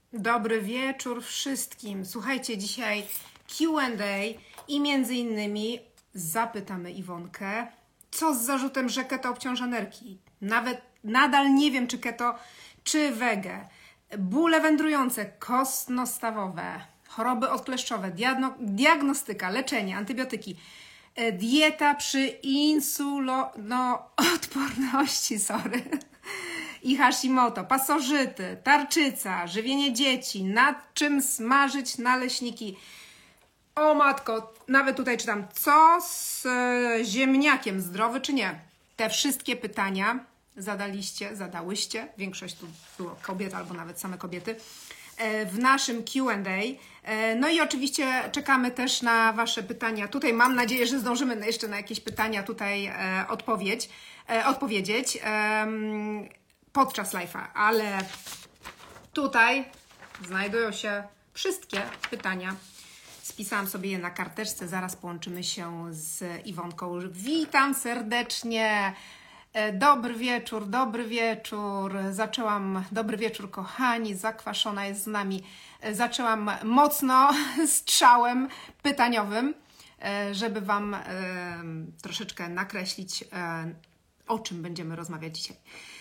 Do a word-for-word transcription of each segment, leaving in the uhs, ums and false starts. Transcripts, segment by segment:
Dobry wieczór wszystkim. Słuchajcie, dzisiaj Q and A i między innymi zapytamy Iwonkę, co z zarzutem, że keto obciąża nerki. Nawet nadal nie wiem, czy keto, czy wege. Bóle wędrujące, kostno-stawowe, choroby odkleszczowe, diagno, diagnostyka, leczenie, antybiotyki, dieta przy insuloodporności, sorry. I Hashimoto, pasożyty, tarczyca, żywienie dzieci, nad czym smażyć naleśniki. O matko, nawet tutaj czytam, co z ziemniakiem, zdrowy czy nie? Te wszystkie pytania zadaliście, zadałyście, większość tu było kobiet albo nawet same kobiety, w naszym Q and A. No i oczywiście czekamy też na Wasze pytania. Tutaj mam nadzieję, że zdążymy jeszcze na jakieś pytania tutaj odpowiedź, odpowiedzieć podczas live'a, ale tutaj znajdują się wszystkie pytania. Spisałam sobie je na karteczce, zaraz połączymy się z Iwonką. Witam serdecznie. Dobry wieczór, dobry wieczór. Zaczęłam, dobry wieczór kochani, Zakwaszona jest z nami. Zaczęłam mocno strzałem pytaniowym, żeby Wam troszeczkę nakreślić, o czym będziemy rozmawiać dzisiaj.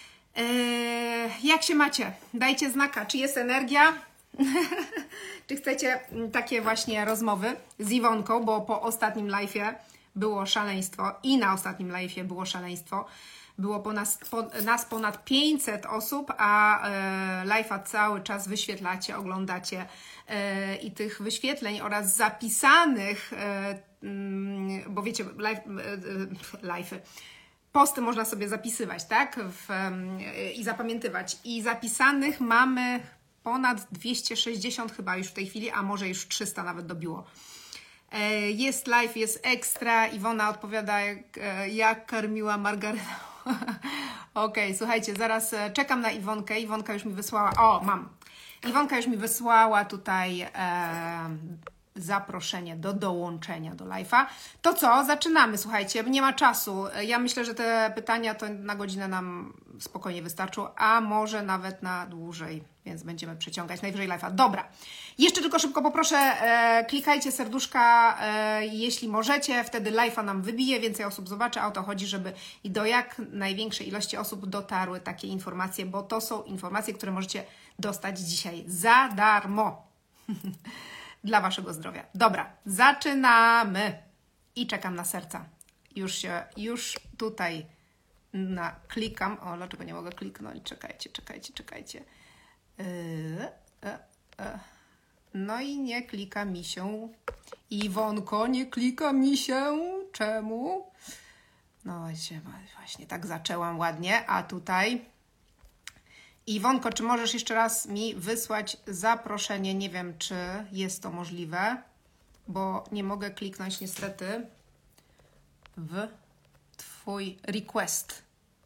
Jak się macie? Dajcie znaka, czy jest energia? Czy chcecie takie właśnie rozmowy z Iwonką, bo po ostatnim live'ie było szaleństwo i na ostatnim live'ie było szaleństwo. Było po nas, po, nas ponad pięćset osób, a e, live'a cały czas wyświetlacie, oglądacie e, i tych wyświetleń oraz zapisanych, e, m, bo wiecie, live, e, live'y, posty można sobie zapisywać, tak? W, e, i zapamiętywać. I zapisanych mamy ponad dwieście sześćdziesiąt chyba już w tej chwili, a może już trzysta nawet dobiło. Jest live, jest ekstra. Iwona odpowiada, jak, jak karmiła margarynę. Okej, okay, słuchajcie, zaraz czekam na Iwonkę. Iwonka już mi wysłała. O, mam. Iwonka już mi wysłała tutaj e, zaproszenie do dołączenia do live'a. To co? Zaczynamy, słuchajcie, nie ma czasu. Ja myślę, że te pytania to na godzinę nam spokojnie wystarczą, a może nawet na dłużej, więc będziemy przeciągać najwyżej live'a. Dobra, jeszcze tylko szybko poproszę, e, klikajcie serduszka, e, jeśli możecie, wtedy live'a nam wybije, więcej osób zobaczy, a o to chodzi, żeby i do jak największej ilości osób dotarły takie informacje, bo to są informacje, które możecie dostać dzisiaj za darmo. Dla Waszego zdrowia. Dobra, zaczynamy. I czekam na serca. Już się, już tutaj na, klikam. O, dlaczego nie mogę kliknąć? Czekajcie, czekajcie, czekajcie. Yy, yy, yy. No i nie klika mi się. Iwonko, nie klika mi się. Czemu? No właśnie, właśnie tak zaczęłam ładnie, a tutaj... Iwonko, czy możesz jeszcze raz mi wysłać zaproszenie? Nie wiem, czy jest to możliwe, bo nie mogę kliknąć niestety w Twój request.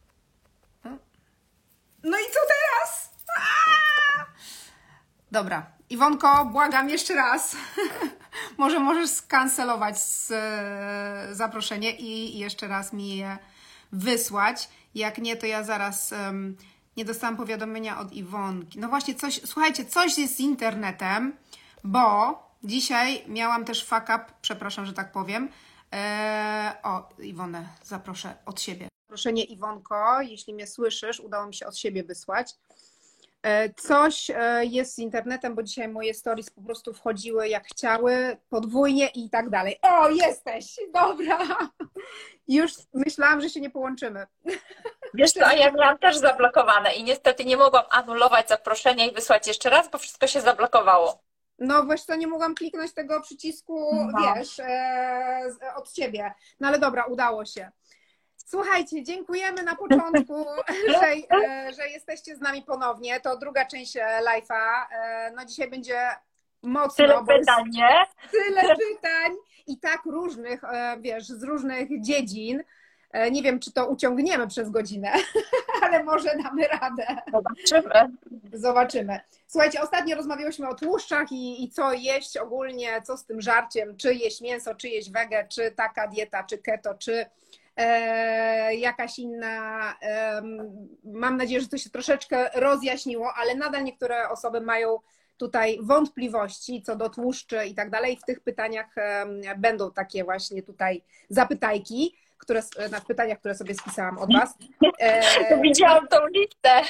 No i co teraz? Aaaa! Dobra, Iwonko, błagam jeszcze raz. Może możesz skancelować z, e, zaproszenie i jeszcze raz mi je wysłać. Jak nie, to ja zaraz... Um, Nie dostałam powiadomienia od Iwonki. No właśnie, coś, słuchajcie, coś jest z internetem, bo dzisiaj miałam też fuck up, przepraszam, że tak powiem. Eee, o, Iwonę zaproszę od siebie. Proszenie Iwonko, jeśli mnie słyszysz, udało mi się od siebie wysłać. Eee, coś e, jest z internetem, bo dzisiaj moje stories po prostu wchodziły jak chciały, podwójnie i tak dalej. O, jesteś! Dobra! Już myślałam, że się nie połączymy. Wiesz co, a ja miałam też zablokowane i niestety nie mogłam anulować zaproszenia i wysłać jeszcze raz, bo wszystko się zablokowało. No właśnie, to nie mogłam kliknąć tego przycisku, no. wiesz, e, od Ciebie. No ale dobra, udało się. Słuchajcie, dziękujemy na początku, że, e, że jesteście z nami ponownie. To druga część live'a. E, no dzisiaj będzie mocno, tyle bo pytań, nie? Tyle pytań i tak różnych, e, wiesz, z różnych dziedzin. Nie wiem, czy to uciągniemy przez godzinę, ale może damy radę. Zobaczymy. Zobaczymy. Słuchajcie, ostatnio rozmawiałyśmy o tłuszczach i, i co jeść ogólnie, co z tym żarciem, czy jeść mięso, czy jeść wege, czy taka dieta, czy keto, czy e, jakaś inna. E, mam nadzieję, że to się troszeczkę rozjaśniło, ale nadal niektóre osoby mają tutaj wątpliwości co do tłuszczy i tak dalej. W tych pytaniach będą takie właśnie tutaj zapytajki, które, na pytaniach, które sobie spisałam od Was. To widziałam tą listę.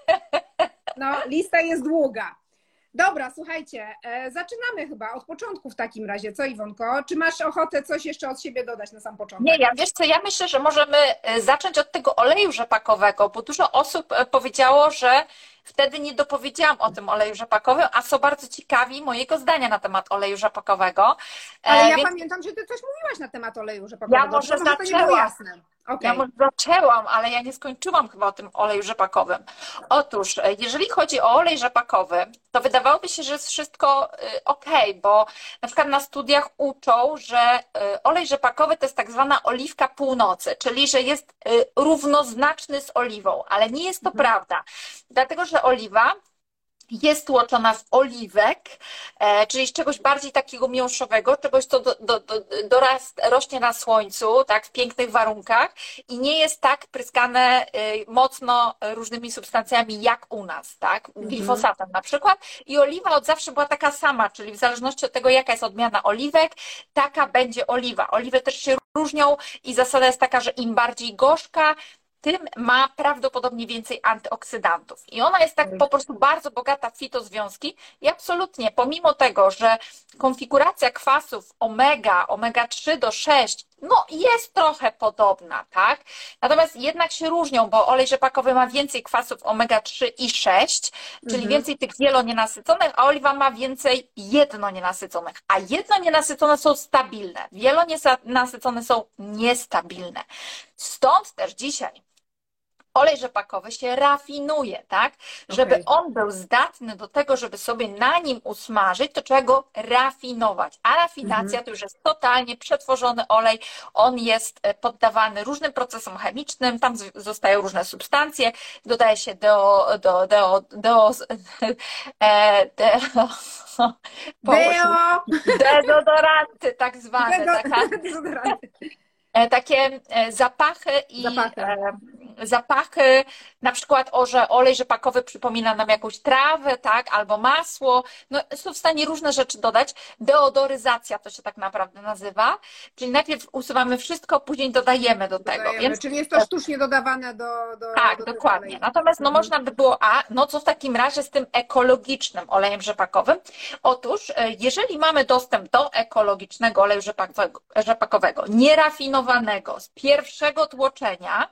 No, lista jest długa. Dobra, słuchajcie, e, zaczynamy chyba od początku w takim razie. Co, Iwonko? Czy masz ochotę coś jeszcze od siebie dodać na sam początek? Nie, ja wiesz co, ja myślę, że możemy zacząć od tego oleju rzepakowego, bo dużo osób powiedziało, że wtedy nie dopowiedziałam o tym oleju rzepakowym, a są bardzo ciekawi mojego zdania na temat oleju rzepakowego. Ale ja Więc pamiętam, że Ty coś mówiłaś na temat oleju rzepakowego. ja może to nie było jasne. Okay. Ja może zaczęłam, ale ja nie skończyłam chyba o tym oleju rzepakowym. Otóż, jeżeli chodzi o olej rzepakowy, to wydawałoby się, że jest wszystko ok, bo na przykład na studiach uczą, że olej rzepakowy to jest tak zwana oliwka północy, czyli że jest równoznaczny z oliwą, ale nie jest to mhm. prawda, dlatego że oliwa jest tłoczona z oliwek, e, czyli z czegoś bardziej takiego miąższowego, czegoś, co do, do, do, dorast, rośnie na słońcu, tak, w pięknych warunkach i nie jest tak pryskane y, mocno różnymi substancjami jak u nas, tak, glifosatem na przykład. I oliwa od zawsze była taka sama, czyli w zależności od tego, jaka jest odmiana oliwek, taka będzie oliwa. Oliwy też się różnią i zasada jest taka, że im bardziej gorzka, tym ma prawdopodobnie więcej antyoksydantów. I ona jest tak po prostu bardzo bogata w fitozwiązki i absolutnie, pomimo tego, że konfiguracja kwasów omega, omega trzy do sześć, no jest trochę podobna, tak? Natomiast jednak się różnią, bo olej rzepakowy ma więcej kwasów omega trzy i sześć, czyli mhm. więcej tych wielonienasyconych, a oliwa ma więcej jednonienasyconych. A jednonienasycone są stabilne, wielonienasycone są niestabilne. Stąd też dzisiaj olej rzepakowy się rafinuje, tak? Żeby okay. on był zdatny do tego, żeby sobie na nim usmażyć, to trzeba go rafinować. A rafinacja mm-hmm. to już jest totalnie przetworzony olej. On jest poddawany różnym procesom chemicznym, tam zostają różne substancje, dodaje się do, do, do, do, do, Deo. dezodoranty tak zwane. Dezo- taka, dezodoranty. Takie zapachy i zapachy. zapachy, na przykład o, że olej rzepakowy przypomina nam jakąś trawę, tak, albo masło, no są w stanie różne rzeczy dodać. Deodoryzacja to się tak naprawdę nazywa, czyli najpierw usuwamy wszystko, później dodajemy do tego. Dodajemy, Więc... czyli jest to sztucznie dodawane do... do tak, do dokładnie. Natomiast no, mhm. można by było, a no co w takim razie z tym ekologicznym olejem rzepakowym? Otóż, jeżeli mamy dostęp do ekologicznego oleju rzepakowego, rzepakowego nierafinowanego, z pierwszego tłoczenia,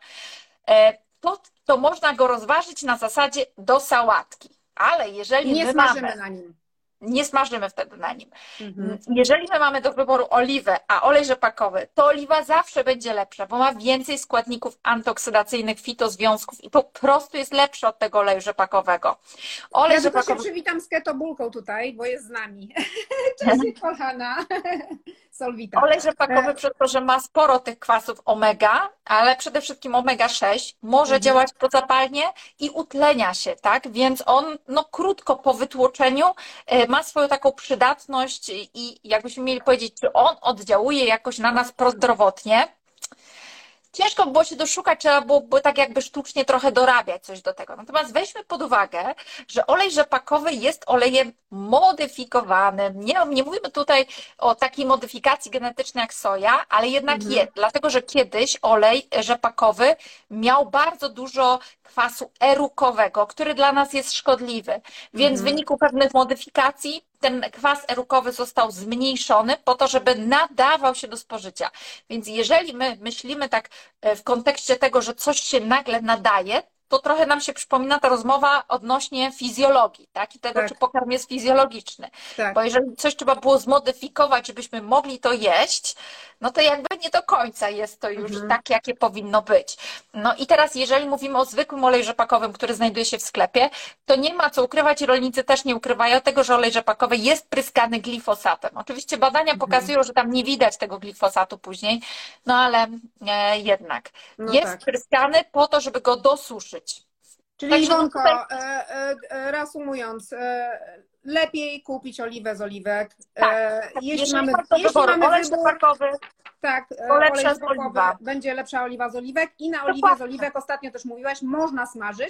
to, to można go rozważyć na zasadzie do sałatki. Ale jeżeli nie my smażymy mamy... na nim. Nie smażymy wtedy na nim. Mhm. Jeżeli my mamy do wyboru oliwę, a olej rzepakowy, to oliwa zawsze będzie lepsza, bo ma więcej składników antyoksydacyjnych, fitozwiązków i po prostu jest lepszy od tego oleju rzepakowego. Olej ja rzepakowy... tylko się przywitam z ketobulką tutaj, bo jest z nami. Cześć, kochana. Solwita. Olej rzepakowy przez to, że ma sporo tych kwasów omega, ale przede wszystkim omega sześć, może mhm. działać prozapalnie i utlenia się, tak? Więc on no, krótko po wytłoczeniu ma swoją taką przydatność i jakbyśmy mieli powiedzieć, czy on oddziałuje jakoś na nas prozdrowotnie. Ciężko by było się doszukać, trzeba byłoby tak jakby sztucznie trochę dorabiać coś do tego. Natomiast weźmy pod uwagę, że olej rzepakowy jest olejem modyfikowanym. Nie, nie mówimy tutaj o takiej modyfikacji genetycznej jak soja, ale jednak mhm. jest, dlatego że kiedyś olej rzepakowy miał bardzo dużo kwasu erukowego, który dla nas jest szkodliwy. Więc mhm. w wyniku pewnych modyfikacji ten kwas erukowy został zmniejszony po to, żeby nadawał się do spożycia. Więc jeżeli my myślimy tak w kontekście tego, że coś się nagle nadaje, to trochę nam się przypomina ta rozmowa odnośnie fizjologii, tak? I tego, tak. czy pokarm jest fizjologiczny. Tak. Bo jeżeli coś trzeba było zmodyfikować, żebyśmy mogli to jeść, no to jakby nie do końca jest to już mhm. tak, jakie powinno być. No i teraz, jeżeli mówimy o zwykłym oleju rzepakowym, który znajduje się w sklepie, to nie ma co ukrywać i rolnicy też nie ukrywają tego, że olej rzepakowy jest pryskany glifosatem. Oczywiście badania mhm. pokazują, że tam nie widać tego glifosatu później, no ale e, jednak no jest tak. pryskany po to, żeby go dosuszyć. Czyli tak, Iwonko, tutaj... e, e, reasumując, e, lepiej kupić oliwę z oliwek. Tak, e, jeśli jeśli mamy, jeśli jeśli mamy olej wybór, rzepakowy, tak, to lepsza olej z oliwa. Będzie lepsza oliwa z oliwek i na oliwie Dokładnie. z oliwek, ostatnio też mówiłaś, można smażyć,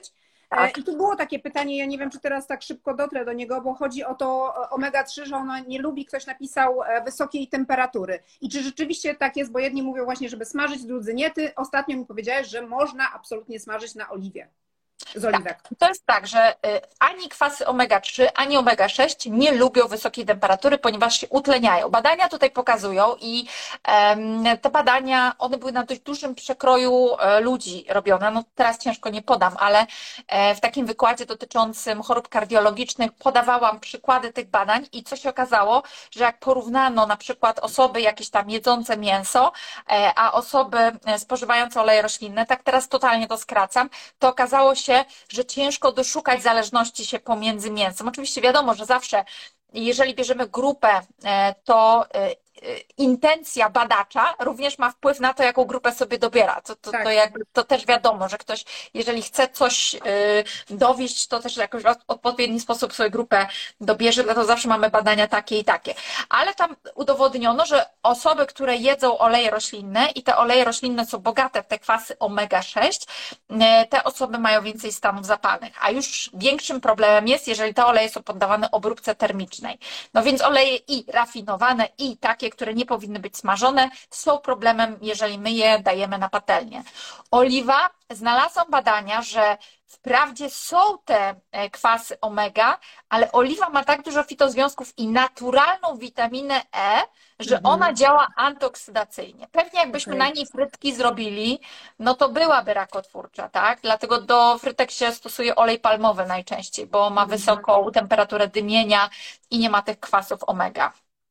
Tak. I tu było takie pytanie, ja nie wiem, czy teraz tak szybko dotrę do niego, bo chodzi o to omega trzy, że ono nie lubi, ktoś napisał, wysokiej temperatury. I czy rzeczywiście tak jest, bo jedni mówią właśnie, żeby smażyć, drudzy nie. Ty ostatnio mi powiedziałeś, że można absolutnie smażyć na oliwie. Z oliwek. Tak. To jest tak, że ani kwasy omega trzy, ani omega sześć nie lubią wysokiej temperatury, ponieważ się utleniają. Badania tutaj pokazują i um, te badania, one były na dość dużym przekroju ludzi robione. No teraz ciężko nie podam, ale w takim wykładzie dotyczącym chorób kardiologicznych podawałam przykłady tych badań i co się okazało, że jak porównano na przykład osoby jakieś tam jedzące mięso, a osoby spożywające oleje roślinne, tak teraz totalnie to skracam, to okazało się, że ciężko doszukać zależności się pomiędzy mięsem. Oczywiście wiadomo, że zawsze, jeżeli bierzemy grupę, to intencja badacza również ma wpływ na to, jaką grupę sobie dobiera. To, to, Tak. to, jakby, to też wiadomo, że ktoś, jeżeli chce coś dowieść, to też jakoś w odpowiedni sposób sobie grupę dobierze, dlatego zawsze mamy badania takie i takie. Ale tam udowodniono, że osoby, które jedzą oleje roślinne i te oleje roślinne są bogate w te kwasy omega sześć, te osoby mają więcej stanów zapalnych. A już większym problemem jest, jeżeli te oleje są poddawane obróbce termicznej. No więc oleje i rafinowane, i takie, które nie powinny być smażone, są problemem, jeżeli my je dajemy na patelnię. Oliwa, znalazłam badania, że wprawdzie są te kwasy omega, ale oliwa ma tak dużo fitozwiązków i naturalną witaminę E, że Mhm. ona działa antyoksydacyjnie. Pewnie jakbyśmy Okej. na niej frytki zrobili, no to byłaby rakotwórcza, tak? Dlatego do frytek się stosuje olej palmowy najczęściej, bo ma Mhm. wysoką temperaturę dymienia i nie ma tych kwasów omega.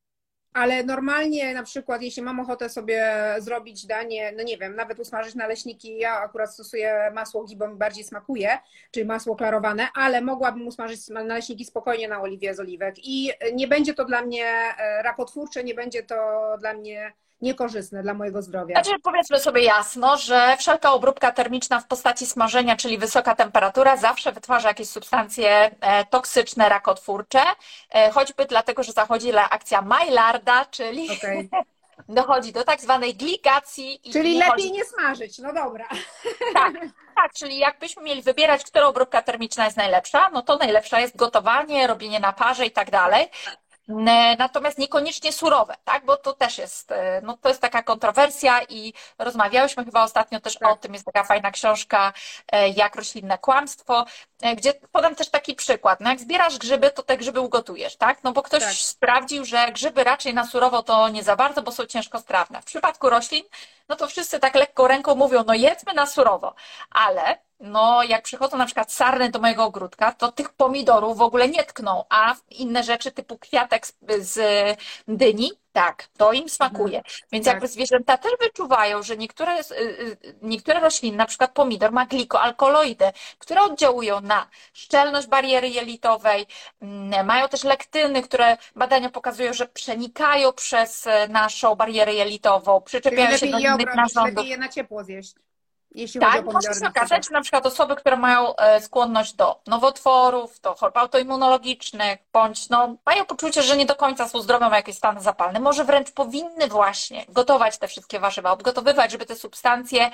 Ale normalnie na przykład, jeśli mam ochotę sobie zrobić danie, no nie wiem, nawet usmażyć naleśniki, ja akurat stosuję masło ghee, bo mi bardziej smakuje, czyli masło klarowane, ale mogłabym usmażyć naleśniki spokojnie na oliwie z oliwek i nie będzie to dla mnie rakotwórcze, nie będzie to dla mnie niekorzystne dla mojego zdrowia. Znaczy, powiedzmy sobie jasno, że wszelka obróbka termiczna w postaci smażenia, czyli wysoka temperatura, zawsze wytwarza jakieś substancje toksyczne, rakotwórcze, choćby dlatego, że zachodzi reakcja Maillarda, czyli Okay. dochodzi do tak zwanej glikacji. Czyli i lepiej chodzi... nie smażyć, no dobra. Tak, tak, czyli jakbyśmy mieli wybierać, która obróbka termiczna jest najlepsza, no to najlepsza jest gotowanie, robienie na parze i tak dalej. Natomiast niekoniecznie surowe, tak? Bo to też jest, no to jest taka kontrowersja i rozmawiałyśmy chyba ostatnio też tak. o tym, jest taka fajna książka jak roślinne kłamstwo, gdzie podam też taki przykład, no jak zbierasz grzyby, to te grzyby ugotujesz, tak? No bo ktoś tak. sprawdził, że grzyby raczej na surowo to nie za bardzo, bo są ciężkostrawne. W przypadku roślin, no to wszyscy tak lekką ręką mówią, no jedzmy na surowo, ale no jak przychodzą na przykład sarny do mojego ogródka, to tych pomidorów w ogóle nie tkną, a inne rzeczy typu kwiatek z, z dyni, tak, to im smakuje. Więc tak. jakby zwierzęta też wyczuwają, że niektóre, niektóre rośliny, na przykład pomidor, ma glikoalkaloidy, które oddziałują na szczelność bariery jelitowej, mają też lektyny, które badania pokazują, że przenikają przez naszą barierę jelitową, przyczepiają się do innych obronić, narządów. lepiej je na ciepło zjeść. Jeśli tak, chodzi o pomidory, może się okazać, na przykład osoby, które mają skłonność do nowotworów, do chorób autoimmunologicznych, bądź no, mają poczucie, że nie do końca są zdrowe, mają jakieś stany zapalne, może wręcz powinny właśnie gotować te wszystkie warzywa, obgotowywać, żeby te substancje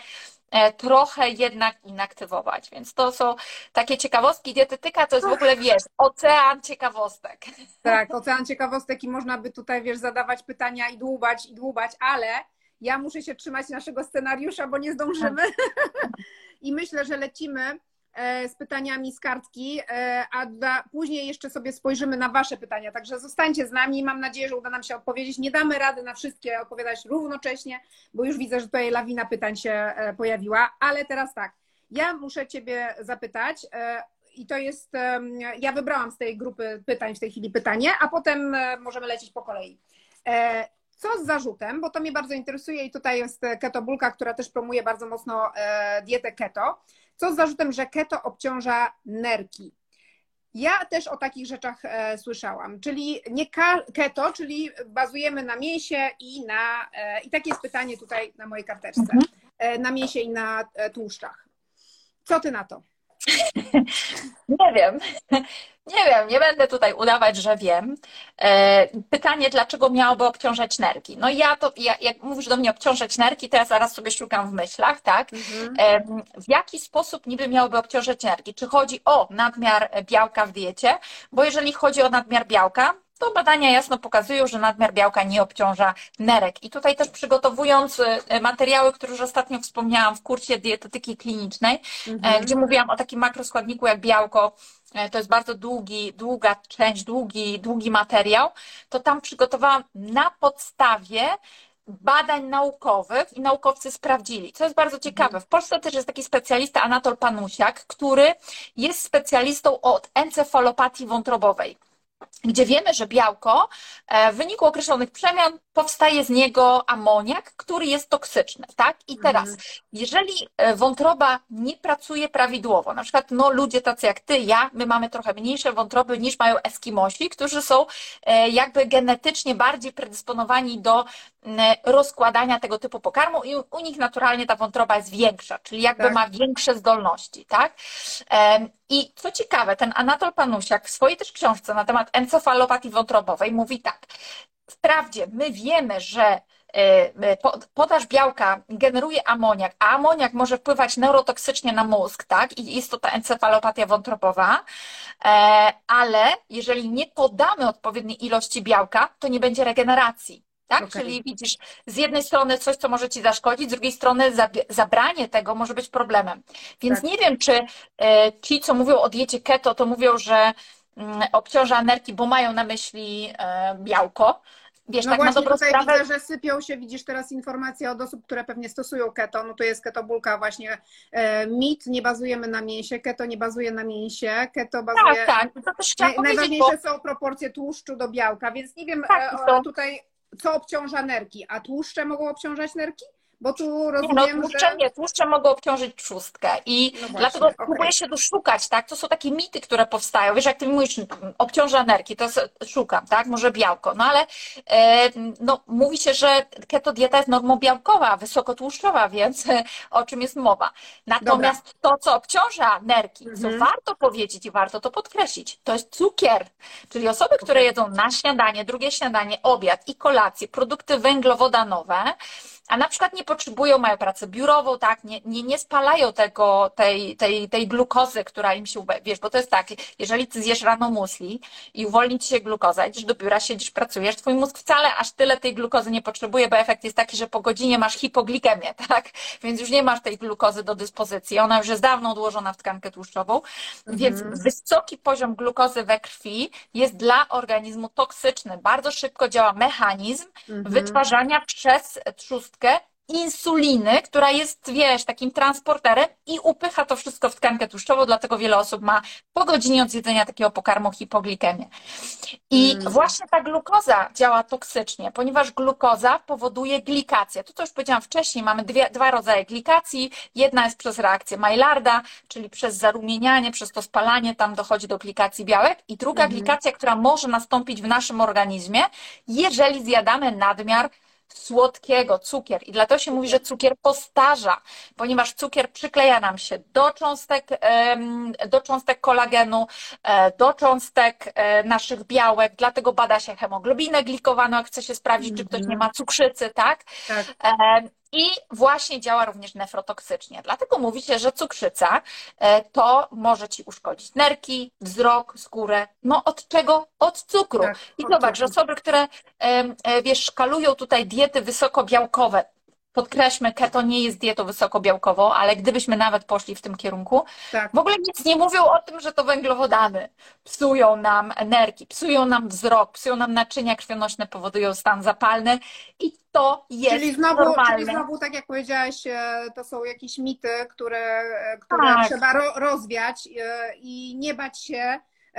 trochę jednak inaktywować. Więc to są takie ciekawostki. Dietetyka to jest w ogóle, wiesz, ocean ciekawostek. Tak, ocean ciekawostek i można by tutaj, wiesz, zadawać pytania i dłubać, i dłubać, ale ja muszę się trzymać naszego scenariusza, bo nie zdążymy. I myślę, że lecimy z pytaniami z kartki, a da, później jeszcze sobie spojrzymy na wasze pytania. Także zostańcie z nami. Mam nadzieję, że uda nam się odpowiedzieć. Nie damy rady na wszystkie odpowiadać równocześnie, bo już widzę, że tutaj lawina pytań się pojawiła. Ale teraz tak, ja muszę ciebie zapytać i to jest, ja wybrałam z tej grupy pytań w tej chwili pytanie, a potem możemy lecieć po kolei. Co z zarzutem, bo to mnie bardzo interesuje i tutaj jest Ketobulka, która też promuje bardzo mocno dietę keto. Co z zarzutem, że keto obciąża nerki? Ja też o takich rzeczach słyszałam, czyli nie keto, czyli bazujemy na mięsie i na, i takie jest pytanie tutaj na mojej karteczce, na mięsie i na tłuszczach. Co ty na to? Nie wiem. Nie wiem, nie będę tutaj udawać, że wiem. E, Pytanie, dlaczego miałoby obciążać nerki? No ja to, ja, jak mówisz do mnie obciążać nerki, to ja zaraz sobie szukam w myślach, tak? Mhm. E, W jaki sposób niby miałoby obciążać nerki? Czy chodzi o nadmiar białka w diecie? Bo jeżeli chodzi o nadmiar białka, to badania jasno pokazują, że nadmiar białka nie obciąża nerek. I tutaj też przygotowując e, materiały, które już ostatnio wspomniałam w kursie dietetyki klinicznej, e, Mhm. gdzie mówiłam o takim makroskładniku jak białko, e, to jest bardzo długi, długa część, długi, długi materiał, to tam przygotowałam na podstawie badań naukowych i naukowcy sprawdzili, co jest bardzo ciekawe. W Polsce też jest taki specjalista Anatol Panusiak, który jest specjalistą od encefalopatii wątrobowej, gdzie wiemy, że białko w wyniku określonych przemian powstaje z niego amoniak, który jest toksyczny, tak? I teraz, Mhm. jeżeli wątroba nie pracuje prawidłowo, na przykład no, ludzie tacy jak ty, ja, my mamy trochę mniejsze wątroby niż mają Eskimosi, którzy są jakby genetycznie bardziej predysponowani do rozkładania tego typu pokarmu i u nich naturalnie ta wątroba jest większa, czyli jakby Tak. ma większe zdolności, tak? I co ciekawe, ten Anatol Panusiak w swojej też książce na temat encefalopatii wątrobowej mówi tak, wprawdzie my wiemy, że podaż białka generuje amoniak, a amoniak może wpływać neurotoksycznie na mózg, tak? I jest to ta encefalopatia wątrobowa, ale jeżeli nie podamy odpowiedniej ilości białka, to nie będzie regeneracji. Tak? Okay. Czyli widzisz, z jednej strony coś, co może ci zaszkodzić, z drugiej strony zabranie tego może być problemem. Więc Tak. nie wiem, czy ci, co mówią o diecie keto, to mówią, że obciąża nerki, bo mają na myśli białko. Wiesz, No tak właśnie na dobrą tutaj sprawę... widzę, że sypią się, widzisz teraz informacje od osób, które pewnie stosują keto, no to jest ketobulka właśnie, e, mit, nie bazujemy na mięsie, keto nie bazuje na mięsie, keto bazuje... Tak, tak, to też chciałam naj, powiedzieć, najważniejsze bo... są proporcje tłuszczu do białka, więc nie wiem Tak, e, to... tutaj, co obciąża nerki, a tłuszcze mogą obciążać nerki? Bo tu Nie, rozumiem, no tłuszcze że... nie, tłuszcze mogą obciążyć trzustkę i No właśnie, dlatego okay. próbuję się doszukać, tak? To są takie mity, które powstają. Wiesz, jak ty mówisz, obciąża nerki, to szukam, tak? Może białko, no ale e, no, mówi się, że keto dieta jest normą białkowa, wysokotłuszczowa, więc e, o czym jest mowa. Natomiast Dobra. to, co obciąża nerki, co Mhm. warto powiedzieć i warto to podkreślić, to jest cukier. Czyli osoby, które Okay. jedzą na śniadanie, drugie śniadanie, obiad i kolację, produkty węglowodanowe, a na przykład nie potrzebują, mają pracę biurową, tak, nie, nie, nie spalają tego, tej, tej, tej glukozy, która im się, wiesz, bo to jest tak, jeżeli ty zjesz rano musli i uwolni ci się glukoza, idziesz do biura, siedzisz, pracujesz, twój mózg wcale aż tyle tej glukozy nie potrzebuje, bo efekt jest taki, że po godzinie masz hipoglikemię, tak, więc już nie masz tej glukozy do dyspozycji, ona już jest dawno odłożona w tkankę tłuszczową, mhm. Więc wysoki poziom glukozy we krwi jest dla organizmu toksyczny, bardzo szybko działa mechanizm mhm. wytwarzania przez trzustkę insuliny, która jest, wiesz, takim transporterem i upycha to wszystko w tkankę tłuszczową, dlatego wiele osób ma po godzinie od jedzenia takiego pokarmu hipoglikemię. I mm. właśnie ta glukoza działa toksycznie, ponieważ glukoza powoduje glikację. To, co już powiedziałam wcześniej, mamy dwie, dwa rodzaje glikacji. Jedna jest przez reakcję Maillarda, czyli przez zarumienianie, przez to spalanie, tam dochodzi do glikacji białek. I druga mm. glikacja, która może nastąpić w naszym organizmie, jeżeli zjadamy nadmiar słodkiego, cukier. I dlatego się mówi, że cukier postarza, ponieważ cukier przykleja nam się do cząstek, do cząstek kolagenu, do cząstek naszych białek, dlatego bada się hemoglobinę glikowaną, jak chce się sprawdzić, czy ktoś nie ma cukrzycy, tak? Tak. I właśnie działa również nefrotoksycznie. Dlatego mówi się, że cukrzyca to może ci uszkodzić nerki, wzrok, skórę. No od czego? Od cukru. Tak, I od zobacz, że osoby, które wiesz, szkalują tutaj diety wysokobiałkowe, podkreślmy, keto nie jest dietą wysokobiałkową, ale gdybyśmy nawet poszli w tym kierunku, tak. w ogóle nic nie mówią o tym, że to węglowodany psują nam nerki, psują nam wzrok, psują nam naczynia krwionośne, powodują stan zapalny i to jest czyli znowu, normalne. Czyli znowu, tak jak powiedziałaś, to są jakieś mity, które, które tak. trzeba ro rozwiać i nie bać się,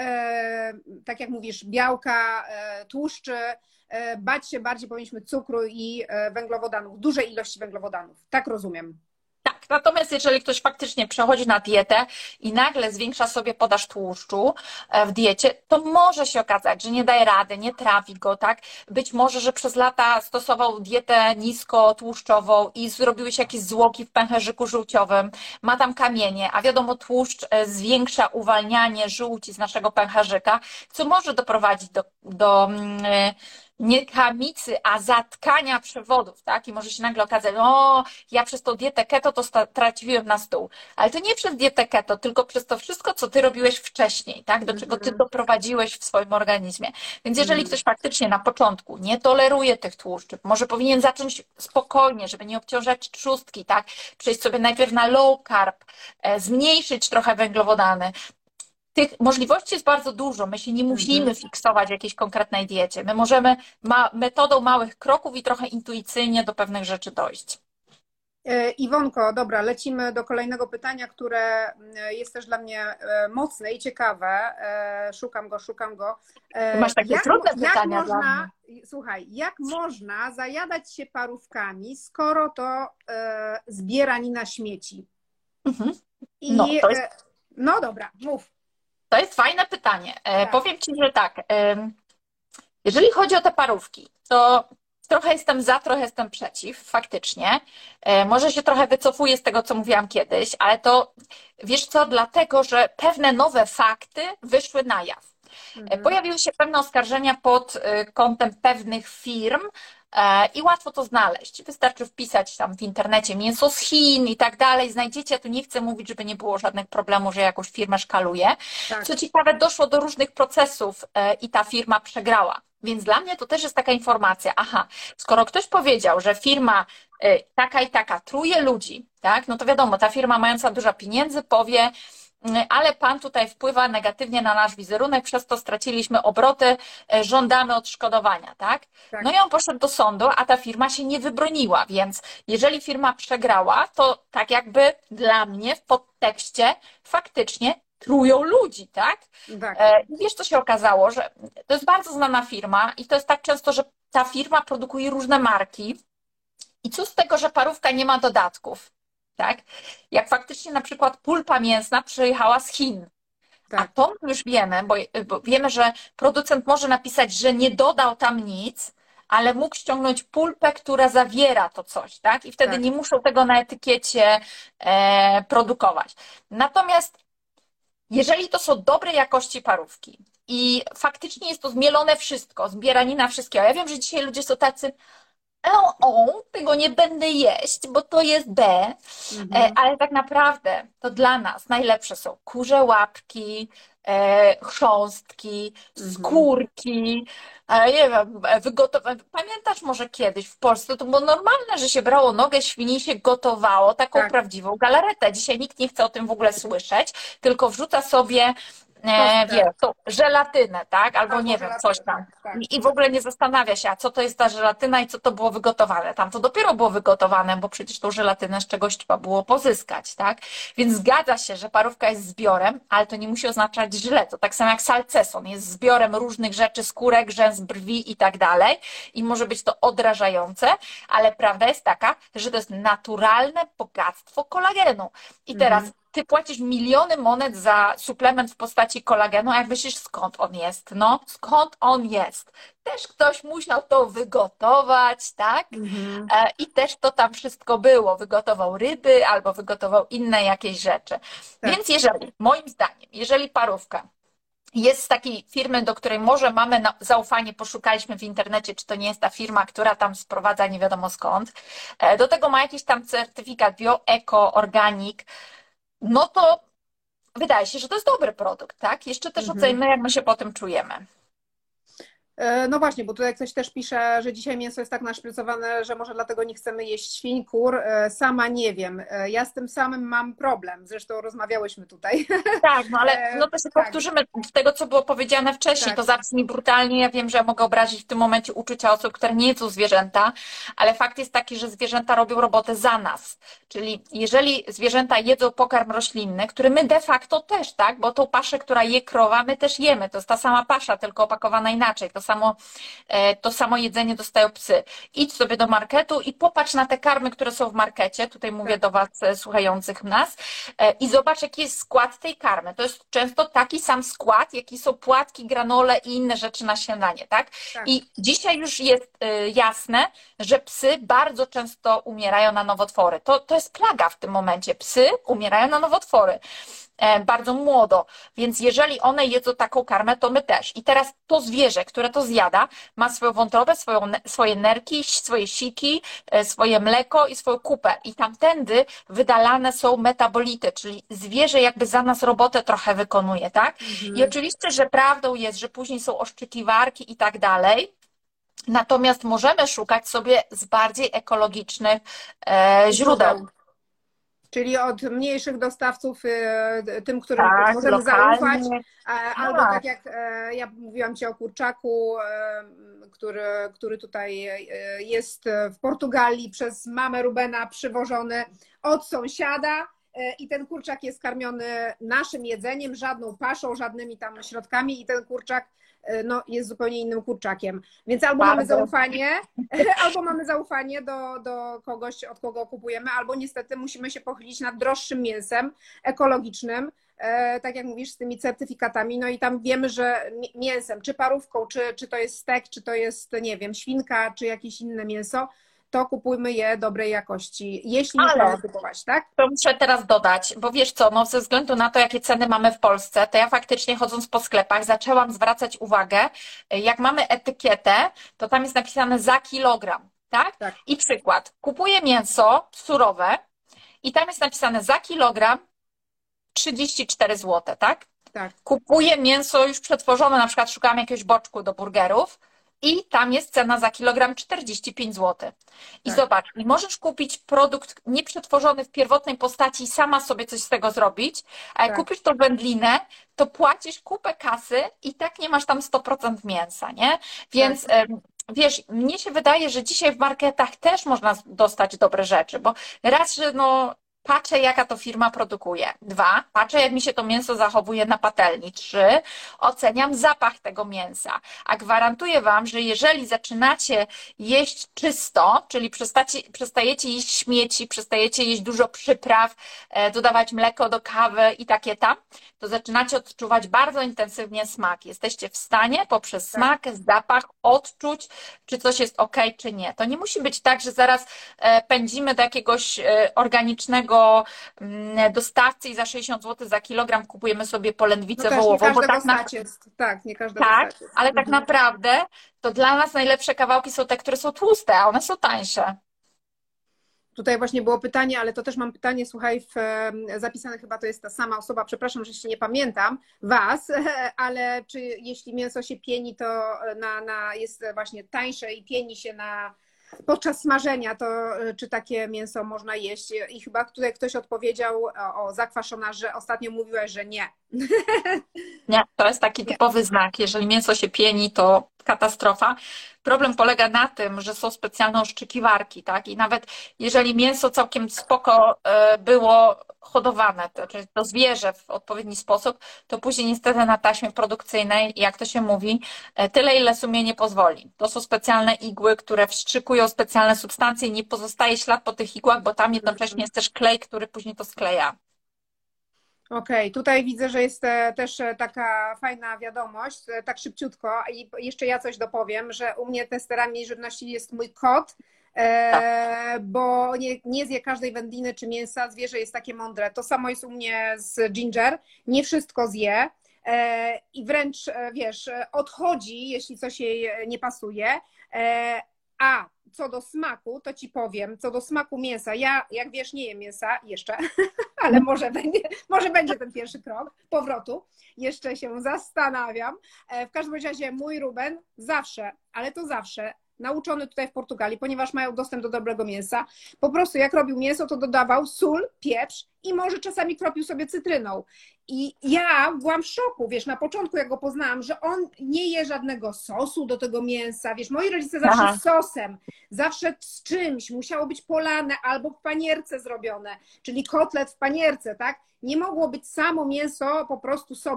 tak jak mówisz, białka, tłuszczy, bać się bardziej powinniśmy cukru i węglowodanów, dużej ilości węglowodanów. Tak rozumiem. Tak, Natomiast jeżeli ktoś faktycznie przechodzi na dietę i nagle zwiększa sobie podaż tłuszczu e, w diecie, to może się okazać, że nie daje rady, nie trawi go, tak? Być może, że przez lata stosował dietę niskotłuszczową i zrobiły się jakieś zwłoki w pęcherzyku żółciowym, ma tam kamienie, a wiadomo, tłuszcz e, zwiększa uwalnianie żółci z naszego pęcherzyka, co może doprowadzić do, do mm, nie kamicy, a zatkania przewodów, tak? I może się nagle okazać, o, ja przez tą dietę keto to straciłem na stół. Ale to nie przez dietę keto, tylko przez to wszystko, co ty robiłeś wcześniej, tak? Do czego ty doprowadziłeś w swoim organizmie. Więc jeżeli ktoś faktycznie na początku nie toleruje tych tłuszczów, może powinien zacząć spokojnie, żeby nie obciążać trzustki, tak? Przejść sobie najpierw na low carb, zmniejszyć trochę węglowodany. Tych możliwości jest bardzo dużo. My się nie musimy fiksować w jakiejś konkretnej diecie. My możemy ma metodą małych kroków i trochę intuicyjnie do pewnych rzeczy dojść. Iwonko, dobra, lecimy do kolejnego pytania, które jest też dla mnie mocne i ciekawe. Szukam go, szukam go. Masz takie jak, trudne jak pytania można, dla mnie. Słuchaj, jak można zajadać się parówkami, skoro to e, zbieranina śmieci? Mhm. I, No, to jest... no dobra, mów. To jest fajne pytanie. Tak. Powiem Ci, że tak, jeżeli chodzi o te parówki, to trochę jestem za, trochę jestem przeciw, faktycznie. Może się trochę wycofuję z tego, co mówiłam kiedyś, ale to wiesz co, dlatego, że pewne nowe fakty wyszły na jaw. Mhm. Pojawiły się pewne oskarżenia pod kątem pewnych firm, i łatwo to znaleźć. Wystarczy wpisać tam w internecie mięso z Chin i tak dalej. Znajdziecie, tu nie chcę mówić, żeby nie było żadnych problemów, że jakąś firmę szkaluje. Tak. Co ciekawe, doszło do różnych procesów i ta firma przegrała. Więc dla mnie to też jest taka informacja, aha, skoro ktoś powiedział, że firma taka i taka truje ludzi, tak, no to wiadomo, ta firma mająca dużo pieniędzy powie, ale pan tutaj wpływa negatywnie na nasz wizerunek, przez to straciliśmy obroty, żądamy odszkodowania, tak? Tak? No i on poszedł do sądu, a ta firma się nie wybroniła, więc jeżeli firma przegrała, to tak jakby dla mnie w podtekście faktycznie trują ludzi, tak? Tak. I wiesz, co się okazało, że to jest bardzo znana firma i to jest tak często, że ta firma produkuje różne marki i co z tego, że parówka nie ma dodatków? Tak? Jak faktycznie na przykład pulpa mięsna przyjechała z Chin. Tak. A to już wiemy, bo, bo wiemy, że producent może napisać, że nie dodał tam nic, ale mógł ściągnąć pulpę, która zawiera to coś, tak? I wtedy tak. nie muszą tego na etykiecie e, produkować. Natomiast jeżeli to są dobrej jakości parówki i faktycznie jest to zmielone wszystko, zbieranina wszystkiego. Ja wiem, że dzisiaj ludzie są tacy, o, o, tego nie będę jeść, bo to jest B, mhm. ale tak naprawdę to dla nas najlepsze są kurze łapki, e, chrząstki, mhm. skórki, e, nie wiem, wygotowane. Pamiętasz może kiedyś w Polsce to było normalne, że się brało nogę świni i się gotowało taką tak. prawdziwą galaretę. Dzisiaj nikt nie chce o tym w ogóle słyszeć, tylko wrzuca sobie E, wiesz, to żelatynę, tak? Albo tak, nie wiem, coś tam. Tak. I, I w ogóle nie zastanawia się, a co to jest ta żelatyna i co to było wygotowane. Tam to dopiero było wygotowane, bo przecież tą żelatynę z czegoś trzeba było pozyskać, tak? Więc zgadza się, że parówka jest zbiorem, ale to nie musi oznaczać źle. To tak samo jak salceson jest zbiorem różnych rzeczy, skórek, rzęs, brwi i tak dalej. I może być to odrażające, ale prawda jest taka, że to jest naturalne bogactwo kolagenu. I teraz mhm. ty płacisz miliony monet za suplement w postaci kolagenu, a jak myślisz, skąd on jest? No, skąd on jest? Też ktoś musiał to wygotować, tak? Mhm. I też to tam wszystko było. Wygotował ryby albo wygotował inne jakieś rzeczy. Tak. Więc jeżeli, moim zdaniem, jeżeli parówka jest z takiej firmy, do której może mamy zaufanie, poszukaliśmy w internecie, czy to nie jest ta firma, która tam sprowadza nie wiadomo skąd, do tego ma jakiś tam certyfikat bio, eko, organic, no to wydaje się, że to jest dobry produkt, tak? Jeszcze też mhm. ocenimy, jak my się po tym czujemy. No właśnie, bo tutaj ktoś też pisze, że dzisiaj mięso jest tak naszprycowane, że może dlatego nie chcemy jeść świń, kur. Sama nie wiem. Ja z tym samym mam problem. Zresztą rozmawiałyśmy tutaj. Tak, no ale no to się tak. powtórzymy z tego, co było powiedziane wcześniej. Tak. To zabrzmi brutalnie. Ja wiem, że ja mogę obrazić w tym momencie uczucia osób, które nie jedzą zwierzęta, ale fakt jest taki, że zwierzęta robią robotę za nas. Czyli jeżeli zwierzęta jedzą pokarm roślinny, który my de facto też, tak? Bo tą paszę, która je krowa, my też jemy. To jest ta sama pasza, tylko opakowana inaczej. To samo, to samo jedzenie dostają psy. Idź sobie do marketu i popatrz na te karmy, które są w markecie, tutaj mówię do Was słuchających nas, i zobacz, jaki jest skład tej karmy. To jest często taki sam skład, jaki są płatki, granole i inne rzeczy na śniadanie, tak? Tak. I dzisiaj już jest jasne, że psy bardzo często umierają na nowotwory. To, to jest plaga w tym momencie. Psy umierają na nowotwory. Bardzo młodo, więc jeżeli one jedzą taką karmę, to my też. I teraz to zwierzę, które to zjada, ma swoją wątrobę, swoją, swoje nerki, swoje siki, swoje mleko i swoją kupę. I tamtędy wydalane są metabolity, czyli zwierzę jakby za nas robotę trochę wykonuje, tak? Mhm. I oczywiście, że prawdą jest, że później są oszczekiwarki i tak dalej. Natomiast możemy szukać sobie z bardziej ekologicznych e, źródeł. Czyli od mniejszych dostawców, tym, którym tak, możemy lokalnie. zaufać, albo tak. tak jak ja mówiłam Ci o kurczaku, który, który tutaj jest w Portugalii przez mamę Rubena przywożony od sąsiada i ten kurczak jest karmiony naszym jedzeniem, żadną paszą, żadnymi tam środkami i ten kurczak no, jest zupełnie innym kurczakiem. Więc albo Bardzo. mamy zaufanie, albo mamy zaufanie do, do kogoś, od kogo kupujemy, albo niestety musimy się pochylić nad droższym mięsem ekologicznym, e, tak jak mówisz, z tymi certyfikatami. No i tam wiemy, że mięsem, czy parówką, czy, czy to jest stek, czy to jest, nie wiem, świnka, czy jakieś inne mięso, to kupujmy je dobrej jakości, jeśli nie możemy kupować, tak? To muszę teraz dodać, bo wiesz co, no ze względu na to, jakie ceny mamy w Polsce, to ja faktycznie chodząc po sklepach zaczęłam zwracać uwagę, jak mamy etykietę, to tam jest napisane za kilogram, tak? tak. I przykład, kupuję mięso surowe i tam jest napisane za kilogram trzydzieści cztery złote, tak? Tak. Kupuję mięso już przetworzone, na przykład szukam jakiegoś boczku do burgerów, i tam jest cena za kilogram czterdzieści pięć złotych. I tak. Zobacz, możesz kupić produkt nieprzetworzony w pierwotnej postaci i sama sobie coś z tego zrobić, a jak tak. kupisz to wędlinę, to płacisz kupę kasy i tak nie masz tam sto procent mięsa, nie? Więc tak. wiesz, mnie się wydaje, że dzisiaj w marketach też można dostać dobre rzeczy, bo raz, że no patrzę, jaka to firma produkuje. Dwa, patrzę, jak mi się to mięso zachowuje na patelni. Trzy, oceniam zapach tego mięsa. A gwarantuję Wam, że jeżeli zaczynacie jeść czysto, czyli przestacie, przestajecie jeść śmieci, przestajecie jeść dużo przypraw, dodawać mleko do kawy i takie tam, to zaczynacie odczuwać bardzo intensywnie smak. Jesteście w stanie poprzez smak, zapach odczuć, czy coś jest ok, czy nie. To nie musi być tak, że zaraz pędzimy do jakiegoś organicznego dostawcy i za sześćdziesiąt złotych za kilogram kupujemy sobie polędwicę no wołową. Nie bo tak na... jest. Tak, nie każda tak, jest. ale tak naprawdę to dla nas najlepsze kawałki są te, które są tłuste, a one są tańsze. Tutaj właśnie było pytanie, ale to też mam pytanie, słuchaj, w, zapisane chyba to jest ta sama osoba, przepraszam, że się nie pamiętam, Was, ale czy jeśli mięso się pieni, to na, na, jest właśnie tańsze i pieni się na podczas smażenia, to czy takie mięso można jeść? I chyba tutaj ktoś odpowiedział, o, o zakwaszona, że ostatnio mówiłaś, że nie. Nie, to jest taki typowy znak. Jeżeli mięso się pieni, to katastrofa. Problem polega na tym, że są specjalne oszczekiwarki, tak? I nawet jeżeli mięso całkiem spoko było hodowane, to, czyli to zwierzę w odpowiedni sposób, to później niestety na taśmie produkcyjnej, jak to się mówi, tyle, ile sumienie pozwoli. To są specjalne igły, które wstrzykują specjalne substancje i nie pozostaje ślad po tych igłach, bo tam jednocześnie jest też klej, który później to skleja. Okej, okay, tutaj widzę, że jest też taka fajna wiadomość, tak szybciutko i jeszcze ja coś dopowiem, że u mnie testerami żywności jest mój kot, e, bo nie, nie zje każdej wędliny czy mięsa, zwierzę jest takie mądre. To samo jest u mnie z Ginger, nie wszystko zje e, i wręcz, wiesz, odchodzi, jeśli coś jej nie pasuje, e, a co do smaku, to Ci powiem, co do smaku mięsa, ja jak wiesz nie jem mięsa jeszcze, ale może będzie, może będzie ten pierwszy krok powrotu, jeszcze się zastanawiam. W każdym razie mój Ruben zawsze, ale to zawsze, nauczony tutaj w Portugalii, ponieważ mają dostęp do dobrego mięsa, po prostu jak robił mięso, to dodawał sól, pieprz i może czasami kropił sobie cytryną. I ja byłam w szoku, wiesz, na początku jak go poznałam, że on nie je żadnego sosu do tego mięsa, wiesz, moi rodzice zawsze Aha. z sosem, zawsze z czymś, musiało być polane albo w panierce zrobione, czyli kotlet w panierce, tak? Nie mogło być samo mięso po prostu sobie,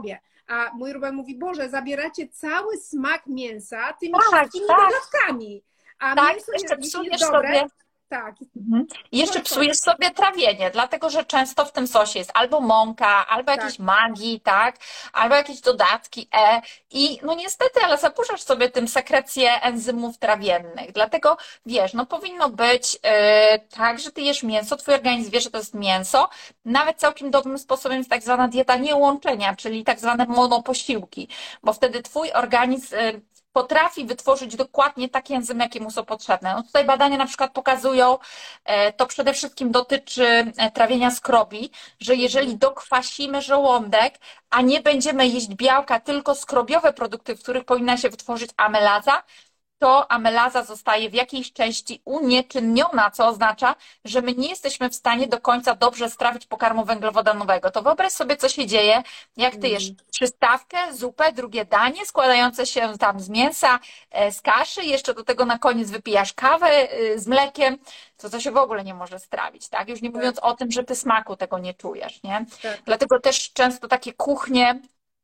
A mój Ruben mówi, Boże, zabieracie cały smak mięsa tymi Tak, wszystkimi tak, dodatkami. A tak, mięso, jeszcze jeśli jest psujesz dobre, sobie. tak, Mhm. I jeszcze sorry, sorry, psujesz sobie trawienie, dlatego że często w tym sosie jest albo mąka, albo tak. jakieś magii, tak? Albo jakieś dodatki E. I no niestety, ale zaburzasz sobie tym sekrecję enzymów trawiennych. Dlatego wiesz, no powinno być yy, tak, że ty jesz mięso, twój organizm wie, że to jest mięso. Nawet całkiem dobrym sposobem jest tak zwana dieta niełączenia, czyli tak zwane monoposiłki, bo wtedy twój organizm yy, potrafi wytworzyć dokładnie takie enzymy, jakie mu są potrzebne. No tutaj badania na przykład pokazują, e, to przede wszystkim dotyczy e, trawienia skrobi, że jeżeli dokwasimy żołądek, a nie będziemy jeść białka, tylko skrobiowe produkty, w których powinna się wytworzyć amylaza, to amylaza zostaje w jakiejś części unieczynniona, co oznacza, że my nie jesteśmy w stanie do końca dobrze strawić pokarmu węglowodanowego. To wyobraź sobie, co się dzieje, jak ty jesz Mm, przystawkę, zupę, drugie danie składające się tam z mięsa, e, z kaszy, jeszcze do tego na koniec wypijasz kawę e, z mlekiem, to to się w ogóle nie może strawić, tak? Już nie tak, mówiąc o tym, że ty smaku tego nie czujesz, nie? tak. Dlatego też często takie kuchnie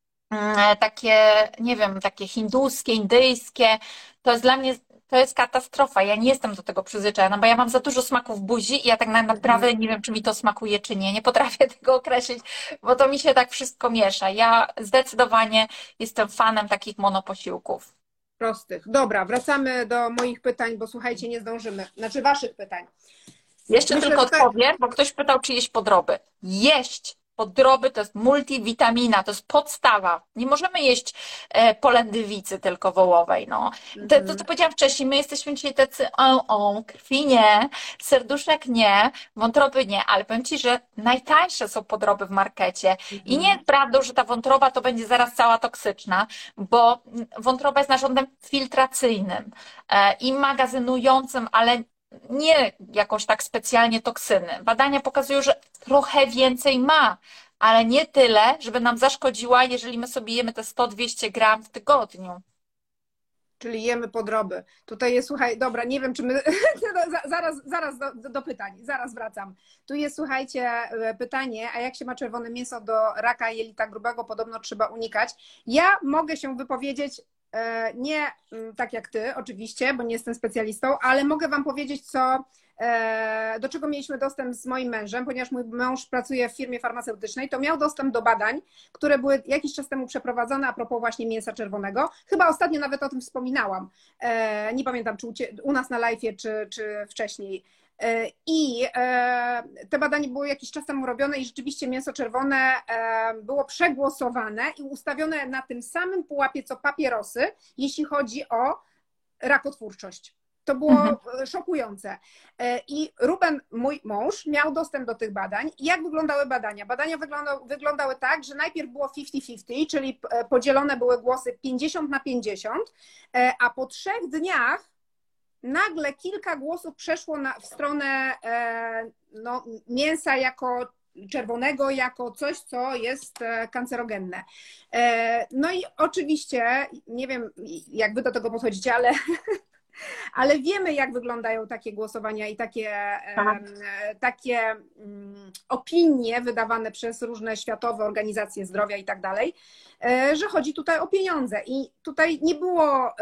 mm, takie, nie wiem, takie hinduskie, indyjskie, to jest dla mnie, to jest katastrofa. Ja nie jestem do tego przyzwyczajona, bo ja mam za dużo smaku w buzi i ja tak na- Mhm. naprawdę nie wiem, czy mi to smakuje, czy nie. Nie potrafię tego określić, bo to mi się tak wszystko miesza. Ja zdecydowanie jestem fanem takich monoposiłków. Prostych. Dobra, wracamy do moich pytań, bo słuchajcie, nie zdążymy. Znaczy waszych pytań. Jeszcze Myślę, tylko że to, odpowiem, bo ktoś pytał, czy jeść podroby. Jeść podroby to jest multivitamina, to jest podstawa. Nie możemy jeść e, polędwicy tylko wołowej. No. To, to, co mhm. powiedziałam wcześniej, my jesteśmy dzisiaj tacy o, o, krwi nie, serduszek nie, wątroby nie, ale powiem Ci, że najtańsze są podroby w markecie. I nie Mhm. jest prawdą, że ta wątroba to będzie zaraz cała toksyczna, bo wątroba jest narządem filtracyjnym e, i magazynującym, ale nie jakoś tak specjalnie toksyny. Badania pokazują, że trochę więcej ma, ale nie tyle, żeby nam zaszkodziła, jeżeli my sobie jemy te sto dwieście gram w tygodniu. Czyli jemy podroby. Tutaj jest, słuchaj, dobra, nie wiem, czy my. Zaraz, zaraz do, do pytań, zaraz wracam. Tu jest, słuchajcie, pytanie, a jak się ma czerwone mięso do raka jelita grubego, podobno trzeba unikać. Ja mogę się wypowiedzieć, nie tak jak ty, oczywiście, bo nie jestem specjalistą, ale mogę wam powiedzieć, co. Do czego mieliśmy dostęp z moim mężem, ponieważ mój mąż pracuje w firmie farmaceutycznej, to miał dostęp do badań, które były jakiś czas temu przeprowadzone a propos właśnie mięsa czerwonego. Chyba ostatnio nawet o tym wspominałam. Nie pamiętam, czy u nas na live'ie, czy, czy wcześniej. I te badania były jakiś czas temu robione i rzeczywiście mięso czerwone było przegłosowane i ustawione na tym samym pułapie co papierosy, jeśli chodzi o rakotwórczość. To było Mhm. szokujące. I Ruben, mój mąż, miał dostęp do tych badań. I jak wyglądały badania? Badania wyglądały, wyglądały tak, że najpierw było pięćdziesiąt pięćdziesiąt, czyli podzielone były głosy pięćdziesiąt na pięćdziesiąt, a po trzech dniach nagle kilka głosów przeszło na, w stronę no, mięsa jako czerwonego, jako coś, co jest kancerogenne. No i oczywiście, nie wiem, jak wy do tego podchodzicie, ale ale wiemy, jak wyglądają takie głosowania i takie, Tak. takie opinie wydawane przez różne światowe organizacje zdrowia i tak dalej, że chodzi tutaj o pieniądze. I tutaj nie było.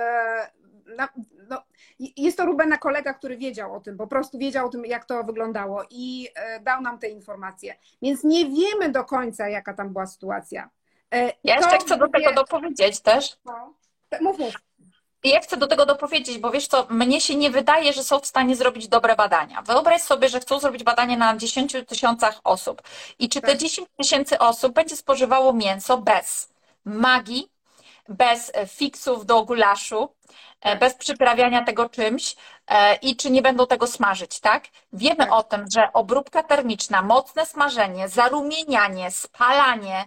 No, jest to Rubena kolega, który wiedział o tym, po prostu wiedział o tym, jak to wyglądało i dał nam te informacje. Więc nie wiemy do końca, jaka tam była sytuacja. Ja To jeszcze chcę do mówię, tego dopowiedzieć też. no, mów, mów. Ja chcę do tego dopowiedzieć, bo wiesz co, mnie się nie wydaje, że są w stanie zrobić dobre badania. Wyobraź sobie, że chcą zrobić badanie na dziesięciu tysiącach osób. I czy te Tak. dziesięć tysięcy osób będzie spożywało mięso bez magii, bez fiksów do gulaszu, Tak. bez przyprawiania tego czymś i czy nie będą tego smażyć, tak? Wiemy Tak. o tym, że obróbka termiczna, mocne smażenie, zarumienianie, spalanie,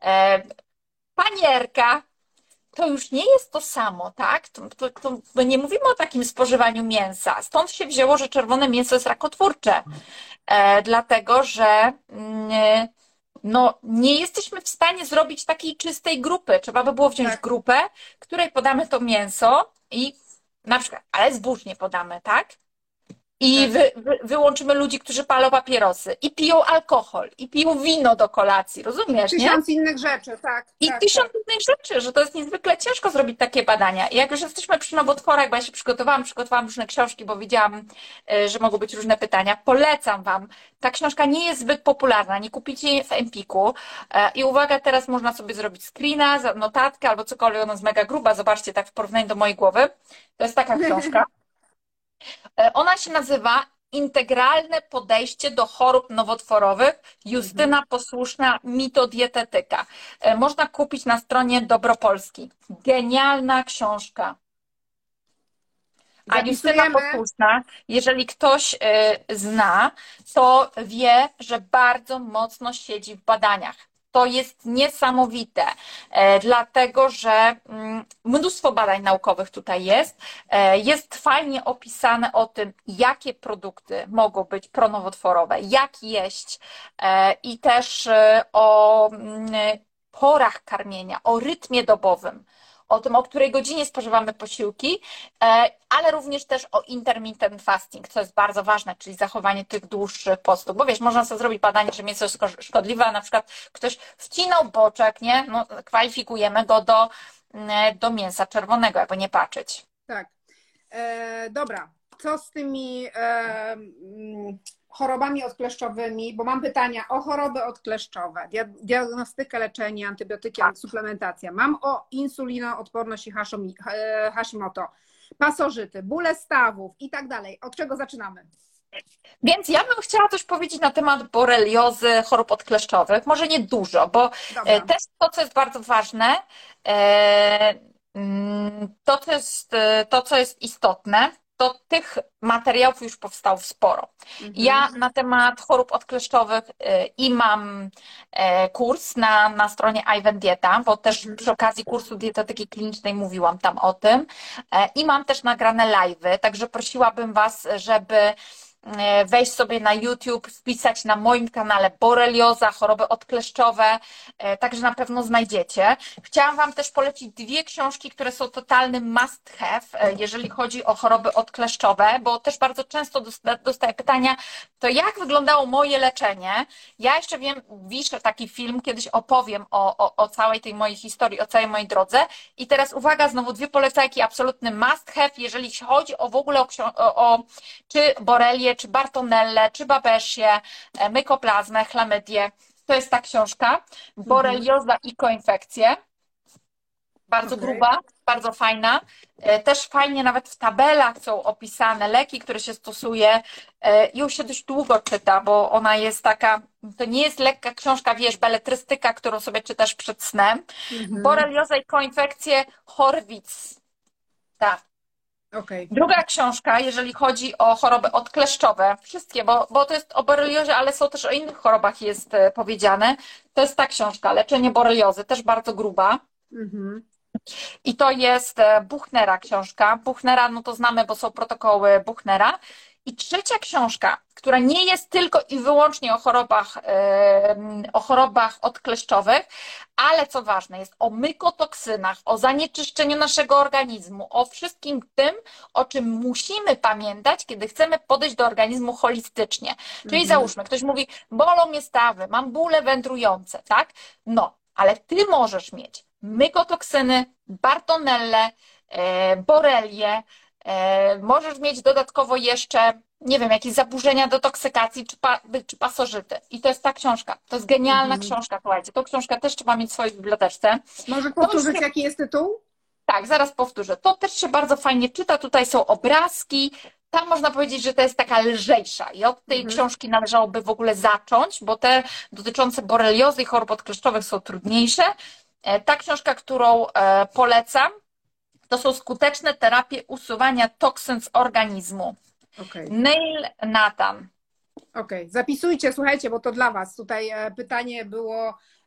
panierka, to już nie jest to samo, tak? To, to, to my nie mówimy o takim spożywaniu mięsa. Stąd się wzięło, że czerwone mięso jest rakotwórcze. E, dlatego, że mm, no, nie jesteśmy w stanie zrobić takiej czystej grupy. Trzeba by było wziąć Tak. grupę, której podamy to mięso i na przykład, ale zbóż nie podamy, tak? I Tak. wy, wy, wyłączymy ludzi, którzy palą papierosy i piją alkohol, i piją wino do kolacji, rozumiesz, nie? Tysiąc innych rzeczy, tak, I tak, tysiąc tak. innych rzeczy, że to jest niezwykle ciężko zrobić takie badania. I jak już jesteśmy przy nowotworach, bo ja się przygotowałam, przygotowałam różne książki, bo widziałam, y, że mogą być różne pytania. Polecam Wam. Ta książka nie jest zbyt popularna, nie kupicie jej w Empiku. E, I uwaga, teraz można sobie zrobić screena, za- notatkę albo cokolwiek, ona jest mega gruba. Zobaczcie, tak w porównaniu do mojej głowy. To jest taka książka. E, Ona się nazywa Integralne podejście do chorób nowotworowych. Justyna Posłuszna, mitodietetyka. E, Można kupić na stronie Dobropolski. Genialna książka. A Justyna Zapisujemy. Posłuszna, jeżeli ktoś e, zna, to wie, że bardzo mocno siedzi w badaniach. To jest niesamowite, e, dlatego że mm, mnóstwo badań naukowych tutaj jest. E, Jest fajnie opisane o tym, jakie produkty mogą być pronowotworowe, jak jeść e, i też e, o mm, porach karmienia, o rytmie dobowym, o tym, o której godzinie spożywamy posiłki, e, ale również też o intermittent fasting, co jest bardzo ważne, czyli zachowanie tych dłuższych postów. Bo wiesz, można sobie zrobić badanie, że mięso jest szko- szkodliwe, a na przykład ktoś wcinał boczek, nie? No, kwalifikujemy go do, mm, do mięsa czerwonego, jakby nie patrzeć. Tak. E, dobra, co z tymi e, mm, chorobami odkleszczowymi? Bo mam pytania o choroby odkleszczowe, dia- diagnostykę, leczenie, antybiotyki, suplementacja. Mam o insulinoodporność i Hashimi- e, Hashimoto, pasożyty, bóle stawów i tak dalej. Od czego zaczynamy? Więc ja bym chciała coś powiedzieć na temat boreliozy, chorób odkleszczowych. Może nie dużo, bo Dobra. e, też to, co jest bardzo ważne, e, mm, to, co jest, e, to, co jest istotne, to tych materiałów już powstało sporo. Mhm. Ja na temat chorób odkleszczowych e, i mam e, kurs na, na stronie Ivan Dieta, bo też Mhm. przy okazji kursu dietetyki klinicznej mówiłam tam o tym. E, I mam też nagrane live'y, także prosiłabym Was, żeby e, wejść sobie na YouTube, wpisać na moim kanale borelioza, choroby odkleszczowe, e, także na pewno znajdziecie. Chciałam Wam też polecić dwie książki, które są totalnym must have, e, jeżeli chodzi o choroby odkleszczowe, bo też bardzo często dosta- dostaję pytania, to jak wyglądało moje leczenie? Ja jeszcze wiem, wiszę taki film, kiedyś opowiem o, o, o całej tej mojej historii, o całej mojej drodze. I teraz uwaga, znowu dwie polecajki, absolutny must have, jeżeli chodzi o w ogóle o, ksio- o, o czy borelię, czy bartonellę, czy babesię, e, mykoplazmę, chlamydię. To jest ta książka, Borelioza i koinfekcje. Bardzo Okej. gruba, bardzo fajna. E, Też fajnie nawet w tabelach są opisane leki, które się stosuje. E, Ją się dość długo czyta, bo ona jest taka, to nie jest lekka książka, wiesz, beletrystyka, którą sobie czytasz przed snem. Mhm. Borelioza i koinfekcje, Horwitz. Tak. Okej. Druga książka, jeżeli chodzi o choroby odkleszczowe, wszystkie, bo, bo to jest o boreliozie, ale są też o innych chorobach jest e, powiedziane, to jest ta książka, Leczenie boreliozy, też bardzo gruba. Mhm. I to jest e, Buchnera książka. Buchnera, no to znamy, bo są protokoły Buchnera. I trzecia książka, która nie jest tylko i wyłącznie o chorobach, e, o chorobach odkleszczowych, ale co ważne, jest o mykotoksynach, o zanieczyszczeniu naszego organizmu, o wszystkim tym, o czym musimy pamiętać, kiedy chcemy podejść do organizmu holistycznie. Czyli Mhm. załóżmy, ktoś mówi, bolą mnie stawy, mam bóle wędrujące, tak? No, ale ty możesz mieć mykotoksyny, bartonelle, e, borelię, e, możesz mieć dodatkowo jeszcze, nie wiem, jakieś zaburzenia detoksykacji czy, pa, czy pasożyty. I to jest ta książka. To jest genialna Mhm. książka, słuchajcie. Tą książkę też trzeba mieć w swojej biblioteczce. Może To już powtórzyć, nie- jaki jest tytuł? Tak, zaraz powtórzę. To też się bardzo fajnie czyta. Tutaj są obrazki. Tam można powiedzieć, że to jest taka lżejsza i od tej Mhm. książki należałoby w ogóle zacząć, bo te dotyczące boreliozy i chorób odkleszczowych są trudniejsze. E, Ta książka, którą e, polecam, to są skuteczne terapie usuwania toksyn z organizmu. Okej. Neil Nathan. Okej, zapisujcie, słuchajcie, bo to dla Was. Tutaj e, pytanie było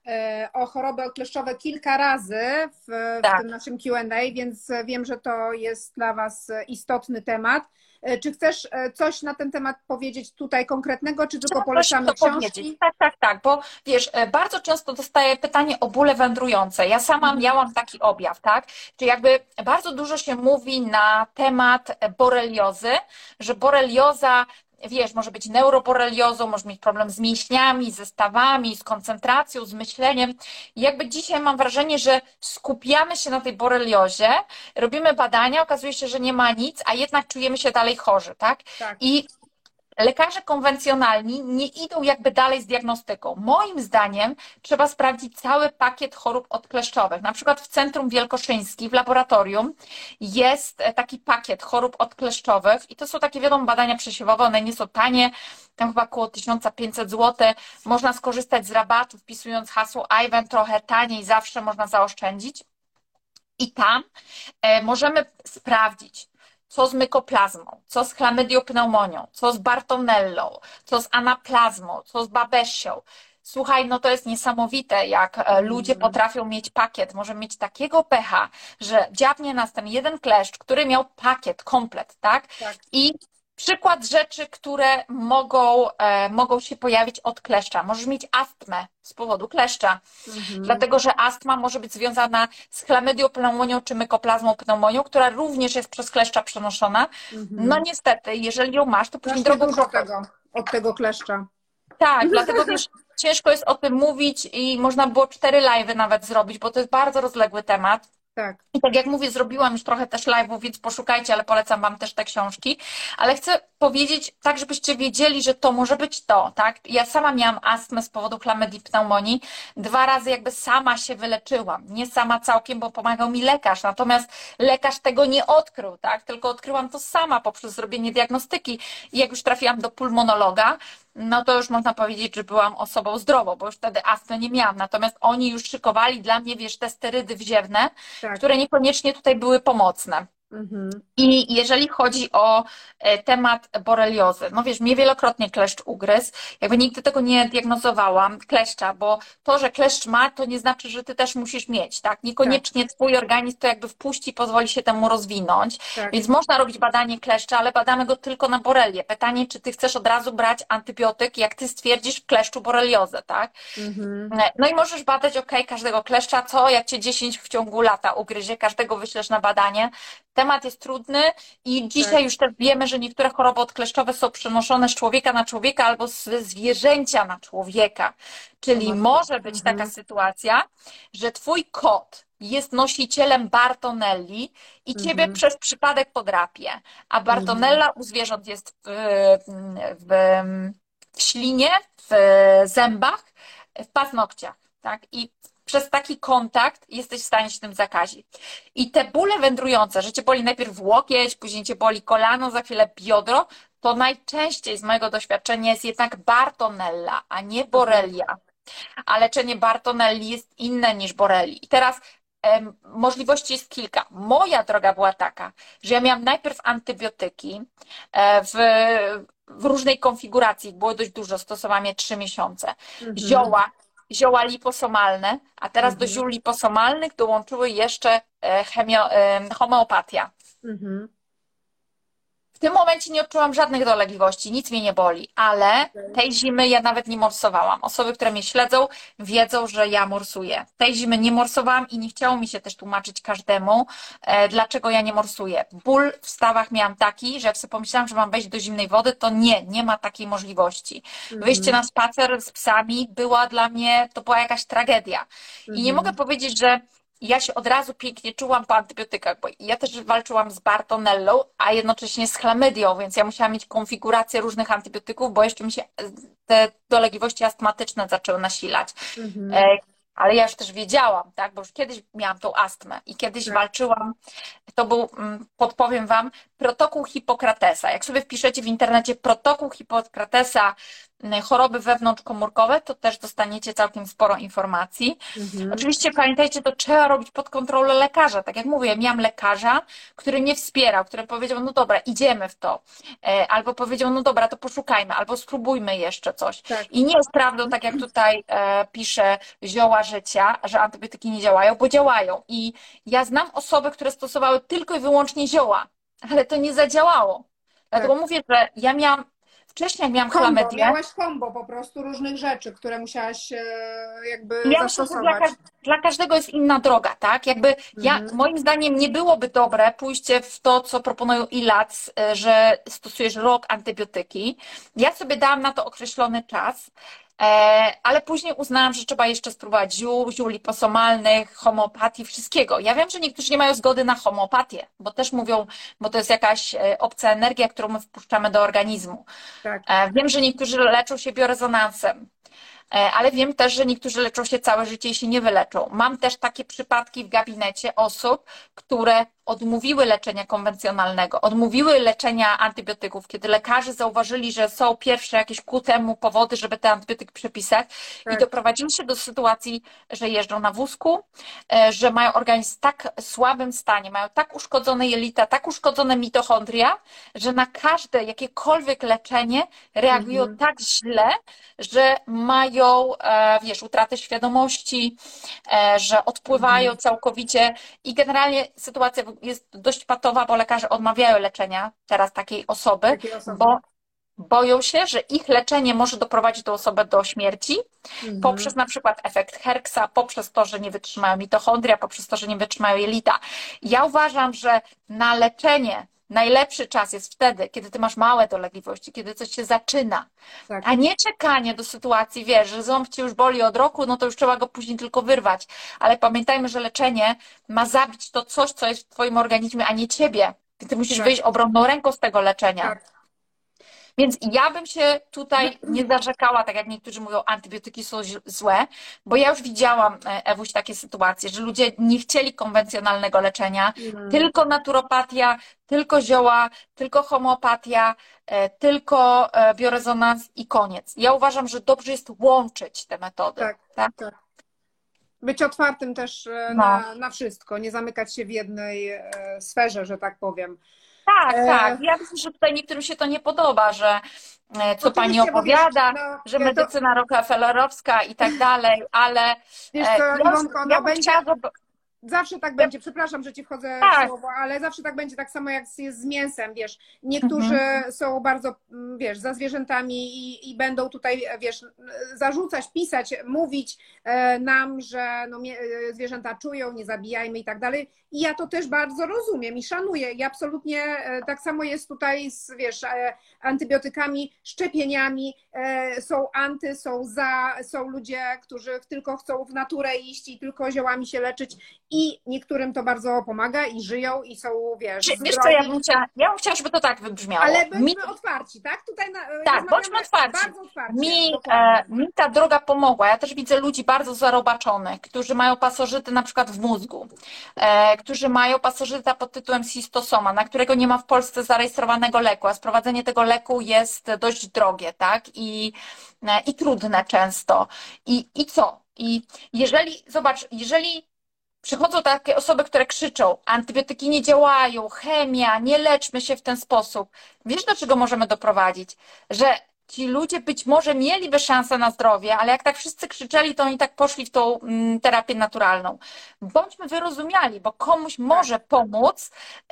e, o choroby kleszczowe kilka razy w, w Tak. tym naszym Q and A, więc wiem, że to jest dla Was istotny temat. E, Czy chcesz e, coś na ten temat powiedzieć tutaj konkretnego, czy tylko Chciałam coś polecamy to powiedzieć. książki? Tak, tak, tak, bo wiesz, e, bardzo często dostaję pytanie o bóle wędrujące. Ja sama Mhm. miałam taki objaw, tak? Czyli jakby bardzo dużo się mówi na temat boreliozy, że borelioza, wiesz, może być neuroboreliozą, może mieć problem z mięśniami, ze stawami, z koncentracją, z myśleniem. I jakby dzisiaj mam wrażenie, że skupiamy się na tej boreliozie, robimy badania, okazuje się, że nie ma nic, a jednak czujemy się dalej chorzy, tak? Tak, I lekarze konwencjonalni nie idą jakby dalej z diagnostyką. Moim zdaniem trzeba sprawdzić cały pakiet chorób odkleszczowych. Na przykład w Centrum Wielkoszyńskim, w laboratorium jest taki pakiet chorób odkleszczowych i to są takie, wiadomo, badania przesiewowe, one nie są tanie, tam chyba około tysiąc pięćset złotych. Można skorzystać z rabatu, wpisując hasło Ivan, trochę taniej, zawsze można zaoszczędzić. I tam e, możemy sprawdzić, co z mykoplazmą, co z chlamydiopneumonią, co z bartonellą, co z anaplazmą, co z babesią. Słuchaj, no to jest niesamowite, jak e, ludzie potrafią mieć pakiet. Może mieć takiego pecha, że dziabnie nas ten jeden kleszcz, który miał pakiet, komplet, tak? tak. I przykład rzeczy, które mogą, e, mogą się pojawić od kleszcza. Możesz mieć astmę z powodu kleszcza, Mhm. dlatego że astma może być związana z chlamydiopneumonią czy mykoplazmą pneumonią, która również jest przez kleszcza przenoszona. Mhm. No niestety, jeżeli ją masz, to później Strasznie drogą dużo tego, od tego kleszcza. tak, dlatego wiesz, ciężko jest o tym mówić i można było cztery live'y nawet zrobić, bo to jest bardzo rozległy temat. Tak. I tak jak mówię, zrobiłam już trochę też live'ów, więc poszukajcie, ale polecam Wam też te książki. Ale chcę powiedzieć tak, żebyście wiedzieli, że to może być to, tak? Ja sama miałam astmę z powodu chlamydii pneumonii. Dwa razy jakby sama się wyleczyłam. Nie sama całkiem, bo pomagał mi lekarz. Natomiast lekarz tego nie odkrył, tak? Tylko odkryłam to sama poprzez zrobienie diagnostyki. I jak już trafiłam do pulmonologa, no to już można powiedzieć, że byłam osobą zdrową, bo już wtedy astmy nie miałam. Natomiast oni już szykowali dla mnie, wiesz, te sterydy wziewne, Tak. które niekoniecznie tutaj były pomocne. Mhm. I jeżeli chodzi o temat boreliozy, no wiesz, mnie wielokrotnie kleszcz ugryzł, jakby nigdy tego nie diagnozowałam, kleszcza, bo to, że kleszcz ma, to nie znaczy, że ty też musisz mieć, tak? Niekoniecznie twój organizm to jakby wpuści i pozwoli się temu rozwinąć, Tak. więc można robić badanie kleszcza, ale badamy go tylko na borelię. Pytanie, czy ty chcesz od razu brać antybiotyk, jak ty stwierdzisz w kleszczu boreliozę, tak? Mhm. No i możesz badać, ok, każdego kleszcza, co, jak cię dziesięć w ciągu lata ugryzie, każdego wyślesz na badanie. Temat jest trudny i dzisiaj Tak. już też wiemy, że niektóre choroby odkleszczowe są przenoszone z człowieka na człowieka albo z zwierzęcia na człowieka. Czyli Matko. może być Mhm. taka sytuacja, że twój kot jest nosicielem Bartonelli i ciebie Mhm. przez przypadek podrapie, a Bartonella u zwierząt jest w, w, w ślinie, w zębach, w paznokciach, tak? I przez taki kontakt jesteś w stanie się tym zakazić. I te bóle wędrujące, że cię boli najpierw łokieć, później cię boli kolano, za chwilę biodro, to najczęściej z mojego doświadczenia jest jednak Bartonella, a nie Borrelia. A leczenie Bartonelli jest inne niż Borrelii. I teraz em, możliwości jest kilka. Moja droga była taka, że ja miałam najpierw antybiotyki e, w, w różnej konfiguracji, było dość dużo, stosowałam je trzy miesiące. Mhm. Zioła, zioła liposomalne, a teraz do Mhm. ziół liposomalnych dołączyły jeszcze e, chemio, e, homeopatia. Mhm. W tym momencie nie odczułam żadnych dolegliwości, nic mnie nie boli, ale Okej. tej zimy ja nawet nie morsowałam. Osoby, które mnie śledzą, wiedzą, że ja morsuję. Tej zimy nie morsowałam i nie chciało mi się też tłumaczyć każdemu, e, dlaczego ja nie morsuję. Ból w stawach miałam taki, że jak sobie pomyślałam, że mam wejść do zimnej wody, to nie, nie ma takiej możliwości. Wyjście Mhm. na spacer z psami była dla mnie, to była jakaś tragedia. I nie Mhm. mogę powiedzieć, że ja się od razu pięknie czułam po antybiotykach, bo ja też walczyłam z Bartonellą, a jednocześnie z chlamydią, więc ja musiałam mieć konfigurację różnych antybiotyków, bo jeszcze mi się te dolegliwości astmatyczne zaczęły nasilać. Mhm. E, ale ja już też wiedziałam, tak, bo już kiedyś miałam tą astmę i kiedyś Tak. walczyłam, to był, mm, podpowiem Wam, protokół Hipokratesa. Jak sobie wpiszecie w internecie protokół Hipokratesa, mm, choroby wewnątrzkomórkowe, to też dostaniecie całkiem sporo informacji. Mhm. Oczywiście pamiętajcie, to trzeba robić pod kontrolą lekarza. Tak jak mówię, miałam lekarza, który mnie wspierał, który powiedział, no dobra, idziemy w to. E, Albo powiedział, no dobra, to poszukajmy, albo spróbujmy jeszcze coś. Tak. I nie jest prawdą, tak jak tutaj e, pisze Zioła Życia, że antybiotyki nie działają, bo działają. I ja znam osoby, które stosowały tylko i wyłącznie zioła, ale to nie zadziałało. Dlatego Tak. mówię, że ja miałam, wcześniej jak miałam Kombo, chlamydię, miałaś kombo po prostu różnych rzeczy, które musiałaś e, jakby ja myślę, że dla, zastosować. każ- dla każdego jest inna droga, tak? Jakby ja, Mhm. moim zdaniem nie byłoby dobre pójście w to, co proponują I L A C, y, że stosujesz rok antybiotyki. Ja sobie dałam na to określony czas, e, ale później uznałam, że trzeba jeszcze spróbować ziół, ziół liposomalnych, homeopatii, wszystkiego. Ja wiem, że niektórzy nie mają zgody na homeopatię, bo też mówią, bo to jest jakaś e, obca energia, którą my wpuszczamy do organizmu. Tak. E, Wiem, że niektórzy leczą się biorezonansem. E, Ale wiem też, że niektórzy leczą się całe życie i się nie wyleczą. Mam też takie przypadki w gabinecie osób, które odmówiły leczenia konwencjonalnego, odmówiły leczenia antybiotyków, kiedy lekarze zauważyli, że są pierwsze jakieś ku temu powody, żeby ten antybiotyk przepisać i Tak. doprowadzili się do sytuacji, że jeżdżą na wózku, e, że mają organizm w tak słabym stanie, mają tak uszkodzone jelita, tak uszkodzone mitochondria, że na każde jakiekolwiek leczenie reagują Mhm. tak źle, że mają, e, wiesz, utratę świadomości, e, że odpływają Mhm. całkowicie i generalnie sytuacja jest dość patowa, bo lekarze odmawiają leczenia teraz takiej osoby, Takie osoby. bo boją się, że ich leczenie może doprowadzić do osoby do śmierci Mhm. poprzez na przykład efekt Herksa, poprzez to, że nie wytrzymają mitochondria, poprzez to, że nie wytrzymają jelita. Ja uważam, że na leczenie najlepszy czas jest wtedy, kiedy ty masz małe dolegliwości, kiedy coś się zaczyna, Tak. a nie czekanie do sytuacji, wiesz, że ząb ci już boli od roku, no to już trzeba go później tylko wyrwać. Ale pamiętajmy, że leczenie ma zabić to coś, co jest w twoim organizmie, a nie ciebie. Ty musisz Tak. wyjść obronną ręką z tego leczenia. Tak. Więc ja bym się tutaj nie zarzekała, tak jak niektórzy mówią, antybiotyki są ź- złe, bo ja już widziałam, e, Ewuś, takie sytuacje, że ludzie nie chcieli konwencjonalnego leczenia, Mhm. tylko naturopatia, tylko zioła, tylko homeopatia, e, tylko e, biorezonans i koniec. Ja uważam, że dobrze jest łączyć te metody. Tak. Tak? Tak. Być otwartym też e, No. na, na wszystko, nie zamykać się w jednej e, sferze, że tak powiem. Tak, E, tak. Ja myślę, że tutaj niektórym się to nie podoba, że e, co pani Oczywiście, bo wiesz, opowiada, no, że to- medycyna rockefellerowska i tak dalej, ale Wiesz e, co, ja, Iwonko, ja no bym będzie, chciała, żeby- zawsze tak będzie, przepraszam, że ci wchodzę Tak. w słowo, ale zawsze tak będzie tak samo jak jest z mięsem, wiesz. Niektórzy Mhm. są bardzo, mm, wiesz, za zwierzętami i, i będą tutaj, wiesz, zarzucać, pisać, mówić e, nam, że no, mie- e, zwierzęta czują, nie zabijajmy i tak dalej. I ja to też bardzo rozumiem i szanuję. I absolutnie e, tak samo jest tutaj z, wiesz, e, antybiotykami, szczepieniami. E, są anty, są za, są ludzie, którzy tylko chcą w naturę iść i tylko ziołami się leczyć i niektórym to bardzo pomaga i żyją i są, wiesz, Czy- Wiesz co, zdrowi. ja bym chciała, ja bym chciała, żeby to tak wybrzmiało. Ale Mi, bądźmy otwarci, tak? Tutaj na, tak, rozmawiamy bądźmy otwarci. Bardzo otwarcie. Mi, e, dokładnie. mi ta droga pomogła. Ja też widzę ludzi bardzo zarobaczonych, którzy mają pasożyty na przykład w mózgu, e, którzy mają pasożyta pod tytułem cystosoma, na którego nie ma w Polsce zarejestrowanego leku, a sprowadzenie tego leku jest dość drogie, tak? I, e, i trudne często. I, I co? I jeżeli, zobacz, jeżeli przychodzą takie osoby, które krzyczą, antybiotyki nie działają, chemia, nie leczmy się w ten sposób. Wiesz, do czego możemy doprowadzić? Że ci ludzie być może mieliby szansę na zdrowie, ale jak tak wszyscy krzyczeli, to oni tak poszli w tą mm, terapię naturalną. Bądźmy wyrozumiali, bo komuś może pomóc,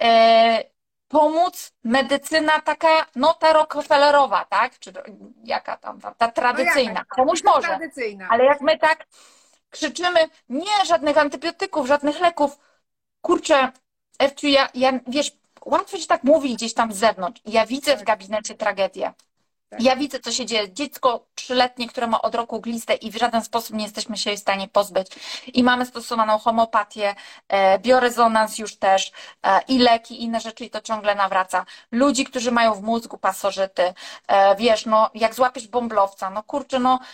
e, pomóc medycyna taka, no ta Rockefellerowa, tak? Czy jaka tam, ta, ta tradycyjna. No jakaś, Komuś ta może. tradycyjna. Ale jak my tak krzyczymy, nie, żadnych antybiotyków, żadnych leków. Kurczę, Ewciu, ja, ja, wiesz, łatwo się tak mówi gdzieś tam z zewnątrz. Ja widzę w Tak. gabinecie tragedię. Tak. Ja widzę, co się dzieje. Dziecko trzyletnie, które ma od roku glistę i w żaden sposób nie jesteśmy się jej w stanie pozbyć. I mamy stosowaną homeopatię, e, biorezonans już też, e, i leki, i inne rzeczy i to ciągle nawraca. Ludzi, którzy mają w mózgu pasożyty, e, wiesz, no jak złapiesz bąblowca, no kurczę, no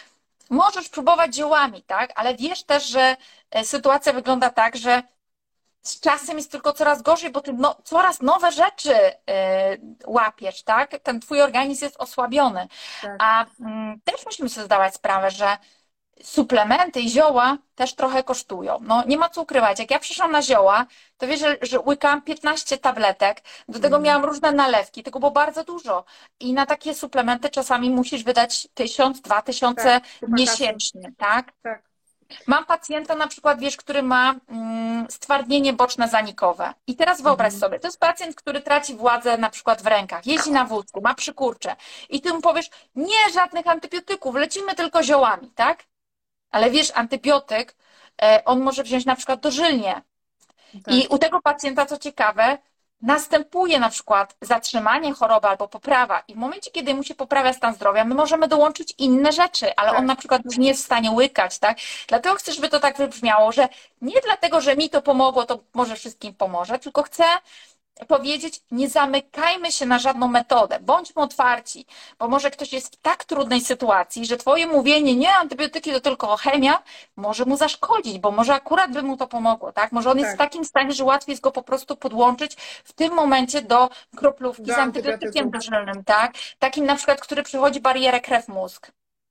możesz próbować ziołami, tak? Ale wiesz też, że e, sytuacja wygląda tak, że z czasem jest tylko coraz gorzej, bo ty no, coraz nowe rzeczy y, łapiesz, tak? Ten twój organizm jest osłabiony. Tak. A mm, też musimy sobie zdawać sprawę, że suplementy i zioła też trochę kosztują. No nie ma co ukrywać. Jak ja przyszłam na zioła, to wiesz, że, że łykałam piętnaście tabletek, do tego Mhm. miałam różne nalewki, tego było bardzo dużo. I na takie suplementy czasami musisz wydać tysiąc, dwa tysiące Tak, kupa kasy. miesięcznie, tak? Tak. Mam pacjenta na przykład, wiesz, który ma mm, stwardnienie boczne zanikowe. I teraz wyobraź Mhm. sobie, to jest pacjent, który traci władzę na przykład w rękach, jeździ na wózku, ma przykurcze. I ty mu powiesz, nie żadnych antybiotyków, lecimy tylko ziołami, tak? Ale wiesz, antybiotyk, e, on może wziąć na przykład dożylnie. Tak. I u tego pacjenta, co ciekawe, następuje na przykład zatrzymanie choroby albo poprawa. I w momencie, kiedy mu się poprawia stan zdrowia, my możemy dołączyć inne rzeczy, ale Tak. on na przykład już nie jest w stanie łykać, tak? Dlatego chcę, żeby to tak wybrzmiało, że nie dlatego, że mi to pomogło, to może wszystkim pomoże, tylko chcę powiedzieć, nie zamykajmy się na żadną metodę, bądźmy otwarci, bo może ktoś jest w tak trudnej sytuacji, że twoje mówienie, nie, antybiotyki to tylko chemia, może mu zaszkodzić, bo może akurat by mu to pomogło, tak? Może on jest Tak. w takim stanie, że łatwiej jest go po prostu podłączyć w tym momencie do kroplówki Do z antybiotykiem antybiotyków. dożylnym, tak? Takim na przykład, który przechodzi barierę krew-mózg.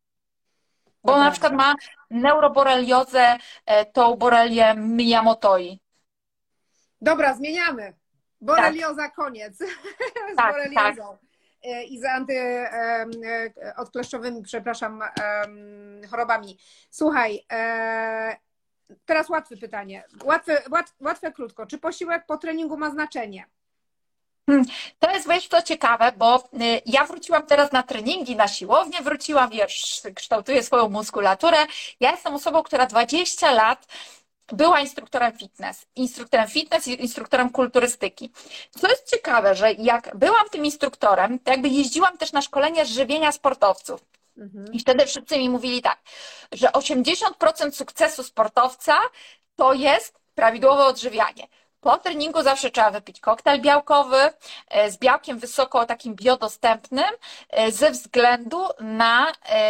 Bo on na Dobra. przykład ma neuroboreliozę, e, tą borelię Miyamotoi. Dobra, zmieniamy. Borelioza, koniec. Z Tak, boreliozą. E, I z antyodkleszczowymi, przepraszam, em, chorobami. Słuchaj, e, teraz łatwe pytanie. Łatwe, łat, łatwe, krótko. Czy posiłek po treningu ma znaczenie? To jest, wiesz, co ciekawe, bo y, ja wróciłam teraz na treningi, na siłownię, wróciłam, wiesz, kształtuję swoją muskulaturę. Ja jestem osobą, która dwadzieścia lat była instruktorem fitness, instruktorem fitness i instruktorem kulturystyki. Co jest ciekawe, że jak byłam tym instruktorem, to jakby jeździłam też na szkolenia żywienia sportowców. Mhm. I wtedy wszyscy mi mówili tak, że osiemdziesiąt procent sukcesu sportowca to jest prawidłowe odżywianie. Po treningu zawsze trzeba wypić koktajl białkowy e, z białkiem wysoko takim biodostępnym e, ze względu na,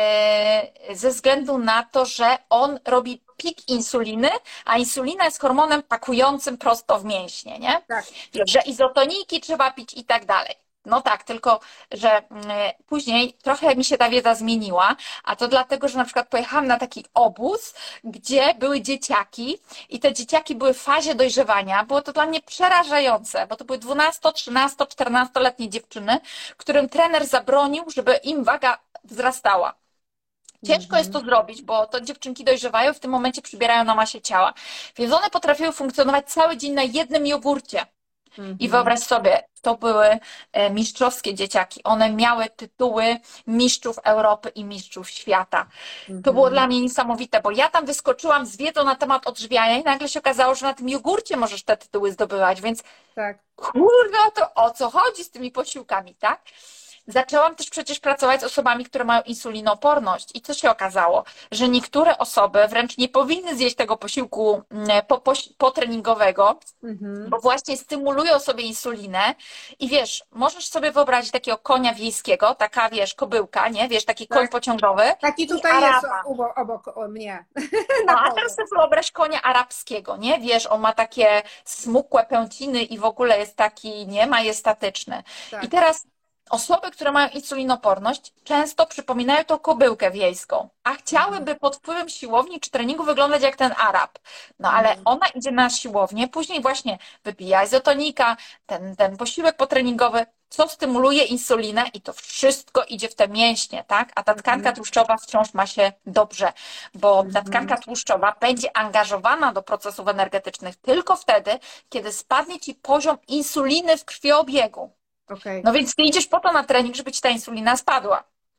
e, ze względu na to, że on robi pik insuliny, a insulina jest hormonem pakującym prosto w mięśnie, nie? Tak. Że izotoniki trzeba pić i tak dalej. No tak, tylko że mm, później trochę mi się ta wiedza zmieniła, a to dlatego, że na przykład pojechałam na taki obóz, gdzie były dzieciaki i te dzieciaki były w fazie dojrzewania. Było to dla mnie przerażające, bo to były dwunasto, trzynasto, czternastoletnie dziewczyny, którym trener zabronił, żeby im waga wzrastała. Ciężko jest to zrobić, bo to dziewczynki dojrzewają, w tym momencie przybierają na masie ciała. Więc one potrafiły funkcjonować cały dzień na jednym jogurcie. I wyobraź sobie, to były e, mistrzowskie dzieciaki. One miały tytuły mistrzów Europy i mistrzów świata. To było dla mnie niesamowite, bo ja tam wyskoczyłam z wiedzą na temat odżywiania i nagle się okazało, że na tym jogurcie możesz te tytuły zdobywać, więc Tak. kurde, to o co chodzi z tymi posiłkami, tak? Zaczęłam też przecież pracować z osobami, które mają insulinooporność i co się okazało, że niektóre osoby wręcz nie powinny zjeść tego posiłku po, po, potreningowego, Mhm. bo właśnie stymulują sobie insulinę i wiesz, możesz sobie wyobrazić takiego konia wiejskiego, taka wiesz, kobyłka, nie? Wiesz, taki koń Tak. pociągowy. Taki i tutaj jest Araba. obok, obok o mnie. No, Na a polu. teraz sobie wyobraź konia arabskiego, nie? Wiesz, on ma takie smukłe pęciny i w ogóle jest taki, nie, majestatyczny. Tak. I teraz osoby, które mają insulinoporność, często przypominają tą kobyłkę wiejską, a chciałyby pod wpływem siłowni czy treningu wyglądać jak ten Arab. No ale Mhm. ona idzie na siłownię, później właśnie wypija izotonika, ten, ten posiłek potreningowy, co stymuluje insulinę i to wszystko idzie w te mięśnie, tak? A ta tkanka Mhm. tłuszczowa wciąż ma się dobrze, bo ta Mhm. tkanka tłuszczowa będzie angażowana do procesów energetycznych tylko wtedy, kiedy spadnie ci poziom insuliny w krwiobiegu. Okej. No więc ty idziesz po to na trening, żeby ci ta insulina spadła.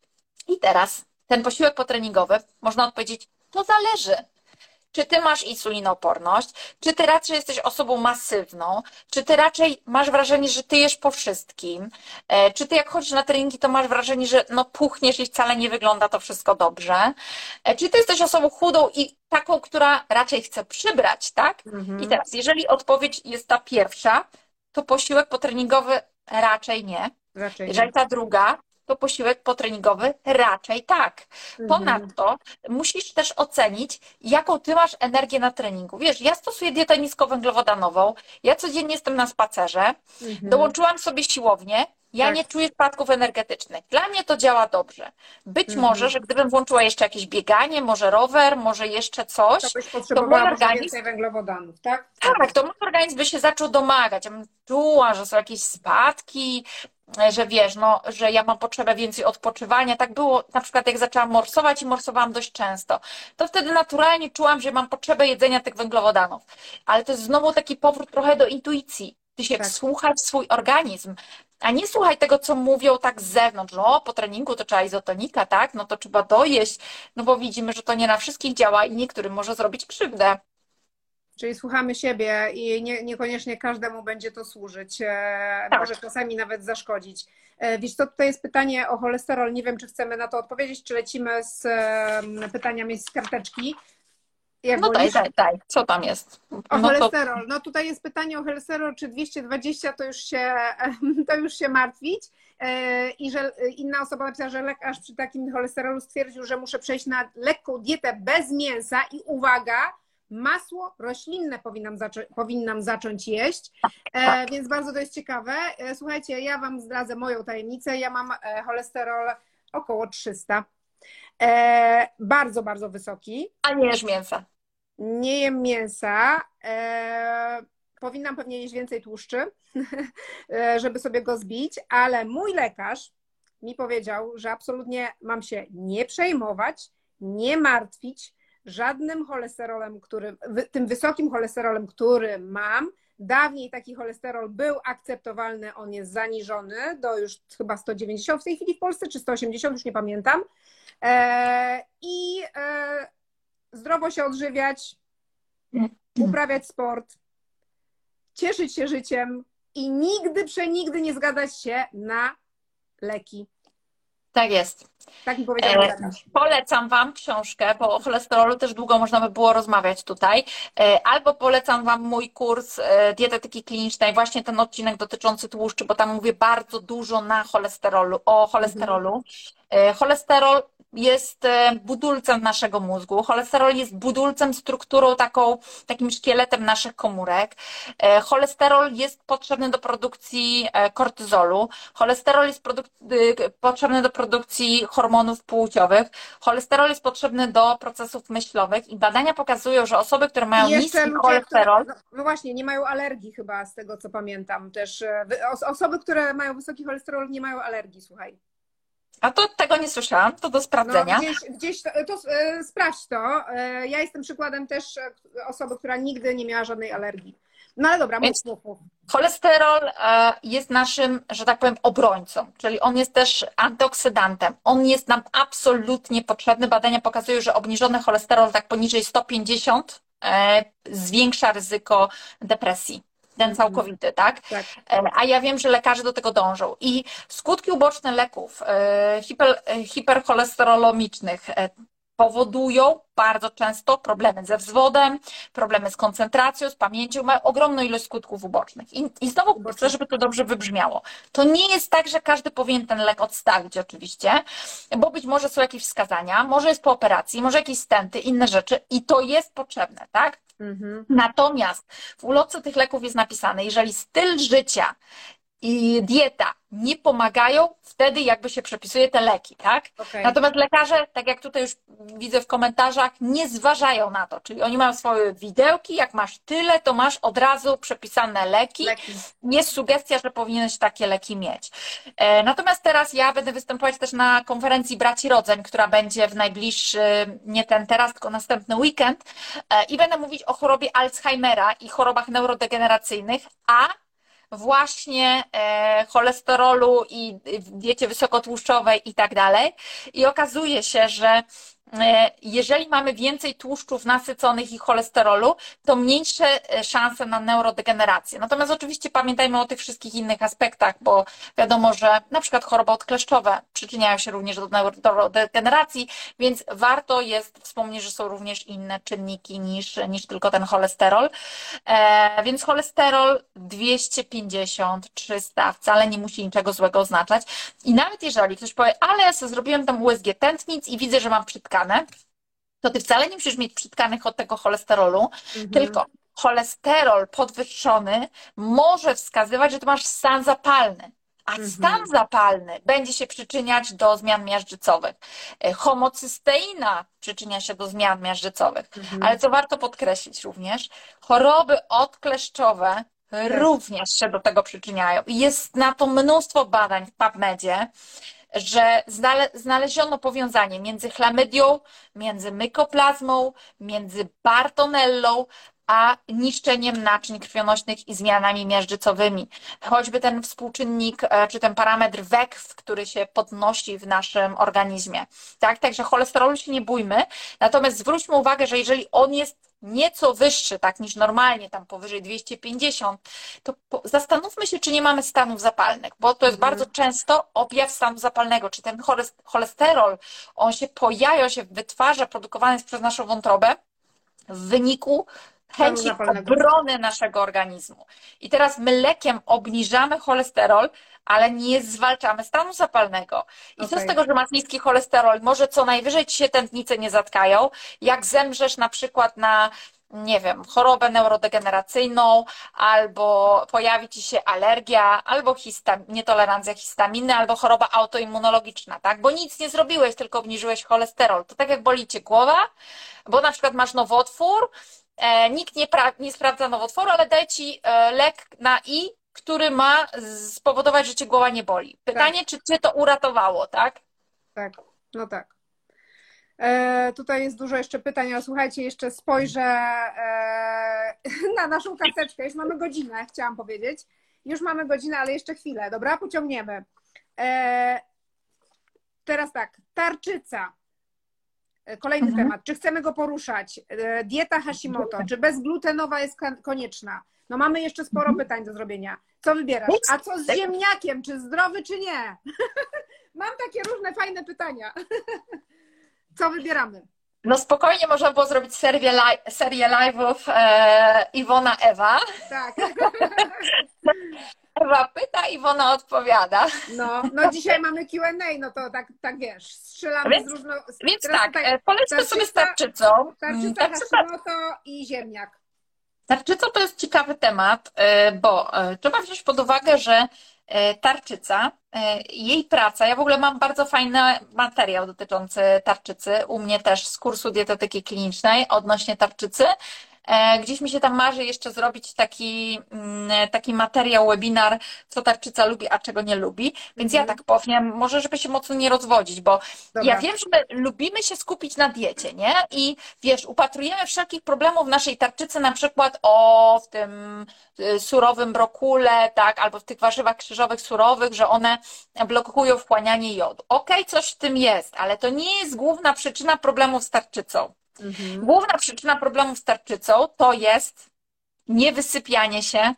I teraz ten posiłek potreningowy, można odpowiedzieć, to zależy. Czy ty masz insulinooporność, czy ty raczej jesteś osobą masywną, czy ty raczej masz wrażenie, że ty jesz po wszystkim, e, czy ty jak chodzisz na treningi, to masz wrażenie, że no puchniesz i wcale nie wygląda to wszystko dobrze, e, czy ty jesteś osobą chudą i taką, która raczej chce przybrać, tak? Mhm. I teraz, jeżeli odpowiedź jest ta pierwsza, to posiłek potreningowy raczej nie. Raczej Jeżeli nie. ta druga, to posiłek potreningowy raczej tak. Ponadto musisz też ocenić, jaką ty masz energię na treningu. Wiesz, ja stosuję dietę niskowęglowodanową, ja codziennie jestem na spacerze, Mhm. dołączyłam sobie siłownię, ja Tak. nie czuję spadków energetycznych. Dla mnie to działa dobrze. Być Mhm. może, że gdybym włączyła jeszcze jakieś bieganie, może rower, może jeszcze coś, To byś to mój potrzebowała może organizm, więcej węglowodanów, tak? tak, to mój organizm by się zaczął domagać. Ja bym czuła, że są jakieś spadki, że wiesz, no, że ja mam potrzebę więcej odpoczywania. Tak było na przykład jak zaczęłam morsować i morsowałam dość często, to wtedy naturalnie czułam, że mam potrzebę jedzenia tych węglowodanów. Ale to jest znowu taki powrót trochę do intuicji. Ty się Tak. wsłuchaj w swój organizm, a nie słuchaj tego, co mówią tak z zewnątrz, że o, po treningu to trzeba izotonika, tak? No to trzeba dojeść, no bo widzimy, że to nie na wszystkich działa i niektórym może zrobić krzywdę. Czyli słuchamy siebie i nie, niekoniecznie każdemu będzie to służyć. E, Tak. Może czasami nawet zaszkodzić. E, Wiesz co, tutaj jest pytanie o cholesterol. Nie wiem, czy chcemy na to odpowiedzieć, czy lecimy z e, pytaniami z karteczki. Jak No daj, wolisz? daj, daj, co tam jest? O No to cholesterol. No tutaj jest pytanie o cholesterol, czy dwieście dwadzieścia to już się, to już się martwić. E, I że inna osoba napisała, że lekarz przy takim cholesterolu stwierdził, że muszę przejść na lekką dietę bez mięsa i uwaga, masło roślinne powinnam, zaczą powinnam zacząć jeść, e, więc bardzo to jest ciekawe. E, słuchajcie, ja Wam zdradzę moją tajemnicę. Ja mam e, cholesterol około trzysta. E, bardzo, bardzo wysoki. a nie jesz mięsa. Nie jem mięsa. E, powinnam pewnie jeść więcej tłuszczy, e, żeby sobie go zbić, ale mój lekarz mi powiedział, że absolutnie mam się nie przejmować, nie martwić żadnym cholesterolem, który, wy- tym wysokim cholesterolem, który mam. Dawniej taki cholesterol był akceptowalny, on jest zaniżony do już chyba sto dziewięćdziesiąt w tej chwili w Polsce, czy sto osiemdziesiąt, już nie pamiętam. E, I e, zdrowo się odżywiać, uprawiać sport, cieszyć się życiem i nigdy, przenigdy nie zgadzać się na leki. Tak jest. Tak mi powiedział mój E, lekarz. polecam Wam książkę, bo o cholesterolu też długo można by było rozmawiać tutaj. E, albo polecam Wam mój kurs e, dietetyki klinicznej, właśnie ten odcinek dotyczący tłuszczy, bo tam mówię bardzo dużo na cholesterolu, o cholesterolu. E, cholesterol jest e, budulcem naszego mózgu. Cholesterol jest budulcem, strukturą taką, takim szkieletem naszych komórek. E, cholesterol jest potrzebny do produkcji e, kortyzolu. Cholesterol jest produk- y, potrzebny do produkcji hormonów płciowych. Cholesterol jest potrzebny do procesów myślowych i badania pokazują, że osoby, które mają I jeszcze niski ludzie, cholesterol, które, no właśnie, nie mają alergii chyba, z tego co pamiętam też. e, wy- os- Osoby, które mają wysoki cholesterol, nie mają alergii, słuchaj. a to tego nie słyszałam, to do No, sprawdzenia. gdzieś, gdzieś to, to e, sprawdź to. E, ja jestem przykładem też e, osoby, która nigdy nie miała żadnej alergii. No ale dobra, mów, Więc mów, mów. cholesterol e, jest naszym, że tak powiem, obrońcą, czyli on jest też antyoksydantem. On jest nam absolutnie potrzebny. Badania pokazują, że obniżony cholesterol tak poniżej sto pięćdziesiąt e, zwiększa ryzyko depresji. Ten całkowity, tak? Tak. E, A ja wiem, że lekarze do tego dążą. I skutki uboczne leków e, hiper, e, hipercholesterolomicznych e, powodują bardzo często problemy ze wzwodem, problemy z koncentracją, z pamięcią, mają ogromną ilość skutków ubocznych. I, i znowu Ubocznych. chcę, żeby to dobrze wybrzmiało. To nie jest tak, że każdy powinien ten lek odstawić oczywiście, bo być może są jakieś wskazania, może jest po operacji, może jakieś stenty, inne rzeczy i to jest potrzebne, tak? Mhm. Natomiast w ulotce tych leków jest napisane, jeżeli styl życia i dieta nie pomagają, wtedy jakby się przepisuje te leki, tak? Okej. Natomiast lekarze, tak jak tutaj już widzę w komentarzach, nie zważają na to, czyli oni mają swoje widełki, jak masz tyle, to masz od razu przepisane leki. Leki. Jest sugestia, że powinieneś takie leki mieć. E, Natomiast teraz ja będę występować też na konferencji Braci Rodzeń, która będzie w najbliższy, nie ten teraz, tylko następny weekend e, i będę mówić o chorobie Alzheimera i chorobach neurodegeneracyjnych, a właśnie e, cholesterolu i w diecie wysokotłuszczowej i tak dalej. I okazuje się, że jeżeli mamy więcej tłuszczów nasyconych i cholesterolu, to mniejsze szanse na neurodegenerację. Natomiast oczywiście pamiętajmy o tych wszystkich innych aspektach, bo wiadomo, że na przykład choroby odkleszczowe przyczyniają się również do neurodegeneracji, więc warto jest wspomnieć, że są również inne czynniki niż, niż tylko ten cholesterol. E, więc cholesterol dwieście pięćdziesiąt, trzysta wcale nie musi niczego złego oznaczać. I nawet jeżeli ktoś powie, ale ja sobie zrobiłem tam U S G tętnic i widzę, że mam przytkane, to ty wcale nie musisz mieć przytkanych od tego cholesterolu, mhm. tylko cholesterol podwyższony może wskazywać, że ty masz stan zapalny. A mhm. stan zapalny będzie się przyczyniać do zmian miażdżycowych. Homocysteina przyczynia się do zmian miażdżycowych. Mhm. Ale co warto podkreślić również, choroby odkleszczowe tak. również się do tego przyczyniają. I jest na to mnóstwo badań w PubMedzie, że znaleziono powiązanie między chlamydią, między mykoplazmą, między bartonellą, a niszczeniem naczyń krwionośnych i zmianami miażdżycowymi. Choćby ten współczynnik, czy ten parametr W E K, który się podnosi w naszym organizmie. Tak? Także cholesterolu się nie bójmy, natomiast zwróćmy uwagę, że jeżeli on jest nieco wyższy, tak, niż normalnie, tam powyżej dwieście pięćdziesiąt, to zastanówmy się, czy nie mamy stanów zapalnych, bo to jest mhm. bardzo często objaw stanu zapalnego, czy ten cholesterol, on się pojawia, się wytwarza, produkowany jest przez naszą wątrobę w wyniku chęci obrony naszego organizmu. I teraz my lekiem obniżamy cholesterol, ale nie zwalczamy stanu zapalnego. I okay. co z tego, że masz niski cholesterol? Może co najwyżej ci się tętnice nie zatkają, jak zemrzesz na przykład na, nie wiem, chorobę neurodegeneracyjną, albo pojawi ci się alergia, albo histam- nietolerancja histaminy, albo choroba autoimmunologiczna, tak? Bo nic nie zrobiłeś, tylko obniżyłeś cholesterol. To tak jak boli cię głowa, bo na przykład masz nowotwór, e, nikt nie, pra- nie sprawdza nowotworu, ale daje ci e, lek na I, który ma spowodować, że cię głowa nie boli. Pytanie, tak. czy cię to uratowało, tak? Tak, no tak. E, tutaj jest dużo jeszcze pytań, ale słuchajcie, jeszcze spojrzę e, na naszą karteczkę. Już mamy godzinę, chciałam powiedzieć. Już mamy godzinę, ale jeszcze chwilę, dobra? Pociągniemy. E, teraz tak, tarczyca. Kolejny mhm. temat. Czy chcemy go poruszać? E, dieta Hashimoto. Czy bezglutenowa jest konieczna? No mamy jeszcze sporo mhm. pytań do zrobienia. Co wybierasz? A co z ziemniakiem? Czy zdrowy, czy nie? Mam takie różne fajne pytania. Co wybieramy? No spokojnie można było zrobić serię, li serię live'ów e, Iwona Ewa. Tak. Ewa pyta, Iwona odpowiada. No, no dzisiaj mamy Q and A, no to tak, tak wiesz, strzelamy więc, z różną... Więc tak, tutaj polećmy sobie z tarczycą. Tarczyca, Hashimoto i ziemniak. Tarczyca to jest ciekawy temat, bo trzeba wziąć pod uwagę, że tarczyca, jej praca, ja w ogóle mam bardzo fajny materiał dotyczący tarczycy, u mnie też z kursu dietetyki klinicznej odnośnie tarczycy. Gdzieś mi się tam marzy jeszcze zrobić taki, taki materiał, webinar, co tarczyca lubi, a czego nie lubi. Więc mm. ja tak powiem, może żeby się mocno nie rozwodzić, bo Dobra. ja wiem, że my lubimy się skupić na diecie, nie? I wiesz, upatrujemy wszelkich problemów w naszej tarczycy, na przykład o w tym surowym brokule, tak, albo w tych warzywach krzyżowych surowych, że one blokują wchłanianie jodu. Okej, okay, coś w tym jest, ale to nie jest główna przyczyna problemów z tarczycą. Mhm. Główna przyczyna problemów z tarczycą to jest niewysypianie się,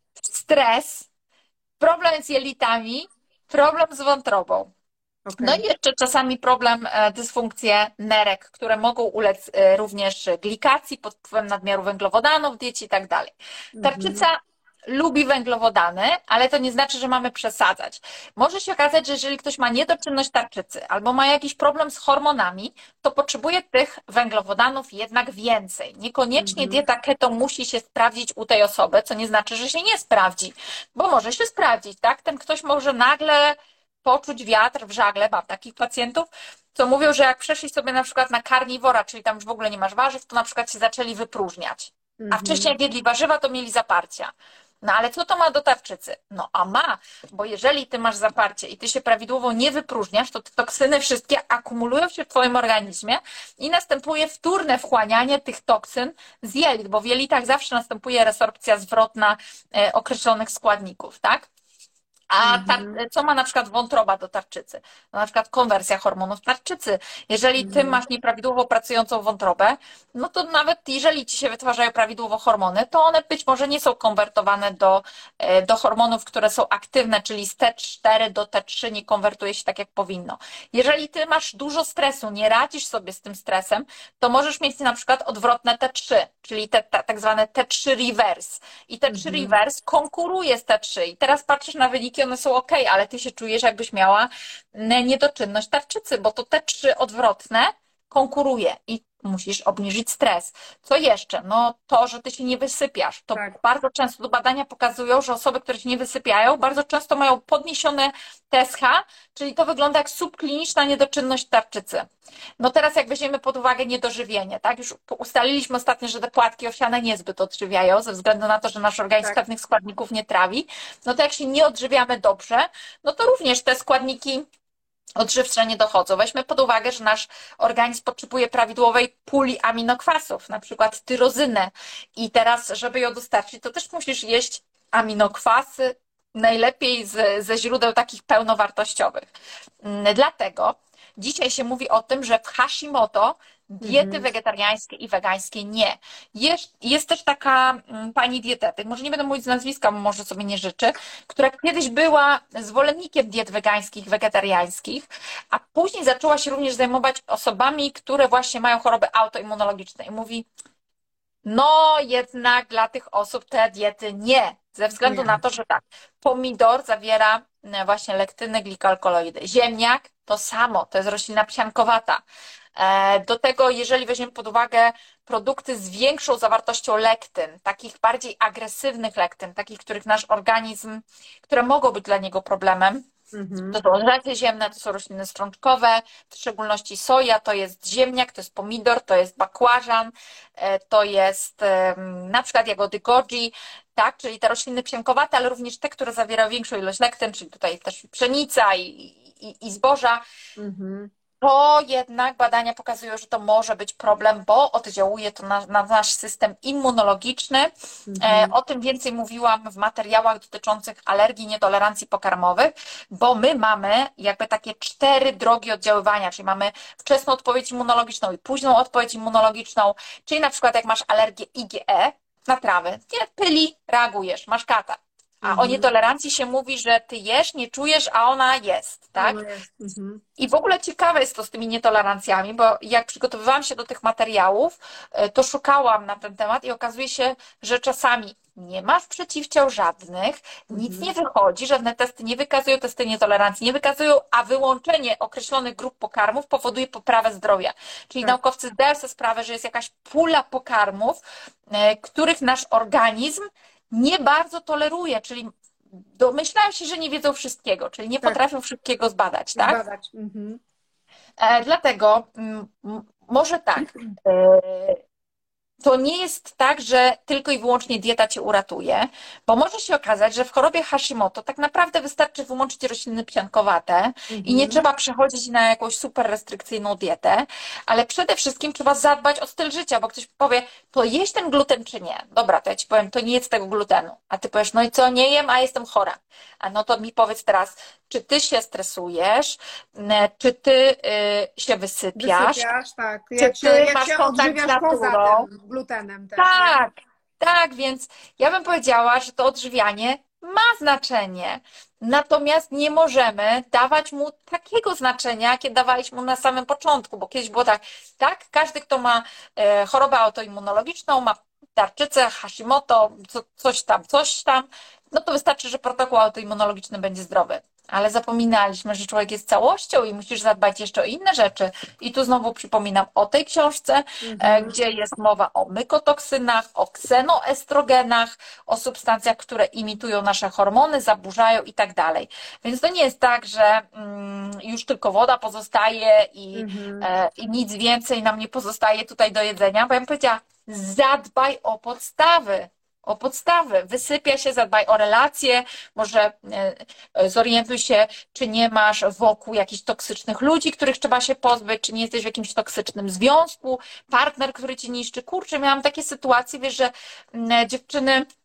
stres, problem z jelitami, problem z wątrobą. Okay. No i jeszcze czasami problem, dysfunkcje nerek, które mogą ulec również glikacji pod wpływem nadmiaru węglowodanów w diecie i tak dalej. Tarczyca mhm. lubi węglowodany, ale to nie znaczy, że mamy przesadzać. Może się okazać, że jeżeli ktoś ma niedoczynność tarczycy albo ma jakiś problem z hormonami, to potrzebuje tych węglowodanów jednak więcej. Niekoniecznie mhm. dieta keto musi się sprawdzić u tej osoby, co nie znaczy, że się nie sprawdzi, bo może się sprawdzić, tak? Ten ktoś może nagle poczuć wiatr w żagle, mam takich pacjentów, co mówią, że jak przeszli sobie na przykład na karniwora, czyli tam już w ogóle nie masz warzyw, to na przykład się zaczęli wypróżniać. A wcześniej jak jedli warzywa, to mieli zaparcia. No ale co to ma do tarczycy? No a ma, bo jeżeli ty masz zaparcie i ty się prawidłowo nie wypróżniasz, to te toksyny wszystkie akumulują się w twoim organizmie i następuje wtórne wchłanianie tych toksyn z jelit, bo w jelitach zawsze następuje resorpcja zwrotna e, określonych składników, tak? A tar Mhm. co ma na przykład wątroba do tarczycy? No, na przykład konwersja hormonów tarczycy. Jeżeli ty Mhm. masz nieprawidłowo pracującą wątrobę, no to nawet jeżeli ci się wytwarzają prawidłowo hormony, to one być może nie są konwertowane do, e, do hormonów, które są aktywne, czyli z T cztery do T trzy nie konwertuje się tak, jak powinno. Jeżeli ty masz dużo stresu, nie radzisz sobie z tym stresem, to możesz mieć na przykład odwrotne T trzy, czyli te, te, tak zwane T trzy reverse. I T trzy Mhm. reverse konkuruje z T trzy. I teraz patrzysz na wyniki, one są ok, ale ty się czujesz, jakbyś miała niedoczynność tarczycy, bo to T trzy odwrotne konkuruje i musisz obniżyć stres. Co jeszcze? No to, że ty się nie wysypiasz. To Tak. bardzo często badania pokazują, że osoby, które się nie wysypiają, bardzo często mają podniesione T S H, czyli to wygląda jak subkliniczna niedoczynność tarczycy. No teraz jak weźmiemy pod uwagę niedożywienie, tak? Już ustaliliśmy ostatnio, że te płatki owsiane niezbyt odżywiają, ze względu na to, że nasz organizm Tak. pewnych składników nie trawi. No to jak się nie odżywiamy dobrze, no to również te składniki odżywcze nie dochodzą. Weźmy pod uwagę, że nasz organizm potrzebuje prawidłowej puli aminokwasów, na przykład tyrozynę. I teraz, żeby ją dostarczyć, to też musisz jeść aminokwasy, najlepiej z, ze źródeł takich pełnowartościowych. Dlatego dzisiaj się mówi o tym, że w Hashimoto diety Mhm. wegetariańskie i wegańskie nie. Jest, jest też taka mm, pani dietetyk, może nie będę mówić z nazwiska, bo może sobie nie życzy, która kiedyś była zwolennikiem diet wegańskich, wegetariańskich, a później zaczęła się również zajmować osobami, które właśnie mają choroby autoimmunologiczne i mówi, no jednak dla tych osób te diety nie, ze względu Nie. na to, że tak, pomidor zawiera e, właśnie lektyny, glikalkoloidy. Ziemniak to samo, to jest roślina psiankowata. E, Do tego, jeżeli weźmiemy pod uwagę produkty z większą zawartością lektyn, takich bardziej agresywnych lektyn, takich, których nasz organizm, które mogą być dla niego problemem, Mhm. to są orzeźwy ziemne, to są rośliny strączkowe, w szczególności soja, to jest ziemniak, to jest pomidor, to jest bakłażan, e, to jest em, na przykład jagody goji, tak, czyli te rośliny psiankowate, ale również te, które zawierają większą ilość lektyn, czyli tutaj też pszenica i, i, i zboża. Mhm. To jednak badania pokazują, że to może być problem, bo oddziałuje to na, na nasz system immunologiczny. E, Mhm. o tym więcej mówiłam w materiałach dotyczących alergii, nietolerancji pokarmowych, bo my mamy jakby takie cztery drogi oddziaływania, czyli mamy wczesną odpowiedź immunologiczną i późną odpowiedź immunologiczną, czyli na przykład jak masz alergię I G E na trawy, nie pyli, reagujesz, masz katar. A o Mhm. nietolerancji się mówi, że ty jesz, nie czujesz, a ona jest, tak? No jest. Mhm. I w ogóle ciekawe jest to z tymi nietolerancjami, bo jak przygotowywałam się do tych materiałów, e, to szukałam na ten temat i okazuje się, że czasami nie masz przeciwciał żadnych, nic Mhm. nie wychodzi, żadne testy nie wykazują, testy nietolerancji nie wykazują, a wyłączenie określonych grup pokarmów powoduje poprawę zdrowia. Czyli Tak. naukowcy zdają sobie sprawę, że jest jakaś pula pokarmów, e, których nasz organizm nie bardzo toleruje, czyli domyślają się, że nie wiedzą wszystkiego, czyli nie Tak. potrafią wszystkiego zbadać, tak? Zbadać. Mhm. E, Dlatego mm, m, może tak, e, to nie jest tak, że tylko i wyłącznie dieta cię uratuje, bo może się okazać, że w chorobie Hashimoto tak naprawdę wystarczy wyłączyć rośliny psiankowate i nie Mhm. trzeba przechodzić na jakąś super restrykcyjną dietę, ale przede wszystkim trzeba zadbać o styl życia, bo ktoś powie, to jeść ten gluten czy nie? Dobra, to ja ci powiem, to nie jedz tego glutenu. A ty powiesz, no i co, nie jem, a jestem chora. A no to mi powiedz teraz, czy ty się stresujesz, n- czy ty y, się wysypiasz, Wysypiasz, tak. czy Jak się, ty jak masz się kontakt z odżywiasz poza naturą? tym glutenem też, nie? Tak, tak, więc ja bym powiedziała, że to odżywianie ma znaczenie. Natomiast nie możemy dawać mu takiego znaczenia, jakie dawaliśmy mu na samym początku, bo kiedyś było tak, tak, każdy, kto ma e, chorobę autoimmunologiczną, ma tarczycę, Hashimoto, co, coś tam, coś tam, no to wystarczy, że protokół autoimmunologiczny będzie zdrowy. Ale zapominaliśmy, że człowiek jest całością i musisz zadbać jeszcze o inne rzeczy. I tu znowu przypominam o tej książce, e, Mhm. gdzie jest mowa o mykotoksynach, o ksenoestrogenach, o substancjach, które imitują nasze hormony, zaburzają i tak dalej. Więc to nie jest tak, że mm, już tylko woda pozostaje i, Mhm. e, i nic więcej nam nie pozostaje tutaj do jedzenia, bo ja bym powiedziała, zadbaj o podstawy. O podstawy. Wysypia się, zadbaj o relacje, może e, e, zorientuj się, czy nie masz wokół jakichś toksycznych ludzi, których trzeba się pozbyć, czy nie jesteś w jakimś toksycznym związku, partner, który ci niszczy. Kurczę, miałam takie sytuacje, wiesz, że mm, dziewczyny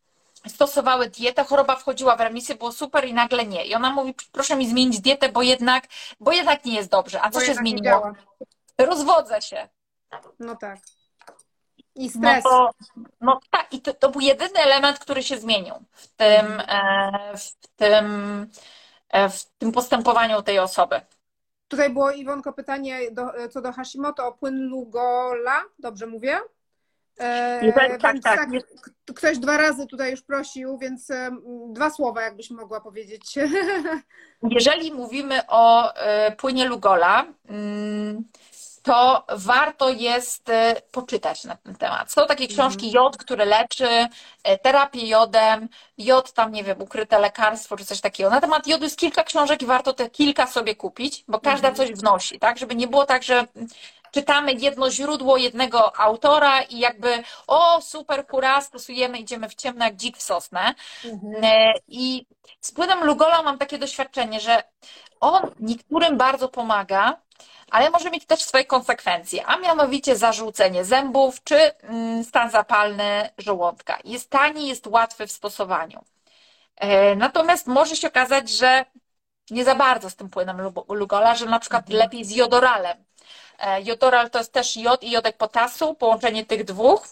stosowały dietę, choroba wchodziła w remisję, było super i nagle nie. I ona mówi, proszę mi zmienić dietę, bo jednak, bo jednak nie jest dobrze. A co Bo się jednak nie zmieniło? działa. Rozwodzę się. No tak. I No stres. to, no tak, i to, to był jedyny element, który się zmienił w tym, e, w tym, e, w tym postępowaniu tej osoby. Tutaj było, Iwonko, pytanie do, co do Hashimoto o płyn Lugola. Dobrze mówię? E, Jeżeli- tak, więc tak. tak, k- ktoś dwa razy tutaj już prosił, więc em, dwa słowa, jakbyś mogła powiedzieć. Jeżeli mówimy o e, płynie Lugola, mm, to warto jest e, poczytać na ten temat. Są takie książki Jod, które leczy, e, terapię jodem, jod tam, nie wiem, ukryte lekarstwo czy coś takiego. Na temat jodu jest kilka książek i warto te kilka sobie kupić, bo każda coś wnosi, tak? Żeby nie było tak, że czytamy jedno źródło jednego autora i jakby o, super, hurra, stosujemy, idziemy w ciemno jak dzik w sosnę. E, I z płynem Lugola mam takie doświadczenie, że on niektórym bardzo pomaga, ale może mieć też swoje konsekwencje, a mianowicie zarzucenie zębów czy mm, stan zapalny żołądka. Jest tani, jest łatwy w stosowaniu. E, Natomiast może się okazać, że nie za bardzo z tym płynem Lu- Lugola, że na przykład lepiej z jodoralem. E, Jodoral to jest też jod i jodek potasu, połączenie tych dwóch.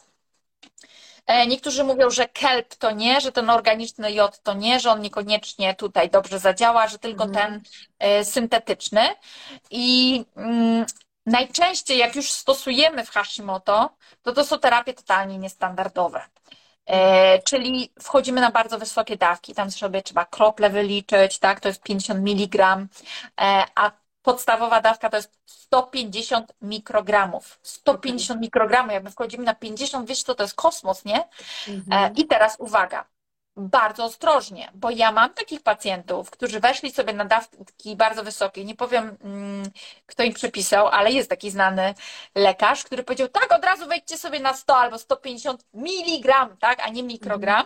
E, Niektórzy mówią, że kelp to nie, że ten organiczny jod to nie, że on niekoniecznie tutaj dobrze zadziała, że tylko ten e, syntetyczny. I mm, najczęściej jak już stosujemy w Hashimoto, to to są terapie totalnie niestandardowe. E, czyli wchodzimy na bardzo wysokie dawki, tam sobie trzeba krople wyliczyć, tak, to jest pięćdziesiąt miligram, e, a podstawowa dawka to jest sto pięćdziesiąt mikrogramów. sto pięćdziesiąt mikrogramów, jak my wchodzimy na pięćdziesiąt, wiesz co, to jest kosmos, nie? E, I teraz uwaga, bardzo ostrożnie, bo ja mam takich pacjentów, którzy weszli sobie na dawki bardzo wysokie, nie powiem, mm, kto im przepisał, ale jest taki znany lekarz, który powiedział, tak, od razu wejdźcie sobie na sto albo sto pięćdziesiąt miligram, tak, a nie mikrogram.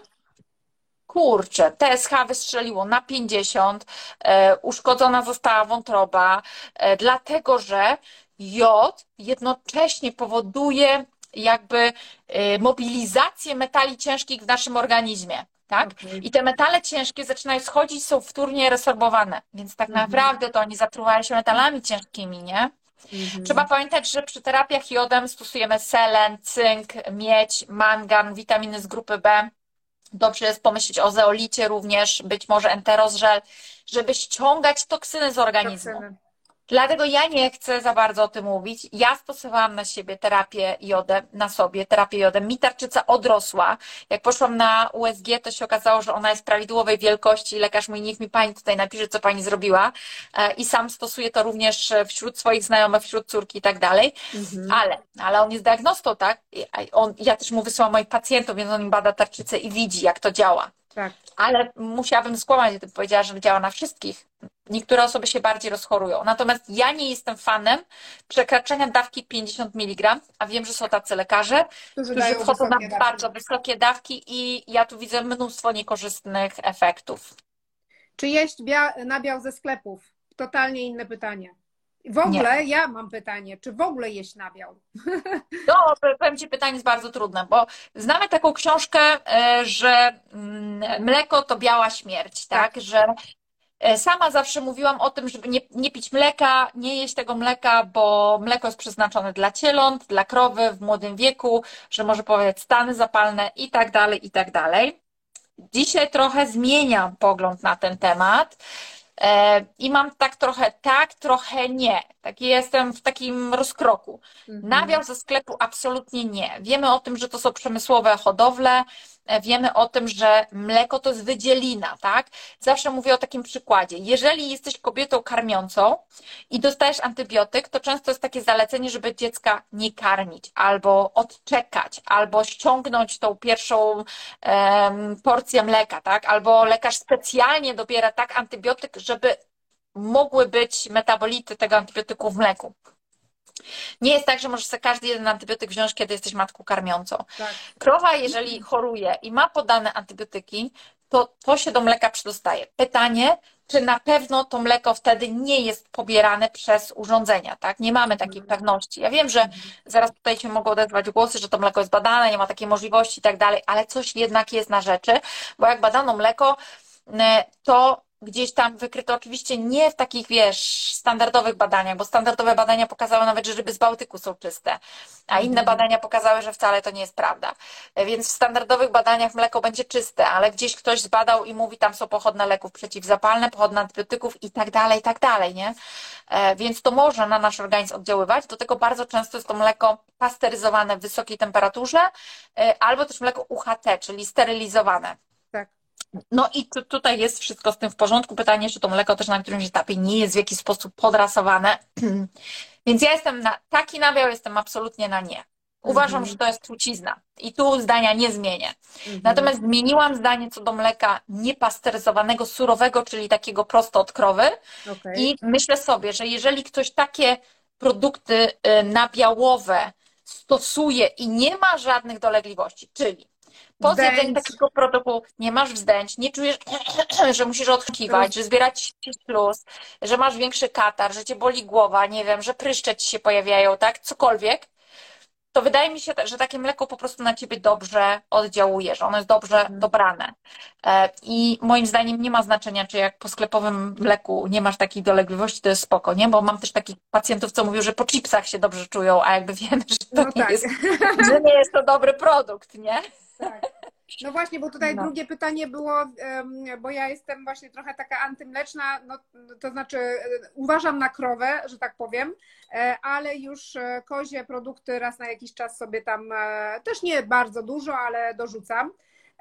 Kurczę, T S H wystrzeliło na pięćdziesiąt, e, uszkodzona została wątroba, e, dlatego że jod jednocześnie powoduje jakby e, mobilizację metali ciężkich w naszym organizmie. Tak? Okej. I te metale ciężkie zaczynają schodzić, są wtórnie resorbowane, więc tak naprawdę to oni zatruwają się metalami ciężkimi, nie? Trzeba pamiętać, że przy terapiach jodem stosujemy selen, cynk, miedź, mangan, witaminy z grupy B. Dobrze jest pomyśleć o zeolicie również, być może enterozżel, żeby ściągać toksyny z organizmu. Toksyny. Dlatego ja nie chcę za bardzo o tym mówić. Ja stosowałam na siebie terapię jodem, na sobie terapię jodem. Mi tarczyca odrosła. Jak poszłam na U S G, to się okazało, że ona jest prawidłowej wielkości. Lekarz mówi, niech mi pani tutaj napisze, co pani zrobiła. E, I sam stosuję to również wśród swoich znajomych, wśród córki i tak dalej. Ale, ale on jest diagnostą, tak? I on, ja też mu wysyłam moich pacjentów, więc on im bada tarczycę i widzi, jak to działa. Tak. Ale musiałabym skłamać, gdybym powiedziała, że działa na wszystkich. Niektóre osoby się bardziej rozchorują. Natomiast ja nie jestem fanem przekraczania dawki pięćdziesiąt miligram, a wiem, że są tacy lekarze, Którzy którzy dają wchodzą na wysokie dawki. bardzo wysokie dawki i ja tu widzę mnóstwo niekorzystnych efektów. Czy jeść bia- nabiał ze sklepów? Totalnie inne pytanie. W ogóle ja mam pytanie, czy w ogóle jeść nabiał? No, powiem Ci, pytanie jest bardzo trudne, bo znamy taką książkę, e, że mm, mleko to biała śmierć, tak? Tak. Że e, sama zawsze mówiłam o tym, żeby nie, nie pić mleka, nie jeść tego mleka, bo mleko jest przeznaczone dla cieląt, dla krowy w młodym wieku, że może powodować stany zapalne i tak dalej, i tak dalej. Dzisiaj trochę zmieniam pogląd na ten temat. E, I mam tak trochę tak, trochę nie. Tak jestem w takim rozkroku. Nabiał ze sklepu absolutnie nie. Wiemy o tym, że to są przemysłowe hodowle. E, Wiemy o tym, że mleko to jest wydzielina, tak? Zawsze mówię o takim przykładzie. Jeżeli jesteś kobietą karmiącą i dostajesz antybiotyk, to często jest takie zalecenie, żeby dziecka nie karmić, albo odczekać, albo ściągnąć tą pierwszą em, porcję mleka, tak? Albo lekarz specjalnie dobiera tak antybiotyk, żeby mogły być metabolity tego antybiotyku w mleku. Nie jest tak, że możesz sobie każdy jeden antybiotyk wziąć, kiedy jesteś matką karmiącą. Tak. Krowa, jeżeli choruje i ma podane antybiotyki, to to się do mleka przydostaje. Pytanie, czy na pewno to mleko wtedy nie jest pobierane przez urządzenia, tak? Nie mamy takiej pewności. Ja wiem, że zaraz tutaj się mogą odezwać głosy, że to mleko jest badane, nie ma takiej możliwości i tak dalej, ale coś jednak jest na rzeczy, bo jak badano mleko, to gdzieś tam wykryto, oczywiście nie w takich, wiesz, standardowych badaniach, bo standardowe badania pokazały nawet, że ryby z Bałtyku są czyste, a inne badania pokazały, że wcale to nie jest prawda. Więc w standardowych badaniach mleko będzie czyste, ale gdzieś ktoś zbadał i mówi, tam są pochodne leków przeciwzapalne, pochodne antybiotyków i tak dalej, i tak dalej, nie? Więc to może na nasz organizm oddziaływać. Do tego bardzo często jest to mleko pasteryzowane w wysokiej temperaturze, albo też mleko U H T, czyli sterylizowane. Tak. No i tu, tutaj jest wszystko z tym w porządku. Pytanie, czy to mleko też na którymś etapie nie jest w jakiś sposób podrasowane. Więc ja jestem na taki nabiał, jestem absolutnie na nie. Uważam, Mhm. że to jest trucizna i tu zdania nie zmienię. Mhm. Natomiast zmieniłam zdanie co do mleka niepasteryzowanego, surowego, czyli takiego prosto od krowy. Okej. I myślę sobie, że jeżeli ktoś takie produkty y, nabiałowe stosuje i nie ma żadnych dolegliwości, czyli po zjedzeniu Wzdęć. takiego produktu nie masz wzdęć, nie czujesz, że musisz odchykiwać, że zbierać ci śluz, że masz większy katar, że cię boli głowa, nie wiem, że pryszcze ci się pojawiają, tak, cokolwiek, to wydaje mi się, że takie mleko po prostu na ciebie dobrze oddziałuje, że ono jest dobrze Mhm. dobrane. E, I moim zdaniem nie ma znaczenia, czy jak po sklepowym mleku nie masz takiej dolegliwości, to jest spoko, nie? Bo mam też takich pacjentów, co mówią, że po chipsach się dobrze czują, a jakby wiemy, że to, No nie, tak. jest, że nie jest to dobry produkt, nie? Tak. No właśnie, bo tutaj No. drugie pytanie było, em, bo ja jestem właśnie trochę taka antymleczna, no, to znaczy e, uważam na krowę, że tak powiem, e, ale już e, kozie produkty raz na jakiś czas sobie tam, e, też nie bardzo dużo, ale dorzucam.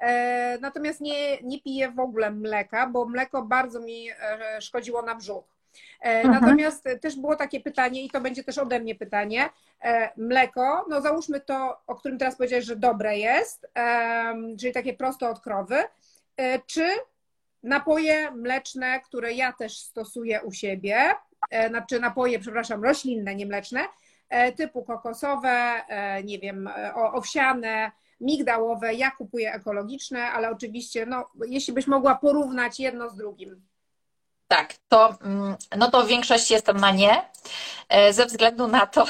E, Natomiast nie, nie piję w ogóle mleka, bo mleko bardzo mi e, szkodziło na brzuch. E, Mhm. Natomiast też było takie pytanie, i to będzie też ode mnie pytanie, e, mleko, no załóżmy to, o którym teraz powiedziałeś, że dobre jest, em, czyli takie prosto od krowy, e, czy napoje mleczne, które ja też stosuję u siebie, e, znaczy napoje, przepraszam, roślinne, nie mleczne, e, typu kokosowe, e, nie wiem, e, o- owsiane, migdałowe, ja kupuję ekologiczne, ale oczywiście, no, jeśli byś mogła porównać jedno z drugim. Tak, to, mm, no to w większości jestem na nie, e, ze względu na to,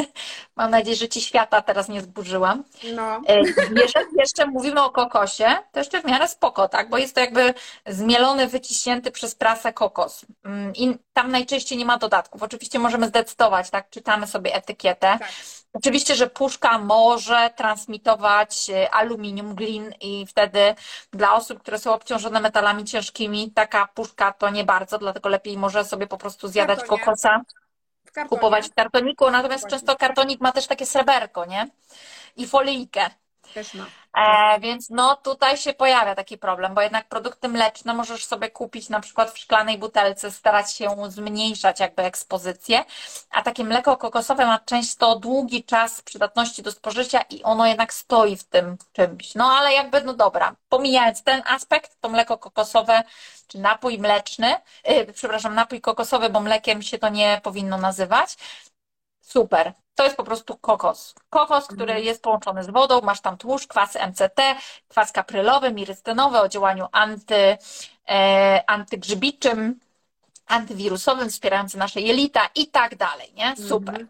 mam nadzieję, że ci świata teraz nie zburzyłam. No. E, Jeżeli jeszcze mówimy o kokosie, to jeszcze w miarę spoko, tak? Bo jest to jakby zmielony, wyciśnięty przez prasę kokos. Mm, I tam najczęściej nie ma dodatków. Oczywiście możemy zdecydować, tak? Czytamy sobie etykietę. Tak. Oczywiście, że puszka może transmitować e, aluminium, glin i wtedy dla osób, które są obciążone metalami ciężkimi, taka puszka to nie bardzo, dlatego lepiej może sobie po prostu zjadać kartonie. kokosa, W kartonie. kupować w kartoniku, natomiast Dokładnie. często kartonik ma też takie sreberko, nie? I folijkę. Też ma. E, więc no tutaj się pojawia taki problem, bo jednak produkty mleczne możesz sobie kupić na przykład w szklanej butelce, starać się zmniejszać jakby ekspozycję, a takie mleko kokosowe ma często długi czas przydatności do spożycia i ono jednak stoi w tym czymś. No ale jakby, no dobra, pomijając ten aspekt, to mleko kokosowe czy napój mleczny, yy, przepraszam, napój kokosowy, bo mlekiem się to nie powinno nazywać, super. To jest po prostu kokos. Kokos, który Mhm. jest połączony z wodą, masz tam tłuszcz, kwasy M C T, kwas kaprylowy, mirystynowy o działaniu anty, e, antygrzybiczym, antywirusowym, wspierający nasze jelita i tak dalej, nie? Super. Mhm.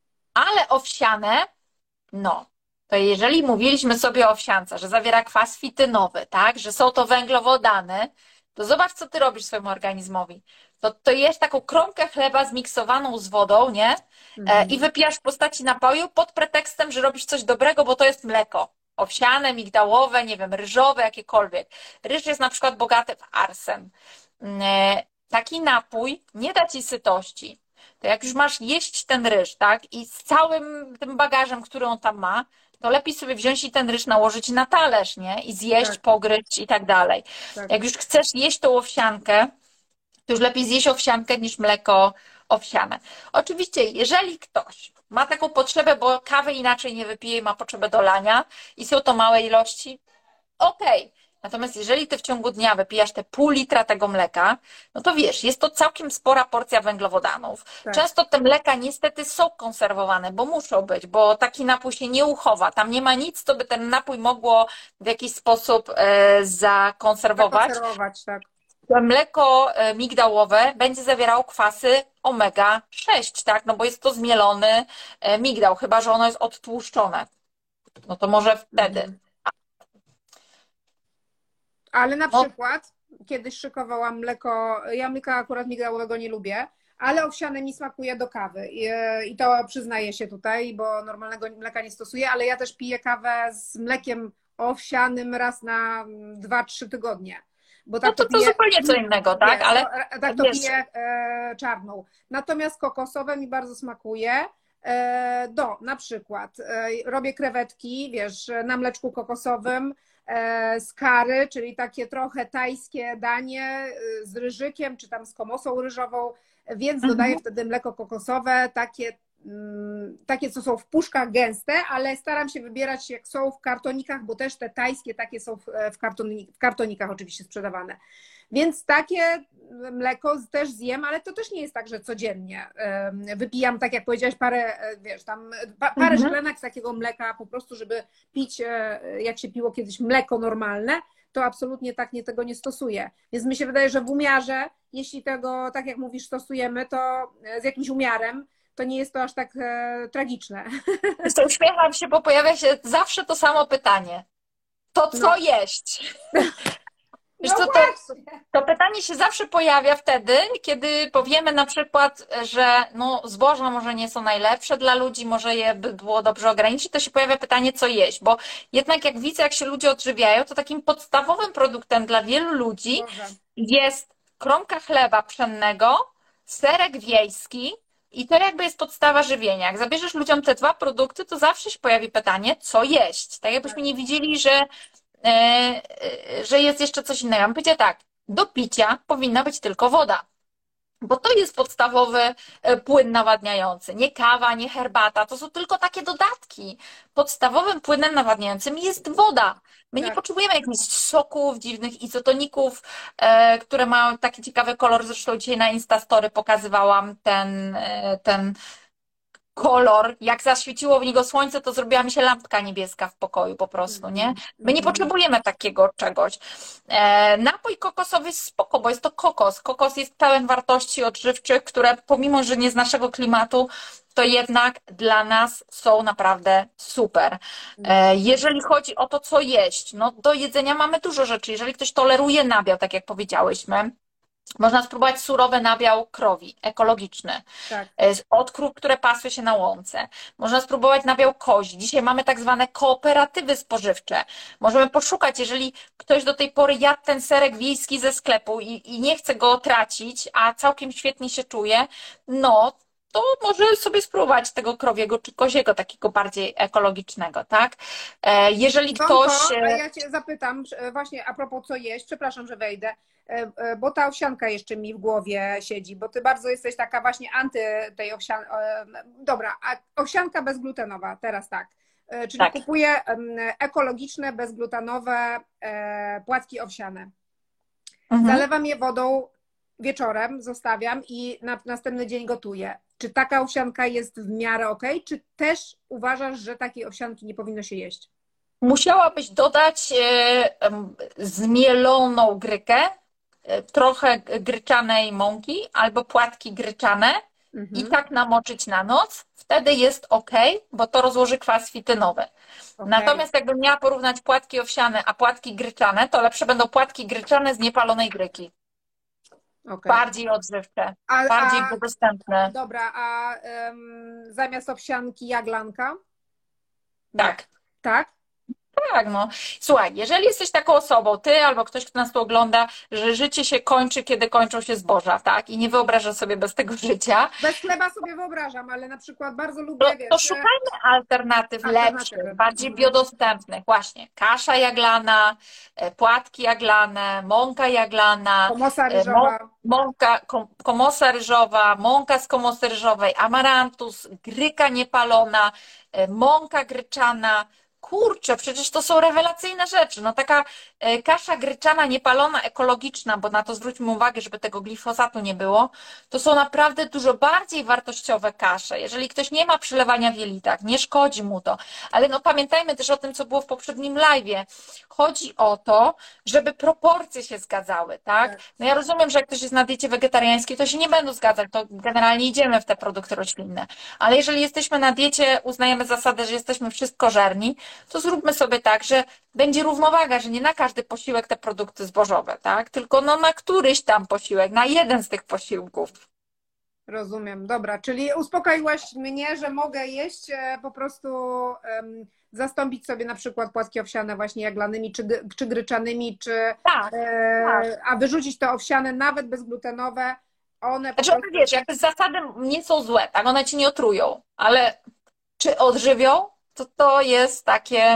Ale owsiane, no, to jeżeli mówiliśmy sobie o owsiance, że zawiera kwas fitynowy, tak, że są to węglowodany, to zobacz, co ty robisz swojemu organizmowi. To, to jesz taką kromkę chleba zmiksowaną z wodą, nie? E, Mhm. I wypijasz w postaci napoju pod pretekstem, że robisz coś dobrego, bo to jest mleko. Owsiane, migdałowe, nie wiem, ryżowe, jakiekolwiek. Ryż jest na przykład bogaty w arsen. E, Taki napój nie da ci sytości. To jak już masz jeść ten ryż, tak, i z całym tym bagażem, który on tam ma, to lepiej sobie wziąć i ten ryż nałożyć na talerz, nie? I zjeść, Tak. pogryźć i tak dalej. Tak. Jak już chcesz jeść tą owsiankę, to już lepiej zjeść owsiankę niż mleko owsiane. Oczywiście, jeżeli ktoś ma taką potrzebę, bo kawy inaczej nie wypije i ma potrzebę dolania i są to małe ilości, okej. Natomiast jeżeli ty w ciągu dnia wypijasz te pół litra tego mleka, no to wiesz, jest to całkiem spora porcja węglowodanów. Tak. Często te mleka niestety są konserwowane, bo muszą być, bo taki napój się nie uchowa. Tam nie ma nic, co by ten napój mogło w jakiś sposób e, zakonserwować. Zakonserwować, tak. Mleko e, migdałowe będzie zawierało kwasy omega sześć, tak? No bo jest to zmielony e, migdał, chyba że ono jest odtłuszczone. No to może wtedy. Mhm. Ale na No. przykład kiedyś szykowałam mleko, ja mleka akurat migdałowego nie lubię, ale owsiane mi smakuje do kawy i, i to przyznaję się tutaj, bo normalnego mleka nie stosuję, ale ja też piję kawę z mlekiem owsianym raz na dwa trzy tygodnie. Bo tak No to to piję, zupełnie co innego, tak? wiesz, Ale to, tak to wiesz, piję e, czarną. Natomiast kokosowe mi bardzo smakuje. E, do, na przykład e, robię krewetki, wiesz, na mleczku kokosowym e, z curry, czyli takie trochę tajskie danie e, z ryżykiem, czy tam z komosą ryżową, więc dodaję mhm. wtedy mleko kokosowe, takie takie, co są w puszkach gęste, ale staram się wybierać, jak są w kartonikach, bo też te tajskie takie są w, kartonik, w kartonikach oczywiście sprzedawane. Więc takie mleko też zjem, ale to też nie jest tak, że codziennie wypijam, tak jak powiedziałaś, parę, wiesz, tam parę Mhm. szklanek z takiego mleka po prostu, żeby pić, jak się piło kiedyś mleko normalne, to absolutnie tak nie, tego nie stosuję. Więc mi się wydaje, że w umiarze, jeśli tego, tak jak mówisz, stosujemy, to z jakimś umiarem, to nie jest to aż tak e, tragiczne. To uśmiecham się, bo pojawia się zawsze to samo pytanie. To co No. jeść? Wiesz No co, to, to pytanie się zawsze pojawia wtedy, kiedy powiemy na przykład, że no, zboża może nie są najlepsze dla ludzi, może je by było dobrze ograniczyć, to się pojawia pytanie, co jeść, bo jednak jak widzę, jak się ludzie odżywiają, to takim podstawowym produktem dla wielu ludzi Boże. jest kromka chleba pszennego, serek wiejski i to jakby jest podstawa żywienia. Jak zabierzesz ludziom te dwa produkty, to zawsze się pojawi pytanie, co jeść. Tak jakbyśmy nie widzieli, że że jest jeszcze coś innego. Ja bym powiedziała tak, do picia powinna być tylko woda, bo to jest podstawowy płyn nawadniający. Nie kawa, nie herbata, to są tylko takie dodatki. Podstawowym płynem nawadniającym jest woda. My Tak. nie potrzebujemy jakichś soków, dziwnych izotoników, które mają taki ciekawy kolor. Zresztą dzisiaj na Instastory pokazywałam ten, ten kolor, jak zaświeciło w niego słońce, to zrobiła mi się lampka niebieska w pokoju po prostu, nie? My nie potrzebujemy takiego czegoś. E, napój kokosowy jest spoko, bo jest to kokos. Kokos jest pełen wartości odżywczych, które pomimo, że nie z naszego klimatu, to jednak dla nas są naprawdę super. E, jeżeli chodzi o to, co jeść, no do jedzenia mamy dużo rzeczy. Jeżeli ktoś toleruje nabiał, tak jak powiedziałyśmy, można spróbować surowy nabiał krowi, ekologiczny, Tak. od krów, które pasły się na łące. Można spróbować nabiał kozi. Dzisiaj mamy tak zwane kooperatywy spożywcze. Możemy poszukać, jeżeli ktoś do tej pory jadł ten serek wiejski ze sklepu i, i nie chce go tracić, a całkiem świetnie się czuje, no to może sobie spróbować tego krowiego czy koziego, takiego bardziej ekologicznego, tak? Jeżeli ktoś... Wąko, a ja Cię zapytam właśnie a propos co jeść, przepraszam, że wejdę, bo ta owsianka jeszcze mi w głowie siedzi, bo Ty bardzo jesteś taka właśnie anty tej owsianki. Dobra, a owsianka bezglutenowa, teraz tak. Czyli tak. kupuję ekologiczne, bezglutenowe płatki owsiane. Mhm. Zalewam je wodą wieczorem, zostawiam i na następny dzień gotuję. Czy taka owsianka jest w miarę ok? Czy też uważasz, że takiej owsianki nie powinno się jeść? Musiałabyś dodać zmieloną grykę, trochę gryczanej mąki albo płatki gryczane mhm. i tak namoczyć na noc. Wtedy jest ok, bo to rozłoży kwas fitynowy. Okay. Natomiast jakbym miała porównać płatki owsiane a płatki gryczane, to lepsze będą płatki gryczane z niepalonej gryki. Okay. Bardziej odżywcze, a, bardziej a, dostępne. Dobra, a um, zamiast owsianki jaglanka? Tak. Tak? Tak, no. Słuchaj, jeżeli jesteś taką osobą, ty albo ktoś, kto nas tu ogląda, że życie się kończy, kiedy kończą się zboża, tak? I nie wyobrażasz sobie bez tego życia. Bez chleba sobie wyobrażam, ale na przykład bardzo lubię, to, wiesz... To szukajmy alternatyw lepszych, bardziej biodostępnych. Właśnie, kasza jaglana, płatki jaglane, mąka jaglana, komosa ryżowa, mąka, kom, komosa ryżowa, mąka z komosy ryżowej, amarantus, gryka niepalona, mąka gryczana. Kurczę, przecież to są rewelacyjne rzeczy. No taka e, kasza gryczana niepalona, ekologiczna, bo na to zwróćmy uwagę, żeby tego glifosatu nie było, to są naprawdę dużo bardziej wartościowe kasze. Jeżeli ktoś nie ma przylewania w jelitach, nie szkodzi mu to, ale no pamiętajmy też o tym, co było w poprzednim live'ie. Chodzi o to, żeby proporcje się zgadzały, tak? No ja rozumiem, że jak ktoś jest na diecie wegetariańskiej, to się nie będą zgadzać, to generalnie idziemy w te produkty roślinne. Ale jeżeli jesteśmy na diecie, uznajemy zasadę, że jesteśmy wszystkożerni, to zróbmy sobie tak, że będzie równowaga, że nie na każdy posiłek te produkty zbożowe, tak? Tylko no na któryś tam posiłek, na jeden z tych posiłków. Rozumiem, dobra, czyli uspokoiłaś mnie, że mogę jeść e, po prostu em, zastąpić sobie na przykład płatki owsiane właśnie jaglanymi, czy, gy- czy gryczanymi, czy Tak, e, tak. a wyrzucić te owsiane, nawet bezglutenowe, one po Znaczy, one, prostu... wiesz, jakby z zasady nie są złe, tak? One ci nie otrują, ale czy odżywią? To to jest takie...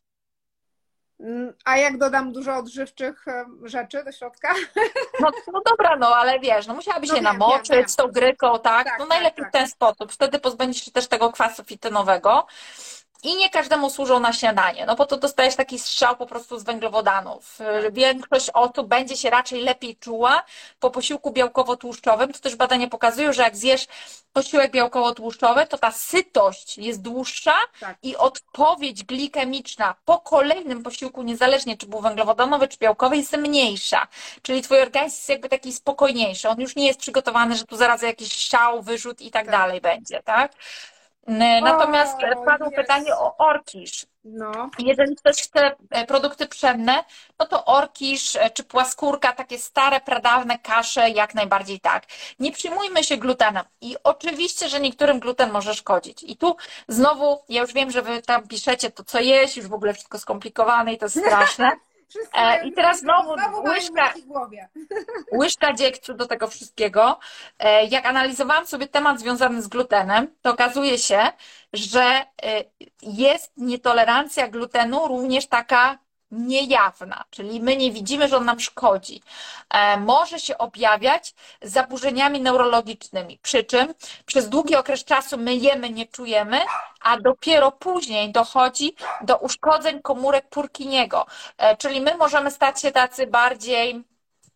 Mm, A jak dodam dużo odżywczych e, rzeczy do środka? No, no dobra, no ale wiesz, no musiałabyś No się wiem, wiem, namoczyć wiem. z tą gryką, tak? Tak, No tak, najlepiej w tak. ten sposób. Wtedy pozbędziesz się też tego kwasu fitynowego. I nie każdemu służą na śniadanie, no bo to dostajesz taki strzał po prostu z węglowodanów. Większość osób będzie się raczej lepiej czuła po posiłku białkowo-tłuszczowym. To też badania pokazują, że jak zjesz posiłek białkowo-tłuszczowy, to ta sytość jest dłuższa Tak. i odpowiedź glikemiczna po kolejnym posiłku, niezależnie czy był węglowodanowy, czy białkowy, jest mniejsza. Czyli twój organizm jest jakby taki spokojniejszy. On już nie jest przygotowany, że tu zaraz jakiś strzał, wyrzut i tak Tak. dalej będzie, tak? Natomiast O, padło jest. pytanie o orkisz. No, Jeżeli ktoś chce produkty pszenne, no to orkisz czy płaskórka, takie stare, pradawne kasze, jak najbardziej tak. Nie przyjmujmy się glutenem. I oczywiście, że niektórym gluten może szkodzić. I tu znowu, ja już wiem, że wy tam piszecie to, co jeść, już w ogóle wszystko skomplikowane i to straszne. wszyscy E, mają, I teraz znowu znowu mają łyżka, myśli w głowie. łyżka dziegciu do tego wszystkiego. E, Jak analizowałam sobie temat związany z glutenem, to okazuje się, że e, jest nietolerancja glutenu również taka niejawna, czyli my nie widzimy, że on nam szkodzi. E, Może się objawiać zaburzeniami neurologicznymi, przy czym przez długi okres czasu my jemy, nie czujemy, a dopiero później dochodzi do uszkodzeń komórek Purkinjego, E, czyli my możemy stać się tacy bardziej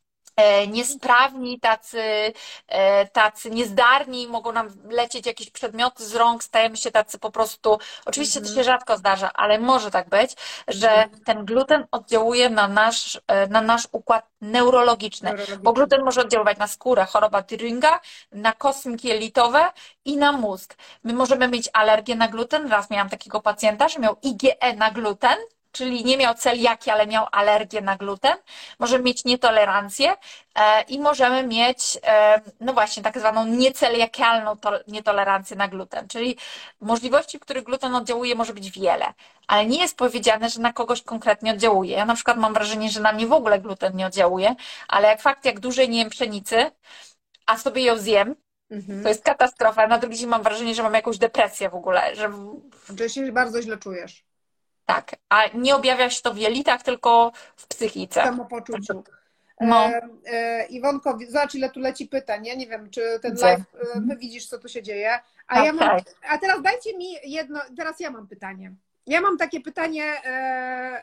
e, niesprawni, tacy, e, tacy niezdarni, mogą nam lecieć jakieś przedmioty z rąk, stajemy się tacy po prostu, oczywiście to się rzadko zdarza, ale może tak być, że ten gluten oddziałuje na nasz, e, na nasz układ neurologiczny, bo gluten może oddziaływać na skórę, choroba Dringa, na kostki jelitowe i na mózg. My możemy mieć alergię na gluten, raz miałam takiego pacjenta, że miał I G E na gluten, czyli nie miał celiaki, ale miał alergię na gluten. Możemy mieć nietolerancję e, i możemy mieć, e, no właśnie, tak zwaną nieceliakialną to, nietolerancję na gluten, czyli możliwości, w których gluten oddziałuje, może być wiele, ale nie jest powiedziane, że na kogoś konkretnie oddziałuje. Ja na przykład mam wrażenie, że na mnie w ogóle gluten nie oddziałuje, ale jak fakt, jak dłużej nie jem pszenicy, a sobie ją zjem, Mhm. to jest katastrofa. Na drugi dzień mam wrażenie, że mam jakąś depresję w ogóle, że Że się bardzo źle czujesz. tak, a nie objawia się to w jelitach, tylko w psychice. W samopoczuciu. No. E, e, Iwonko, zobacz ile tu leci pytań. Ja nie wiem, czy ten Gdzie? live, e, ty widzisz, co tu się dzieje. A ja mam, Okej. a teraz dajcie mi jedno, teraz ja mam pytanie. Ja mam takie pytanie, e,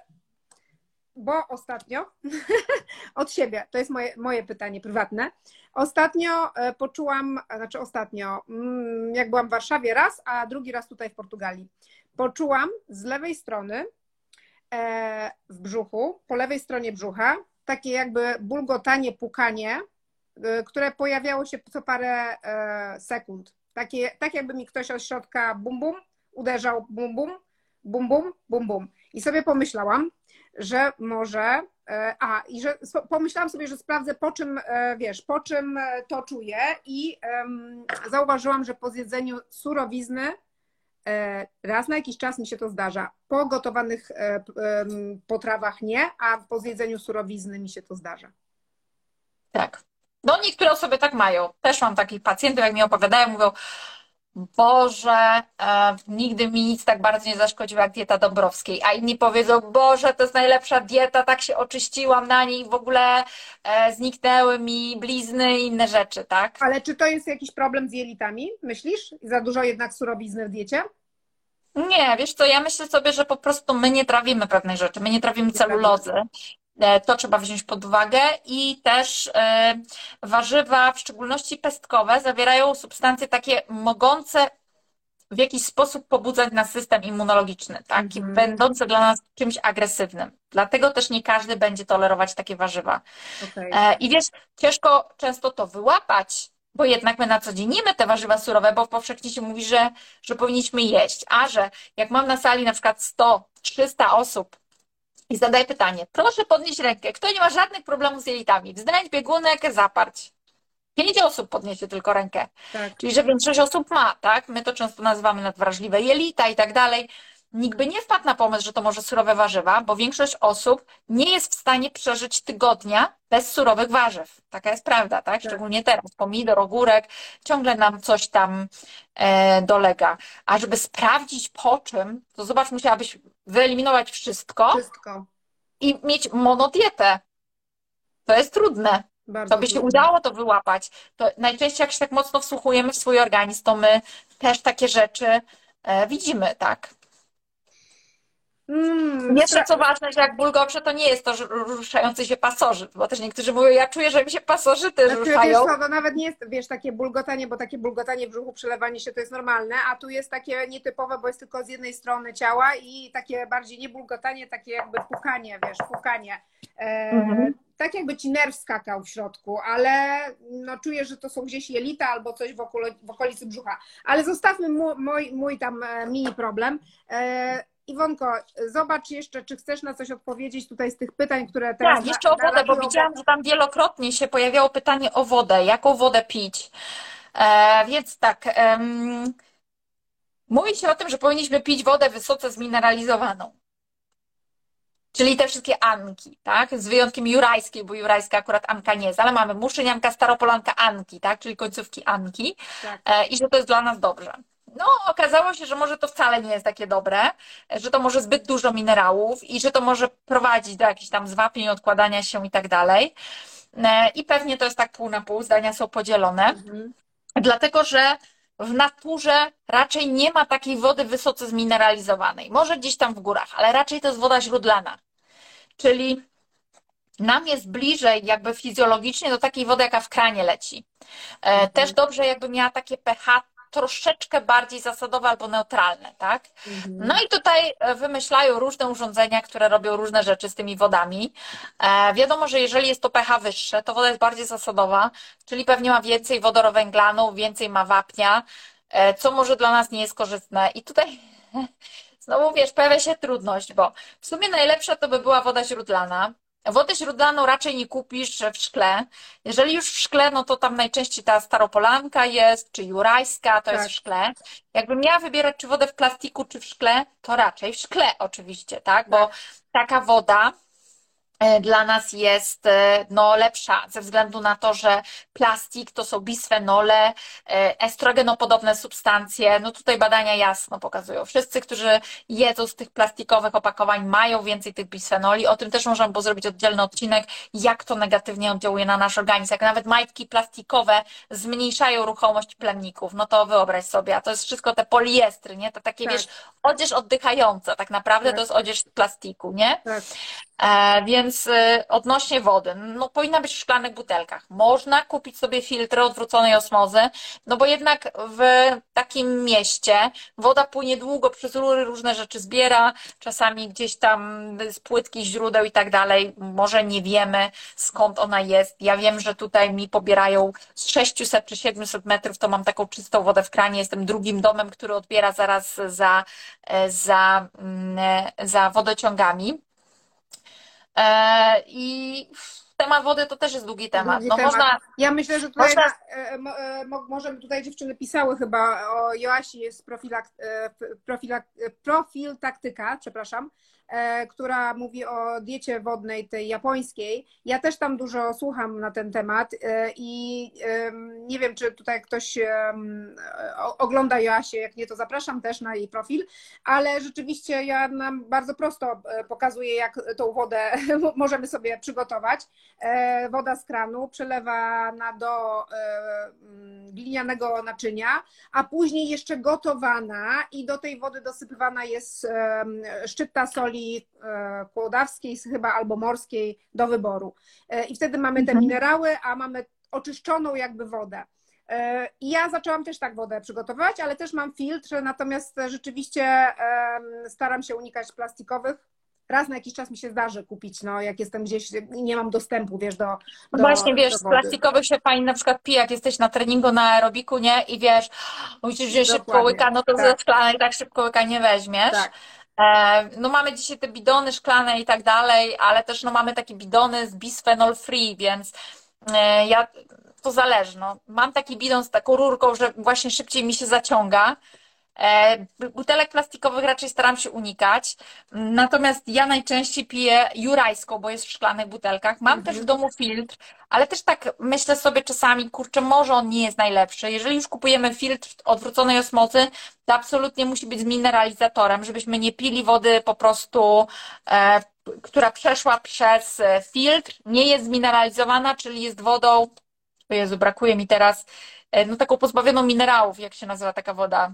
bo ostatnio, od siebie, to jest moje, moje pytanie prywatne. Ostatnio e, poczułam, znaczy ostatnio, mm, jak byłam w Warszawie raz, a drugi raz tutaj w Portugalii, poczułam z lewej strony e, w brzuchu, po lewej stronie brzucha, takie jakby bulgotanie, pukanie, e, które pojawiało się co parę e, sekund. Takie, tak jakby mi ktoś od środka bum bum uderzał bum bum, bum bum, bum bum. I sobie pomyślałam, że może, e, a i że spo- pomyślałam sobie, że sprawdzę po czym, e, wiesz, po czym e, to czuję i em, zauważyłam, że po zjedzeniu surowizny e, raz na jakiś czas mi się to zdarza. Po gotowanych e, p- em, potrawach nie, a po zjedzeniu surowizny mi się to zdarza. Tak. No niektóre osoby tak mają. Też mam takich pacjentów, jak mi opowiadają, mówią, Boże, e, nigdy mi nic tak bardzo nie zaszkodziło jak dieta Dąbrowskiej. A inni powiedzą, Boże, to jest najlepsza dieta, tak się oczyściłam na niej, w ogóle e, zniknęły mi blizny i inne rzeczy, tak? Ale czy to jest jakiś problem z jelitami, myślisz? Za dużo jednak surowizny w diecie? Nie, wiesz co, ja myślę sobie, że po prostu my nie trawimy pewnych rzeczy, my nie trawimy celulozy To trzeba wziąć pod uwagę i też warzywa, w szczególności pestkowe, zawierają substancje takie mogące w jakiś sposób pobudzać nasz system immunologiczny, tak? Mm-hmm. Będące dla nas czymś agresywnym. Dlatego też nie każdy będzie tolerować takie warzywa. Okay. I wiesz, ciężko często to wyłapać, bo jednak my na co dzień jemy te warzywa surowe, bo powszechnie się mówi, że, że powinniśmy jeść. A że jak mam na sali na przykład sto trzysta osób i zadaję pytanie, proszę podnieść rękę, kto nie ma żadnych problemów z jelitami, wzdręć biegunek, zaparć. Pięć osób podniesie tylko rękę. Tak. Czyli, że większość osób ma, tak? My to często nazywamy nadwrażliwe jelita i tak dalej. Nikt by nie wpadł na pomysł, że to może surowe warzywa, bo większość osób nie jest w stanie przeżyć tygodnia bez surowych warzyw. Taka jest prawda, tak? Szczególnie teraz. Pomidor, ogórek, ciągle nam coś tam e, dolega. A żeby sprawdzić po czym, to zobacz, musiałabyś wyeliminować wszystko, wszystko. I mieć monodietę. To jest trudne. Bardzo to by się trudne. Udało to wyłapać. To najczęściej jak się tak mocno wsłuchujemy w swój organizm, to my też takie rzeczy e, widzimy, tak? Mm, Jeszcze co ważne, że jak bulgocze, to nie jest to ruszający się pasożyt, bo też niektórzy mówią, ja czuję, że mi się pasożyty znaczy, ruszają. Wiesz co, to nawet nie jest, wiesz, takie bulgotanie, bo takie bulgotanie w brzuchu, przelewanie się to jest normalne, a tu jest takie nietypowe, bo jest tylko z jednej strony ciała i takie bardziej nie bulgotanie, takie jakby pukanie, wiesz, pukanie. E, mhm. Tak jakby ci nerw skakał w środku, ale no, czuję, że to są gdzieś jelita albo coś w, okolo, w okolicy brzucha. Ale zostawmy mój, mój, mój tam mini problem. E, Iwonko, zobacz jeszcze, czy chcesz na coś odpowiedzieć tutaj z tych pytań, które teraz... Tak, jeszcze o wodę, bo widziałam, że tam wielokrotnie się pojawiało pytanie o wodę, jaką wodę pić. E, więc tak, um, mówi się o tym, że powinniśmy pić wodę wysoce zmineralizowaną. Czyli te wszystkie anki, tak? Z wyjątkiem jurajskiej, bo jurajska akurat anka nie jest, ale mamy muszynianka, staropolanka, anki, tak? Czyli końcówki anki. Tak. E, I że to jest dla nas dobrze. No, okazało się, że może to wcale nie jest takie dobre, że to może zbyt dużo minerałów i że to może prowadzić do jakichś tam zwapnień, odkładania się i tak dalej. I pewnie to jest tak pół na pół, zdania są podzielone, mhm. dlatego że w naturze raczej nie ma takiej wody wysoce zmineralizowanej. Może gdzieś tam w górach, ale raczej to jest woda źródlana. Czyli nam jest bliżej jakby fizjologicznie do takiej wody, jaka w kranie leci. Mhm. Też dobrze jakby miała takie pH troszeczkę bardziej zasadowe albo neutralne, tak? Mhm. No i tutaj wymyślają różne urządzenia, które robią różne rzeczy z tymi wodami. E, wiadomo, że jeżeli jest to pH wyższe, to woda jest bardziej zasadowa, czyli pewnie ma więcej wodorowęglanu, więcej ma wapnia, e, co może dla nas nie jest korzystne. I tutaj znowu, wiesz, pojawia się trudność, bo w sumie najlepsza to by była woda źródlana. Wodę źródlaną raczej nie kupisz w szkle. Jeżeli już w szkle, no to tam najczęściej ta staropolanka jest, czy jurajska, to tak. jest w szkle. Jakbym miała wybierać, czy wodę w plastiku, czy w szkle, to raczej w szkle oczywiście, tak? Bo taka woda dla nas jest no, lepsza ze względu na to, że plastik to są bisfenole, estrogenopodobne substancje. No tutaj badania jasno pokazują. Wszyscy, którzy jedzą z tych plastikowych opakowań, mają więcej tych bisfenoli. O tym też możemy było zrobić oddzielny odcinek, jak to negatywnie oddziałuje na nasz organizm. Jak nawet majtki plastikowe zmniejszają ruchomość plemników, no to wyobraź sobie, a to jest wszystko te poliestry, nie? To takie, tak. wiesz, odzież oddychająca, tak naprawdę tak. to jest odzież z plastiku, nie? Tak. E, więc y, odnośnie wody, no powinna być w szklanych butelkach. Można kupić sobie filtry odwróconej osmozy, no bo jednak w takim mieście woda płynie długo przez rury, różne rzeczy zbiera, czasami gdzieś tam z płytkich źródeł i tak dalej, może nie wiemy skąd ona jest. Ja wiem, że tutaj mi pobierają z sześciuset czy siedmiuset metrów, to mam taką czystą wodę w kranie, jestem drugim domem, który odbiera zaraz za, za, za wodociągami. I temat wody to też jest długi temat. Długi no temat. Można, ja myślę, że tutaj można... na, e, mo, możemy, tutaj dziewczyny pisały chyba o Joasi z profilak, profilak, profil taktyka, przepraszam, e, która mówi o diecie wodnej tej japońskiej. Ja też tam dużo słucham na ten temat e, i e, nie wiem, czy tutaj ktoś e, ogląda Joasię, jak nie, to zapraszam też na jej profil, ale rzeczywiście ja nam bardzo prosto pokazuję, jak tą wodę możemy sobie przygotować. Woda z kranu przelewana do glinianego naczynia, a później jeszcze gotowana i do tej wody dosypywana jest szczypta soli soli e, kłodawskiej chyba albo morskiej do wyboru. E, I wtedy mamy te minerały, a mamy oczyszczoną jakby wodę. E, I ja zaczęłam też tak wodę przygotowywać, ale też mam filtr, natomiast rzeczywiście e, staram się unikać plastikowych. Raz na jakiś czas mi się zdarzy kupić, no jak jestem gdzieś i nie mam dostępu, wiesz, do, No do właśnie, wiesz, do z wody. plastikowych się fajnie na przykład pije, jak jesteś na treningu, na aerobiku, nie? I wiesz, musisz wziąć szybko Dokładnie, łyka, no to tak. ze szklanej tak szybko łyka nie weźmiesz. Tak. E, no mamy dzisiaj te bidony szklane i tak dalej, ale też no mamy takie bidony z bisphenol free, więc e, ja, to zależy, no. Mam taki bidon z taką rurką, że właśnie szybciej mi się zaciąga. E, Butelek plastikowych raczej staram się unikać, natomiast ja najczęściej piję jurajską, bo jest w szklanych butelkach. Mam też w domu filtr, ale też tak myślę sobie czasami, kurczę, może on nie jest najlepszy. Jeżeli już kupujemy filtr odwróconej osmozy, to absolutnie musi być z mineralizatorem, żebyśmy nie pili wody po prostu, e, która przeszła przez filtr, nie jest zmineralizowana, czyli jest wodą, o Jezu, brakuje mi teraz, e, no taką pozbawioną minerałów, jak się nazywa taka woda?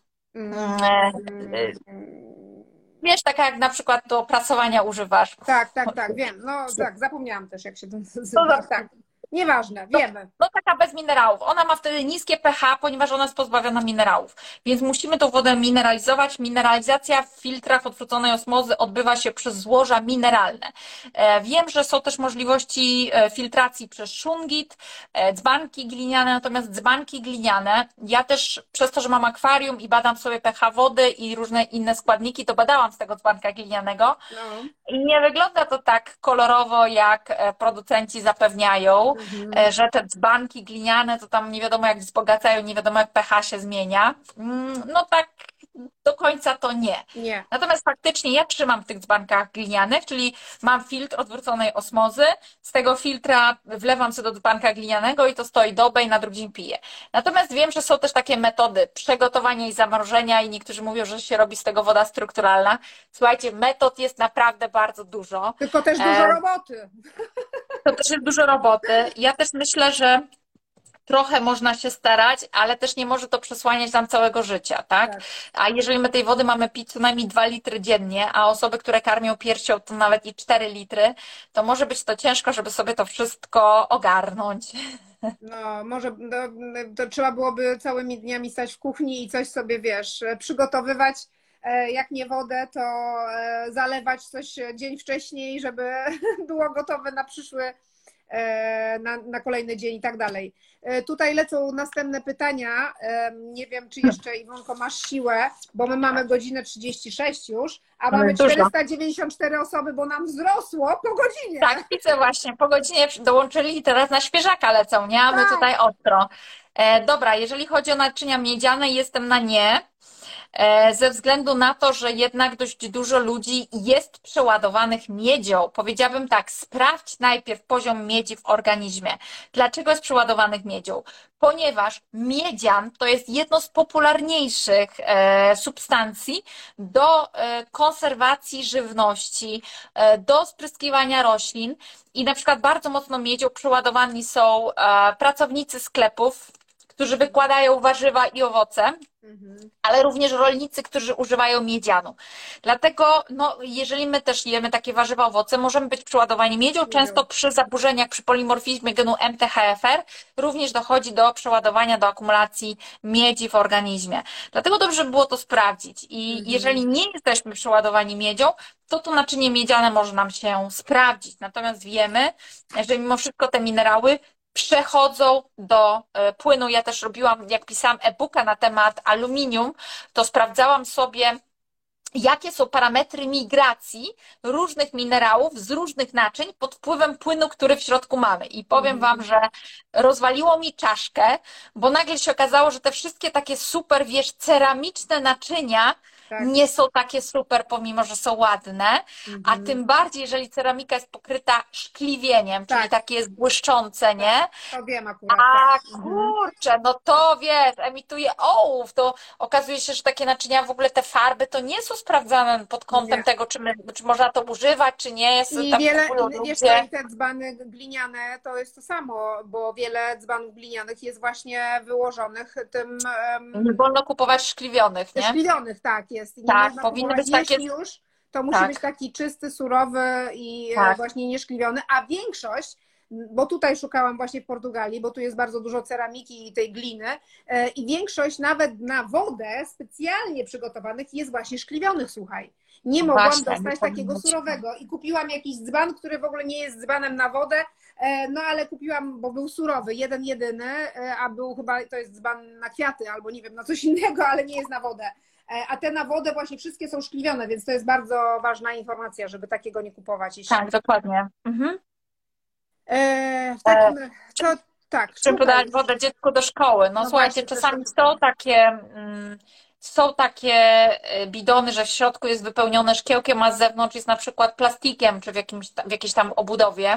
Wiesz, taka jak na przykład do prasowania używasz. Tak, tak, tak, wiem. No tak, zapomniałam też, jak się to nazywa. Tak, nieważne, wiemy. No taka bez minerałów. Ona ma wtedy niskie pH, ponieważ ona jest pozbawiona minerałów. Więc musimy tą wodę mineralizować. Mineralizacja w filtrach odwróconej osmozy odbywa się przez złoża mineralne. Wiem, że są też możliwości filtracji przez szungit, dzbanki gliniane, natomiast dzbanki gliniane, ja też przez to, że mam akwarium i badam sobie pH wody i różne inne składniki, to badałam z tego dzbanka glinianego. No. I nie wygląda to tak kolorowo, jak producenci zapewniają, mhm. że te dzbanki gliniane to tam nie wiadomo jak wzbogacają, nie wiadomo jak pH się zmienia. No tak do końca to nie. nie. Natomiast faktycznie ja trzymam w tych dzbankach glinianych, czyli mam filtr odwróconej osmozy, z tego filtra wlewam sobie do dzbanka glinianego i to stoi dobę i na drugi dzień piję. Natomiast wiem, że są też takie metody przygotowania i zamrożenia i niektórzy mówią, że się robi z tego woda strukturalna. Słuchajcie, metod jest naprawdę bardzo dużo. Tylko też dużo e... roboty. To też jest dużo roboty. Ja też myślę, że trochę można się starać, ale też nie może to przesłaniać nam całego życia, tak? tak? A jeżeli my tej wody mamy pić co najmniej dwa litry dziennie, a osoby, które karmią piersią to nawet i cztery litry, to może być to ciężko, żeby sobie to wszystko ogarnąć. No, może no, to trzeba byłoby całymi dniami stać w kuchni i coś sobie, wiesz, przygotowywać. Jak nie wodę, to zalewać coś dzień wcześniej, żeby było gotowe na przyszły Na, na kolejny dzień i tak dalej. Tutaj lecą następne pytania. Nie wiem, czy jeszcze, Iwonko, masz siłę, bo my mamy godzinę trzydzieści sześć już, a mamy czterysta dziewięćdziesiąt cztery osoby, bo nam wzrosło po godzinie. Tak, widzę właśnie, po godzinie dołączyli i teraz na świeżaka lecą, nie? A my tak. tutaj ostro. E, dobra, jeżeli chodzi o naczynia miedziane, jestem na nie. Ze względu na to, że jednak dość dużo ludzi jest przeładowanych miedzią. Powiedziałabym tak, sprawdź najpierw poziom miedzi w organizmie. Dlaczego jest przeładowanych miedzią? Ponieważ miedzian to jest jedno z popularniejszych e, substancji do e, konserwacji żywności, e, do spryskiwania roślin i na przykład bardzo mocno miedzią przeładowani są e, pracownicy sklepów, którzy wykładają warzywa i owoce, ale również rolnicy, którzy używają miedzianu. Dlatego, no, jeżeli my też jemy takie warzywa, owoce, możemy być przeładowani miedzią. Często przy zaburzeniach, przy polimorfizmie genu M T H F R również dochodzi do przeładowania, do akumulacji miedzi w organizmie. Dlatego dobrze by było to sprawdzić. I mhm. jeżeli nie jesteśmy przeładowani miedzią, to to naczynie miedziane może nam się sprawdzić. Natomiast wiemy, że mimo wszystko te minerały przechodzą do płynu. Ja też robiłam, jak pisałam e-booka na temat aluminium, to sprawdzałam sobie, jakie są parametry migracji różnych minerałów z różnych naczyń pod wpływem płynu, który w środku mamy. I powiem Wam, że rozwaliło mi czaszkę, bo nagle się okazało, że te wszystkie takie super, wiesz, ceramiczne naczynia tak. nie są takie super, pomimo że są ładne, mhm. a tym bardziej, jeżeli ceramika jest pokryta szkliwieniem, tak. czyli takie jest błyszczące, nie? To wiem akurat. A tak. kurczę, no to wiesz, emituje ołów, to okazuje się, że takie naczynia, w ogóle te farby, to nie są sprawdzane pod kątem nie. tego, czy, my, czy można to używać, czy nie. Jest I tam wiele, wiesz co, te dzbany gliniane to jest to samo, bo wiele dzbanów glinianych jest właśnie wyłożonych tym... Um... Nie wolno kupować szkliwionych, nie? Szkliwionych, tak. Jest. I tak, powinny być takie... Jeśli już, to musi być Tak, taki czysty, surowy i e, tak. właśnie nieszkliwiony, a większość, bo tutaj szukałam właśnie w Portugalii, bo tu jest bardzo dużo ceramiki i tej gliny e, i większość nawet na wodę specjalnie przygotowanych jest właśnie szkliwionych, słuchaj. Nie mogłam Właśnie, nie dostać powinno takiego być. surowego i kupiłam jakiś dzban, który w ogóle nie jest dzbanem na wodę, e, no ale kupiłam, bo był surowy, jeden jedyny, e, a był chyba, to jest dzban na kwiaty albo nie wiem, na coś innego, ale nie jest na wodę. E, A te na wodę właśnie wszystkie są szkliwione, więc to jest bardzo ważna informacja, żeby takiego nie kupować. Jeśli... Tak, dokładnie. Mhm. E, w E, takim, to tak, Czym szukaj. podać wodę dziecku do szkoły? No, No słuchajcie, właśnie, też czasami to są szukam. takie, mm, są takie e, bidony, że w środku jest wypełnione szkiełkiem, a z zewnątrz jest na przykład plastikiem, czy w jakimś, ta- w jakiejś tam obudowie.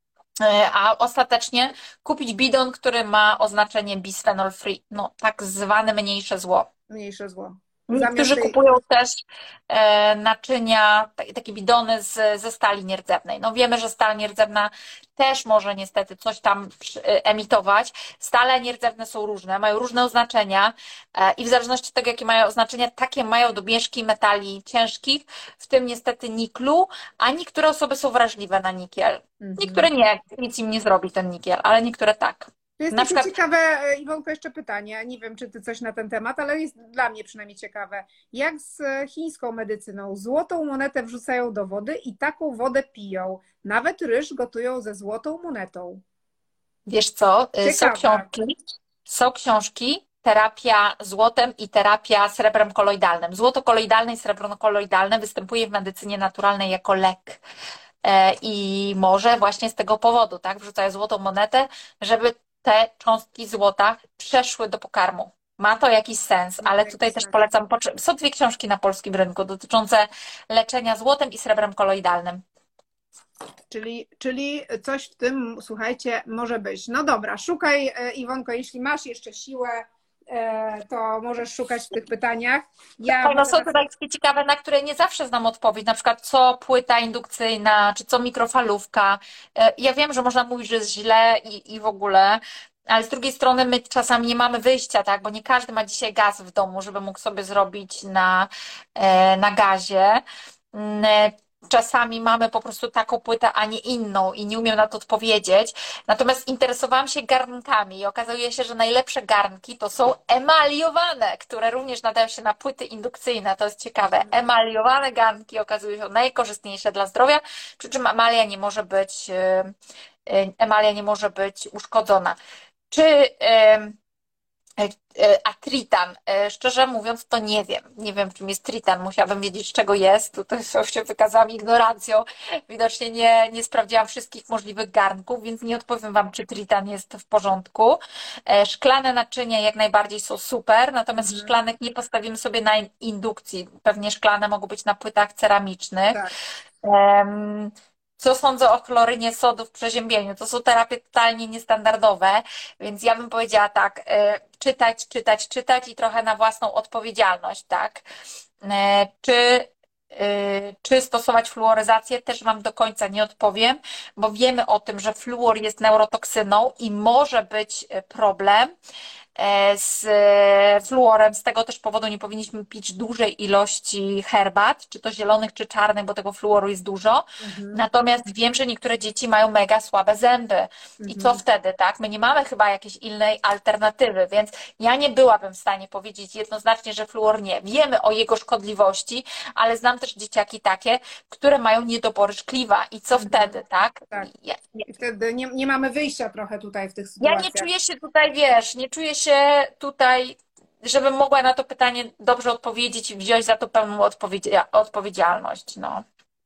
E, A ostatecznie kupić bidon, który ma oznaczenie bisphenol free, no tak zwane mniejsze zło. Mniejsze zło. Zamiast Niektórzy tej, kupują też e, naczynia, ta- takie bidony z, ze stali nierdzewnej. No wiemy, że stal nierdzewna też może niestety coś tam przy- e, emitować. Stale nierdzewne są różne, mają różne oznaczenia e, i w zależności od tego, jakie mają oznaczenia, takie mają dobieżki metali ciężkich, w tym niestety niklu, a niektóre osoby są wrażliwe na nikiel. mhm. Niektóre nie, nic im nie zrobi ten nikiel, ale niektóre tak. To jest Na takie przykład ciekawe, e, Iwonko, jeszcze pytanie. Nie wiem, czy ty coś na ten temat, ale jest dla mnie przynajmniej ciekawe. Jak z e, chińską medycyną? Złotą monetę wrzucają do wody i taką wodę piją. Nawet ryż gotują ze złotą monetą. wiesz co, y, są Ciekawe. książki, są książki, terapia złotem i terapia srebrem koloidalnym. Złoto koloidalne i srebro koloidalne występuje w medycynie naturalnej jako lek. E, I może właśnie z tego powodu, tak, wrzucają złotą monetę, żeby te cząstki złota przeszły do pokarmu. Ma to jakiś sens, Ma to ale jakiś tutaj też sens. polecam. potrze- Są dwie książki na polskim rynku dotyczące leczenia złotem i srebrem koloidalnym. Czyli, czyli coś w tym, słuchajcie, może być. No dobra, szukaj, e, Iwonko, jeśli masz jeszcze siłę, e, to możesz szukać w tych pytaniach. Ja, Tak, bo no są teraz tutaj takie ciekawe, na które nie zawsze znam odpowiedź, na przykład co płyta indukcyjna, czy co mikrofalówka. E, Ja wiem, że można mówić, że jest źle i, i w ogóle, ale z drugiej strony my czasami nie mamy wyjścia, tak, bo nie każdy ma dzisiaj gaz w domu, żeby mógł sobie zrobić na, e, na gazie. Mm, e, Czasami mamy po prostu taką płytę, a nie inną i nie umiem na to odpowiedzieć. Natomiast interesowałam się garnkami i okazuje się, że najlepsze garnki to są emaliowane, które również nadają się na płyty indukcyjne. To jest ciekawe. Emaliowane garnki okazują się najkorzystniejsze dla zdrowia, przy czym emalia nie może być, e, e, emalia nie może być uszkodzona. Czy e, e, a tritan, e, szczerze mówiąc, to nie wiem. Nie wiem, czym jest tritan. Musiałabym wiedzieć, z czego jest. Tutaj się wykazałam ignorancją. Widocznie nie, nie sprawdziłam wszystkich możliwych garnków, więc nie odpowiem Wam, czy tritan jest w porządku. E, Szklane naczynia jak najbardziej są super, natomiast mhm, szklanek nie postawimy sobie na indukcji. Pewnie szklane mogą być na płytach ceramicznych. tak. Em, Co sądzę o chlorynie sodu w przeziębieniu? To są terapie totalnie niestandardowe, więc ja bym powiedziała tak, e, czytać, czytać, czytać i trochę na własną odpowiedzialność, tak? E, Czy, e, czy stosować fluoryzację? Też Wam do końca nie odpowiem, bo wiemy o tym, że fluor jest neurotoksyną i może być e, problem e, z e, fluorem. Z tego też powodu nie powinniśmy pić dużej ilości herbat, czy to zielonych, czy czarnych, bo tego fluoru jest dużo. Mhm, Natomiast wiem, że niektóre dzieci mają mega słabe zęby. I co mhm. wtedy, tak? My nie mamy chyba jakiejś innej alternatywy, więc ja nie byłabym w stanie powiedzieć jednoznacznie, że fluor nie. Wiemy o jego szkodliwości, ale znam też dzieciaki takie, które mają niedobory szkliwa. I co Mhm. wtedy, tak? Tak. Ja, I wtedy nie, nie mamy wyjścia trochę tutaj w tych ja nie sytuacjach. czuję się tutaj, wiesz, nie czuję się tutaj, żebym mogła na to pytanie dobrze odpowiedzieć i wziąć za to pełną odpowiedzia- odpowiedzialność. No.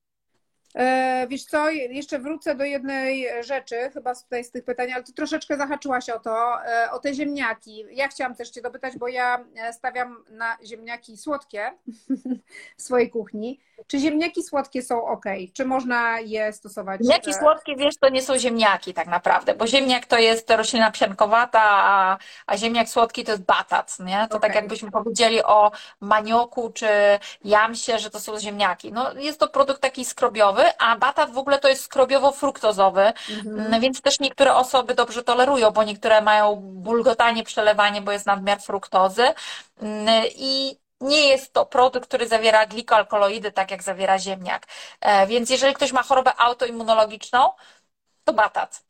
E, wiesz co, jeszcze wrócę do jednej rzeczy, chyba tutaj z tych pytań, ale ty troszeczkę zahaczyłaś o to, e, o te ziemniaki. Ja chciałam też cię dopytać, bo ja e, stawiam na ziemniaki słodkie w swojej kuchni. Czy ziemniaki słodkie są ok? Czy można je stosować? Ziemniaki e, słodkie, wiesz, to nie są ziemniaki tak naprawdę, bo ziemniak to jest roślina psiankowata, a, a ziemniak słodki to jest batat, nie? To tak Okej. jakbyśmy powiedzieli o manioku czy jamsie, że to są ziemniaki. No, jest to produkt taki skrobiowy, a batat w ogóle to jest skrobiowo-fruktozowy, Mhm. mm, więc też niektóre osoby dobrze tolerują, bo niektóre mają bulgotanie, przelewanie, bo jest nadmiar fruktozy. Mm, I nie jest to produkt, który zawiera glikoalkaloidy, tak jak zawiera ziemniak. E, Więc jeżeli ktoś ma chorobę autoimmunologiczną, to batat.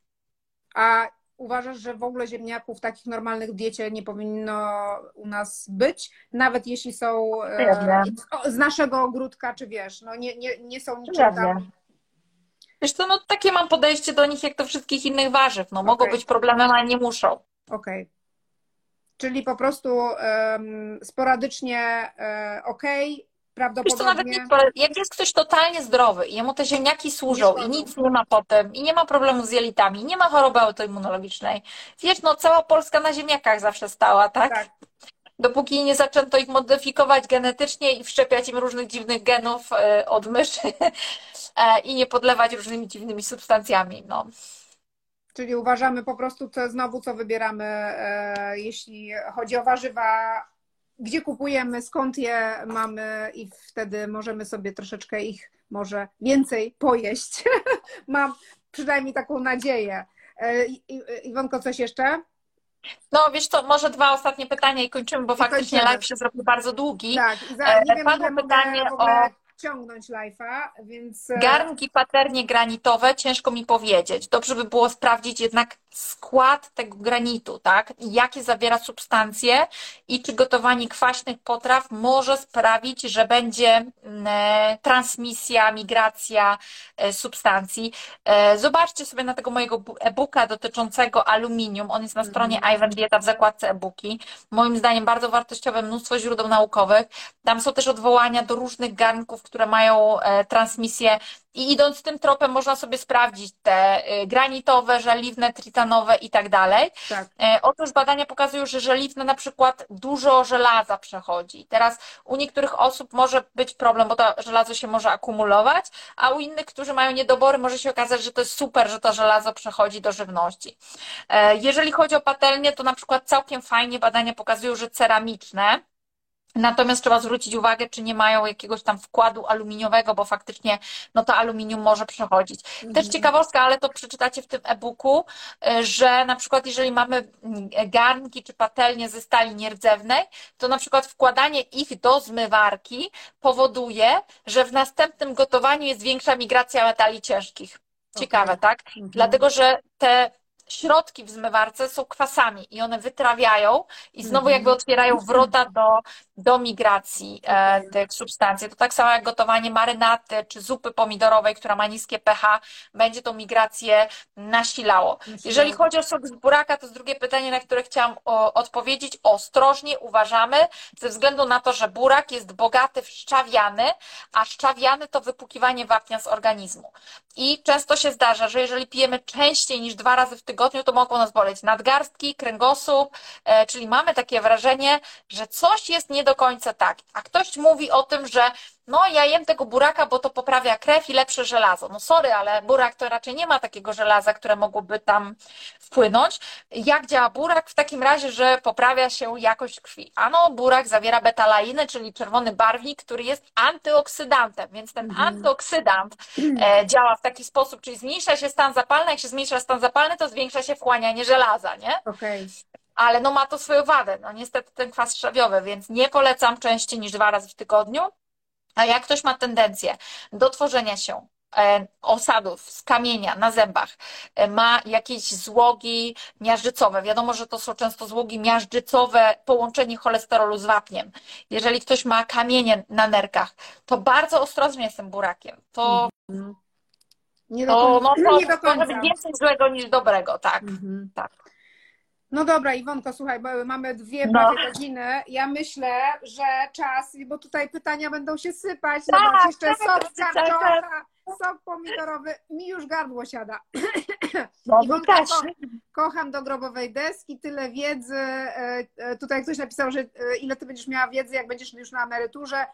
A uważasz, że w ogóle ziemniaków takich normalnych w diecie nie powinno u nas być? Nawet jeśli są Ja e, wiem. z naszego ogródka, czy wiesz, no nie, nie, nie są Ja niczym tam. wiem. Wiesz co, no takie mam podejście do nich jak do wszystkich innych warzyw. No mogą Okej, być problemem, ale nie muszą. okej. Czyli po prostu em, sporadycznie e, okej, Wiesz co, nawet nie, prawdopodobnie jak jest ktoś totalnie zdrowy i jemu te ziemniaki nie służą i szkodzą. nic nie ma potem, i nie ma problemu z jelitami, nie ma choroby autoimmunologicznej. Wiesz, no cała Polska na ziemniakach zawsze stała, tak? Tak. Dopóki nie zaczęto ich modyfikować genetycznie i wszczepiać im różnych dziwnych genów e, od myszy e, i nie podlewać różnymi dziwnymi substancjami, no. Czyli uważamy po prostu, co znowu, co wybieramy, e, jeśli chodzi o warzywa, gdzie kupujemy, skąd je mamy i wtedy możemy sobie troszeczkę ich może więcej pojeść. Mam przynajmniej taką nadzieję. E, I- I- Iwonko, coś jeszcze? No wiesz co, może dwa ostatnie pytania i kończymy, bo I faktycznie kończymy. live się zrobił bardzo długi. Tak, i za, E, nie wiem, Padło ile mogę pytanie w o ogóle ciągnąć live'a, więc e, garnki paternie granitowe, ciężko mi powiedzieć. Dobrze by było sprawdzić jednak skład tego granitu, tak? Jakie zawiera substancje i czy gotowanie kwaśnych potraw może sprawić, że będzie mm, e, transmisja, migracja e, substancji. E, Zobaczcie sobie na tego mojego bu- e-booka dotyczącego aluminium. On jest na stronie Ivan Dieta w zakładce e-booki. Moim zdaniem bardzo wartościowe, mnóstwo źródeł naukowych. Tam są też odwołania do różnych garnków, które mają e, transmisję i idąc tym tropem można sobie sprawdzić te e, granitowe, żeliwne, tritanowe i tak dalej. tak. E, Otóż badania pokazują, że żeliwne na przykład dużo żelaza przechodzi. Teraz u niektórych osób może być problem, bo to żelazo się może akumulować, a u innych, którzy mają niedobory, może się okazać, że to jest super, że to żelazo przechodzi do żywności. E, Jeżeli chodzi o patelnię, to na przykład całkiem fajnie badania pokazują, że ceramiczne. Natomiast trzeba zwrócić uwagę, czy nie mają jakiegoś tam wkładu aluminiowego, bo faktycznie no to aluminium może przechodzić. Też Mhm. ciekawostka, ale to przeczytacie w tym e-booku, y, że na przykład jeżeli mamy mm, garnki czy patelnie ze stali nierdzewnej, to na przykład wkładanie ich do zmywarki powoduje, że w następnym gotowaniu jest większa migracja metali ciężkich. Ciekawe, Okej. tak? Mhm. Dlatego, że te środki w zmywarce są kwasami i one wytrawiają i znowu Mhm. jakby otwierają wrota do, do migracji e, Okej. tych substancji. To tak samo jak gotowanie marynaty czy zupy pomidorowej, która ma niskie pH, będzie tą migrację nasilało. Jeżeli chodzi o sok z buraka, to jest drugie pytanie, na które chciałam o, odpowiedzieć. Ostrożnie uważamy, ze względu na to, że burak jest bogaty w szczawiany, a szczawiany to wypłukiwanie wapnia z organizmu. I często się zdarza, że jeżeli pijemy częściej niż dwa razy w tygodniu, to mogą nas boleć nadgarstki, kręgosłup, e, czyli mamy takie wrażenie, że coś jest nie do końca tak. A ktoś mówi o tym, że no ja jem tego buraka, bo to poprawia krew i lepsze żelazo. No sorry, ale burak to raczej nie ma takiego żelaza, które mogłoby tam wpłynąć. Jak działa burak? W takim razie, że poprawia się jakość krwi. Ano, burak zawiera betalainy, czyli czerwony barwnik, który jest antyoksydantem, więc ten Mhm. antyoksydant e, działa w taki sposób, czyli zmniejsza się stan zapalny, jak się zmniejsza stan zapalny, to zwiększa się wchłanianie żelaza, nie? Okej. Ale no ma to swoją wadę, no niestety ten kwas szczawiowy, więc nie polecam częściej niż dwa razy w tygodniu. A jak ktoś ma tendencję do tworzenia się e, osadów z kamienia na zębach, e, ma jakieś złogi miażdżycowe, wiadomo, że to są często złogi miażdżycowe, połączenie cholesterolu z wapniem. Jeżeli ktoś ma kamienie na nerkach, to bardzo ostrożnie z tym burakiem. To, Mhm. Nie do to, końca. no, to Nie do może być końca. więcej złego niż dobrego, tak. Mhm. tak. No dobra, Iwonko, słuchaj, bo mamy dwie No. prawie godziny. Ja myślę, że czas, bo tutaj pytania będą się sypać. Tak, Zobacz, jeszcze tak, sok z tak, karczocha, sok pomidorowy. Mi już gardło siada. No, Iwonka, też. ko kocham do grobowej deski, tyle wiedzy. E, e, Tutaj ktoś napisał, że e, ile ty będziesz miała wiedzy, jak będziesz już na emeryturze.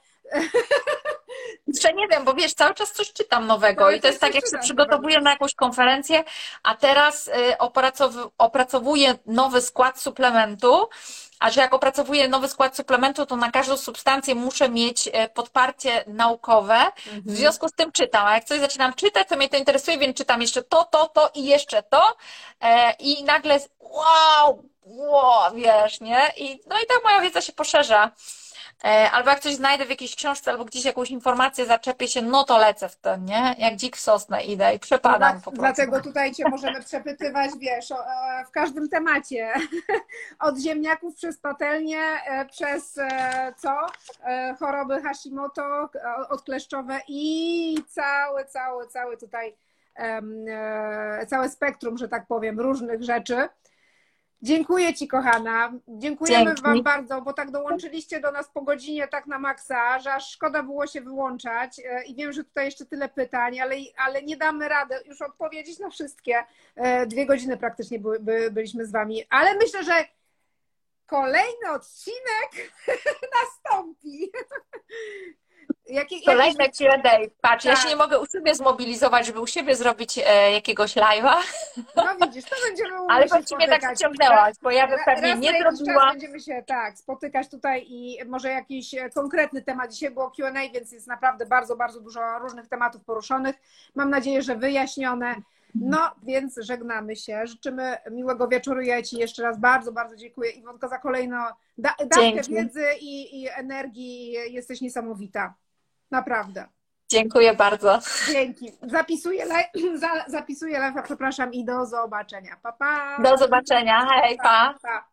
Jeszcze nie wiem, bo wiesz, cały czas coś czytam nowego Cały i to jest czas tak, coś jak się czytasz przygotowuję na jakąś konferencję, a teraz y, opracow opracowuję nowy skład suplementu, a że jak opracowuję nowy skład suplementu, to na każdą substancję muszę mieć y, podparcie naukowe, w związku z tym czytam, a jak coś zaczynam czytać, to mnie to interesuje, więc czytam jeszcze to, to, to i jeszcze to e, i nagle wow, wow, wiesz, nie? I, no i tak moja wiedza się poszerza. E, Albo jak coś znajdę w jakiejś książce, albo gdzieś jakąś informację zaczepię się, no to lecę w ten, nie? Jak dzik w sosnę idę i No przepadam dla- po prostu. dlatego tutaj Cię możemy przepytywać, wiesz, o, o, w każdym temacie. Od ziemniaków przez patelnię, e, przez e, co? E, Choroby Hashimoto, e, odkleszczowe i cały, cały, cały tutaj em, e, całe spektrum, że tak powiem, różnych rzeczy. Dziękuję Ci, kochana. Dziękujemy Dzięki. Wam bardzo, bo tak dołączyliście do nas po godzinie, tak na maksa, że aż szkoda było się wyłączać. E, I wiem, że tutaj jeszcze tyle pytań, ale, ale nie damy rady już odpowiedzieć na wszystkie. E, Dwie godziny praktycznie były, by, byliśmy z Wami, ale myślę, że kolejny odcinek nastąpi. Jakie, Kolejne jakieś... Q and A. Patrz, ja Tak. się nie mogę u siebie zmobilizować, żeby u siebie zrobić e, jakiegoś live'a, No widzisz, to będziemy ale umieć się bym ciebie tak spotykać. przyciągnęłaś, bo ja bym Ra- pewnie Raz nie na jakiś czas zrobiła. będziemy się tak spotykać tutaj i może jakiś e, konkretny temat. Dzisiaj było Q and A, więc jest naprawdę bardzo, bardzo dużo różnych tematów poruszonych. Mam nadzieję, że wyjaśnione. No, więc żegnamy się. Życzymy miłego wieczoru. Ja Ci jeszcze raz bardzo, bardzo dziękuję, Iwonko, za kolejną da dawkę Dzięki. wiedzy i, i energii. Jesteś niesamowita. Naprawdę. Dziękuję bardzo. Dzięki. Zapisuję live, za, zapisuję live, przepraszam, i do zobaczenia. Pa, pa. Do zobaczenia. Hej, pa. Pa.